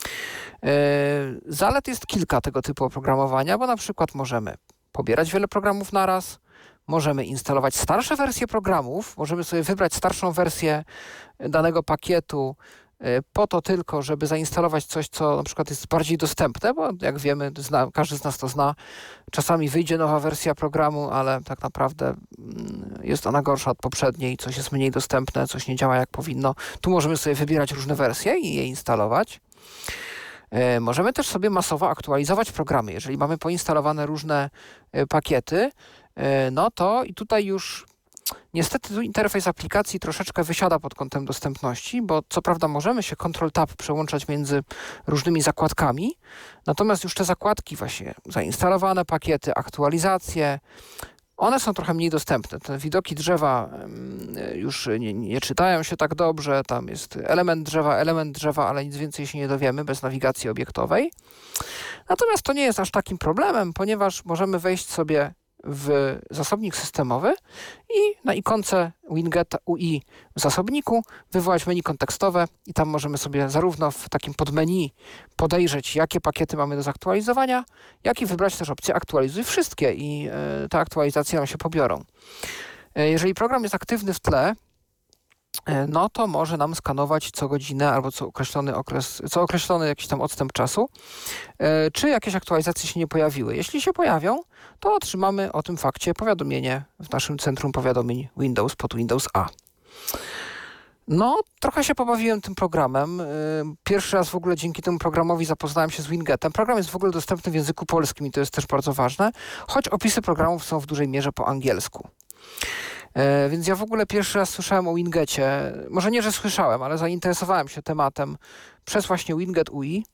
Zalet jest kilka tego typu oprogramowania, bo na przykład możemy pobierać wiele programów naraz, możemy instalować starsze wersje programów, możemy sobie wybrać starszą wersję danego pakietu po to tylko, żeby zainstalować coś, co na przykład jest bardziej dostępne, bo jak wiemy, zna, każdy z nas to zna, czasami wyjdzie nowa wersja programu, ale tak naprawdę jest ona gorsza od poprzedniej, coś jest mniej dostępne, coś nie działa jak powinno. Tu możemy sobie wybierać różne wersje i je instalować. E, możemy też sobie masowo aktualizować programy. Jeżeli mamy poinstalowane różne e, pakiety, e, no to i tutaj już niestety tu interfejs aplikacji troszeczkę wysiada pod kątem dostępności, bo co prawda możemy się Ctrl-Tab przełączać między różnymi zakładkami, natomiast już te zakładki właśnie, zainstalowane pakiety, aktualizacje, one są trochę mniej dostępne. Te widoki drzewa już nie, nie czytają się tak dobrze, tam jest element drzewa, element drzewa, ale nic więcej się nie dowiemy bez nawigacji obiektowej. Natomiast to nie jest aż takim problemem, ponieważ możemy wejść sobie w zasobnik systemowy i na ikonce Wingeta U I w zasobniku wywołać menu kontekstowe i tam możemy sobie zarówno w takim podmenu podejrzeć, jakie pakiety mamy do zaktualizowania, jak i wybrać też opcję aktualizuj wszystkie i y, te aktualizacje nam się pobiorą. Y, jeżeli program jest aktywny w tle, no to może nam skanować co godzinę albo co określony okres, co określony jakiś tam odstęp czasu, czy jakieś aktualizacje się nie pojawiły. Jeśli się pojawią, to otrzymamy o tym fakcie powiadomienie w naszym centrum powiadomień Windows pod Windows A. No, trochę się pobawiłem tym programem. Pierwszy raz w ogóle dzięki temu programowi zapoznałem się z Wingetem. Program jest w ogóle dostępny w języku polskim i to jest też bardzo ważne, choć opisy programów są w dużej mierze po angielsku. E, więc ja w ogóle pierwszy raz słyszałem o Wingecie. Może nie, że słyszałem, ale zainteresowałem się tematem przez właśnie Winget U I.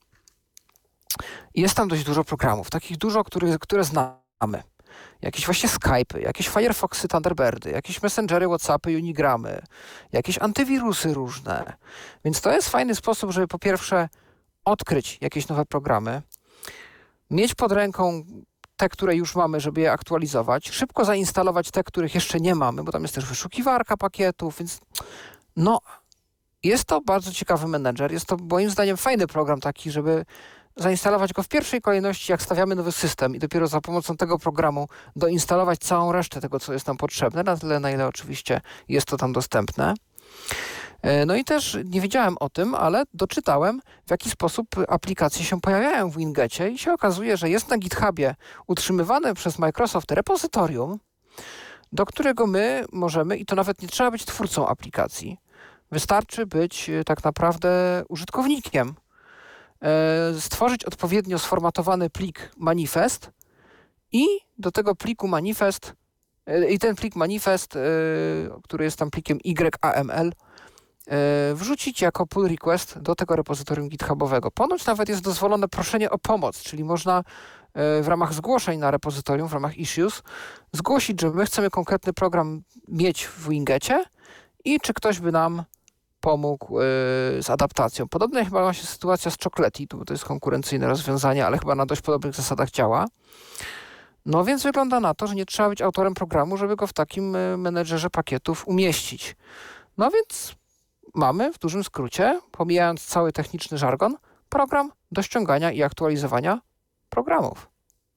Jest tam dość dużo programów, takich dużo, które, które znamy. Jakieś właśnie Skype'y, jakieś Firefoxy, Thunderbirdy, jakieś Messengery, Whatsappy, Unigramy, jakieś antywirusy różne. Więc to jest fajny sposób, żeby po pierwsze odkryć jakieś nowe programy, mieć pod ręką te, które już mamy, żeby je aktualizować, szybko zainstalować te, których jeszcze nie mamy, bo tam jest też wyszukiwarka pakietów, więc no, jest to bardzo ciekawy menedżer. Jest to moim zdaniem fajny program taki, żeby zainstalować go w pierwszej kolejności, jak stawiamy nowy system i dopiero za pomocą tego programu doinstalować całą resztę tego, co jest nam potrzebne, na tyle, na ile oczywiście jest to tam dostępne. No i też nie wiedziałem o tym, ale doczytałem, w jaki sposób aplikacje się pojawiają w Wingecie i się okazuje, że jest na GitHubie utrzymywane przez Microsoft repozytorium, do którego my możemy, i to nawet nie trzeba być twórcą aplikacji, wystarczy być tak naprawdę użytkownikiem, stworzyć odpowiednio sformatowany plik manifest i do tego pliku manifest, i ten plik manifest, który jest tam plikiem Y A M L, wrzucić jako pull request do tego repozytorium githubowego. Ponoć nawet jest dozwolone proszenie o pomoc, czyli można w ramach zgłoszeń na repozytorium, w ramach issues, zgłosić, że my chcemy konkretny program mieć w Wingecie i czy ktoś by nam pomógł z adaptacją. Podobna chyba ma się sytuacja z Chocolatey, bo to jest konkurencyjne rozwiązanie, ale chyba na dość podobnych zasadach działa. No więc wygląda na to, że nie trzeba być autorem programu, żeby go w takim menedżerze pakietów umieścić. No więc mamy w dużym skrócie, pomijając cały techniczny żargon, program do ściągania i aktualizowania programów.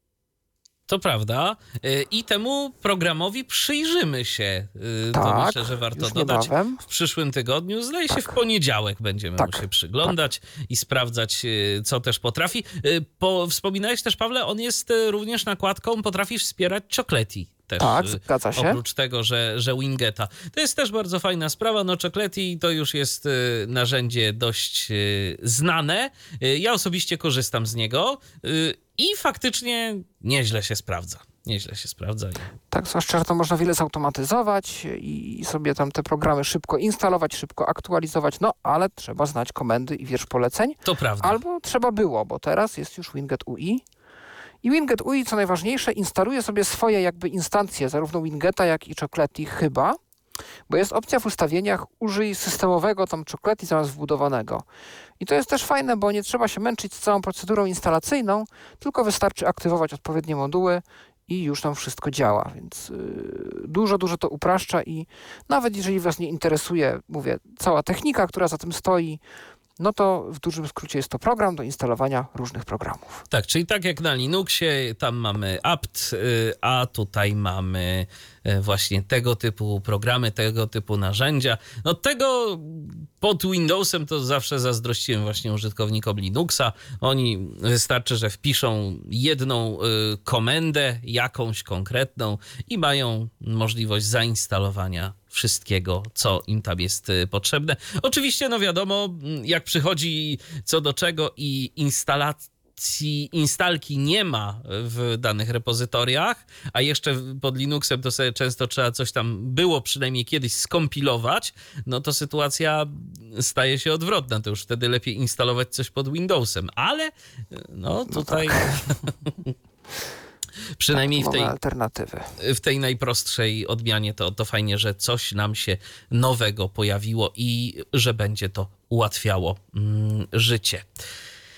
To prawda. I temu programowi przyjrzymy się. Tak, to myślę, że warto dodać. Niebawem. W przyszłym tygodniu, zdaje się tak. w poniedziałek będziemy tak. mu się przyglądać tak. i sprawdzać, co też potrafi. Po, wspominałeś też, Pawle, on jest również nakładką, potrafi wspierać Chocolatey. Też, tak, zgadza się. Oprócz tego, że, że Wingeta. To jest też bardzo fajna sprawa. No Chocolatey to już jest y, narzędzie dość y, znane. Y, ja osobiście korzystam z niego y, i faktycznie nieźle się sprawdza. Nieźle się sprawdza. Tak, zwłaszcza, że to można wiele zautomatyzować i sobie tam te programy szybko instalować, szybko aktualizować, no ale trzeba znać komendy i wiersz poleceń. To prawda. Albo trzeba było, bo teraz jest już Winget U I. I Winget U I, co najważniejsze, instaluje sobie swoje jakby instancje, zarówno Wingeta, jak i Chocolatey chyba, bo jest opcja w ustawieniach użyj systemowego tam Chocolatey zamiast wbudowanego. I to jest też fajne, bo nie trzeba się męczyć z całą procedurą instalacyjną, tylko wystarczy aktywować odpowiednie moduły i już tam wszystko działa, więc yy, dużo, dużo to upraszcza i nawet jeżeli was nie interesuje, mówię, cała technika, która za tym stoi, no to w dużym skrócie jest to program do instalowania różnych programów. Tak, czyli tak jak na Linuxie, tam mamy apt, a tutaj mamy właśnie tego typu programy, tego typu narzędzia. No tego pod Windowsem to zawsze zazdrościłem właśnie użytkownikom Linuxa. Oni wystarczy, że wpiszą jedną komendę, jakąś konkretną i mają możliwość zainstalowania wszystkiego, co im tam jest potrzebne. Oczywiście, no wiadomo, jak przychodzi co do czego i instalacji, instalki nie ma w danych repozytoriach, a jeszcze pod Linuxem to sobie często trzeba coś tam było przynajmniej kiedyś skompilować, no to sytuacja staje się odwrotna. To już wtedy lepiej instalować coś pod Windowsem, ale no tutaj... No tak. Przynajmniej tak, w tej alternatywy. W tej najprostszej odmianie to, to fajnie, że coś nam się nowego pojawiło i że będzie to ułatwiało mm, życie.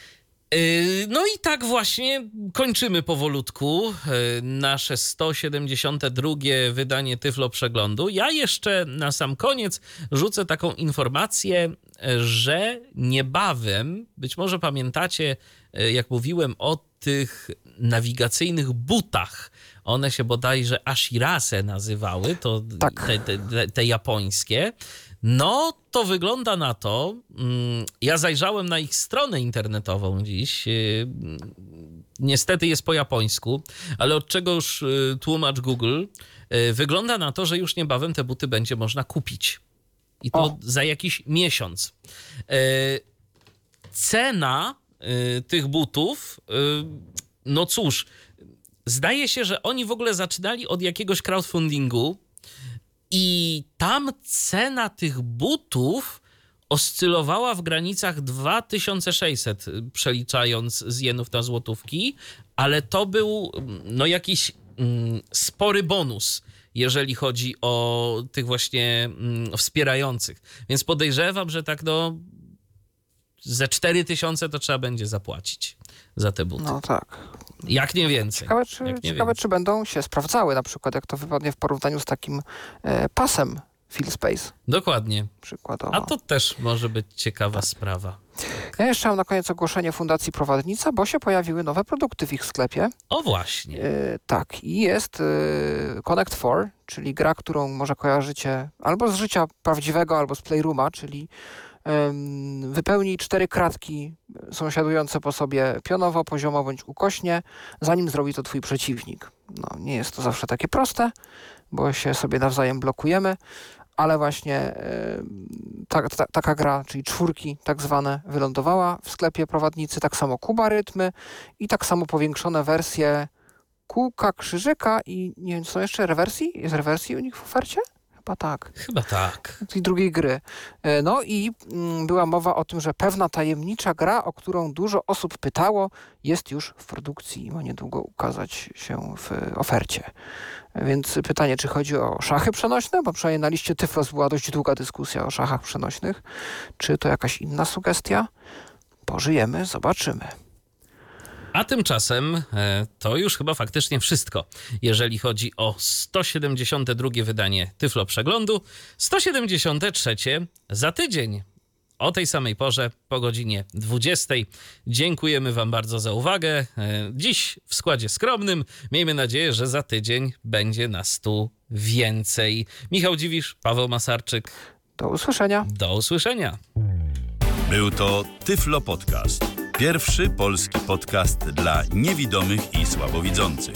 No i tak właśnie kończymy powolutku nasze sto siedemdziesiąte drugie wydanie Tyflo Przeglądu. Ja jeszcze na sam koniec rzucę taką informację, że niebawem, być może pamiętacie, jak mówiłem o tych nawigacyjnych butach, one się bodajże Ashirase nazywały, to tak. te, te, te japońskie. No, to wygląda na to, ja zajrzałem na ich stronę internetową dziś, niestety jest po japońsku, ale od czego już tłumacz Google, wygląda na to, że już niebawem te buty będzie można kupić. I to o. za jakiś miesiąc. Cena tych butów, no cóż, zdaje się, że oni w ogóle zaczynali od jakiegoś crowdfundingu, i tam cena tych butów oscylowała w granicach dwa tysiące sześćset, przeliczając z jenów na złotówki, ale to był no jakiś mm, spory bonus, jeżeli chodzi o tych właśnie mm, wspierających. Więc podejrzewam, że tak no ze cztery tysiące to trzeba będzie zapłacić za te buty. No tak. Jak nie więcej. Ciekawe, czy, jak nie ciekawe więcej. czy będą się sprawdzały, na przykład jak to wypadnie w porównaniu z takim e, pasem FeelSpace. Dokładnie. Przykładowo. A to też może być ciekawa sprawa. Ja jeszcze mam na koniec ogłoszenie Fundacji Prowadnica, bo się pojawiły nowe produkty w ich sklepie. O właśnie. E, tak, i jest e, Connect cztery, czyli gra, którą może kojarzycie albo z życia prawdziwego, albo z Playrooma, czyli wypełnij cztery kratki sąsiadujące po sobie pionowo, poziomo bądź ukośnie, zanim zrobi to twój przeciwnik. No, nie jest to zawsze takie proste, bo się sobie nawzajem blokujemy, ale właśnie ta, ta, taka gra, czyli czwórki tak zwane, wylądowała w sklepie Prowadnicy, tak samo Kuba Rytmy i tak samo powiększone wersje kółka, krzyżyka i nie wiem, co jeszcze, rewersji? Jest rewersji u nich w ofercie? Chyba tak. Chyba tak. Tej drugiej gry. No i mm, była mowa o tym, że pewna tajemnicza gra, o którą dużo osób pytało, jest już w produkcji i ma niedługo ukazać się w ofercie. Więc pytanie, czy chodzi o szachy przenośne, bo przynajmniej na liście Tyflos była dość długa dyskusja o szachach przenośnych. Czy to jakaś inna sugestia? Pożyjemy, zobaczymy. A tymczasem e, to już chyba faktycznie wszystko, jeżeli chodzi o sto siedemdziesiąte drugie wydanie Tyflo Przeglądu. sto siedemdziesiąte trzecie za tydzień o tej samej porze po godzinie dwudziestej. Dziękujemy wam bardzo za uwagę. E, dziś w składzie skromnym. Miejmy nadzieję, że za tydzień będzie nas tu więcej. Michał Dziwisz, Paweł Masarczyk. Do usłyszenia. Do usłyszenia. Był to Tyflo Podcast. Pierwszy polski podcast dla niewidomych i słabowidzących.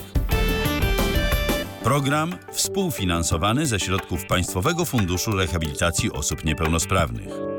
Program współfinansowany ze środków Państwowego Funduszu Rehabilitacji Osób Niepełnosprawnych.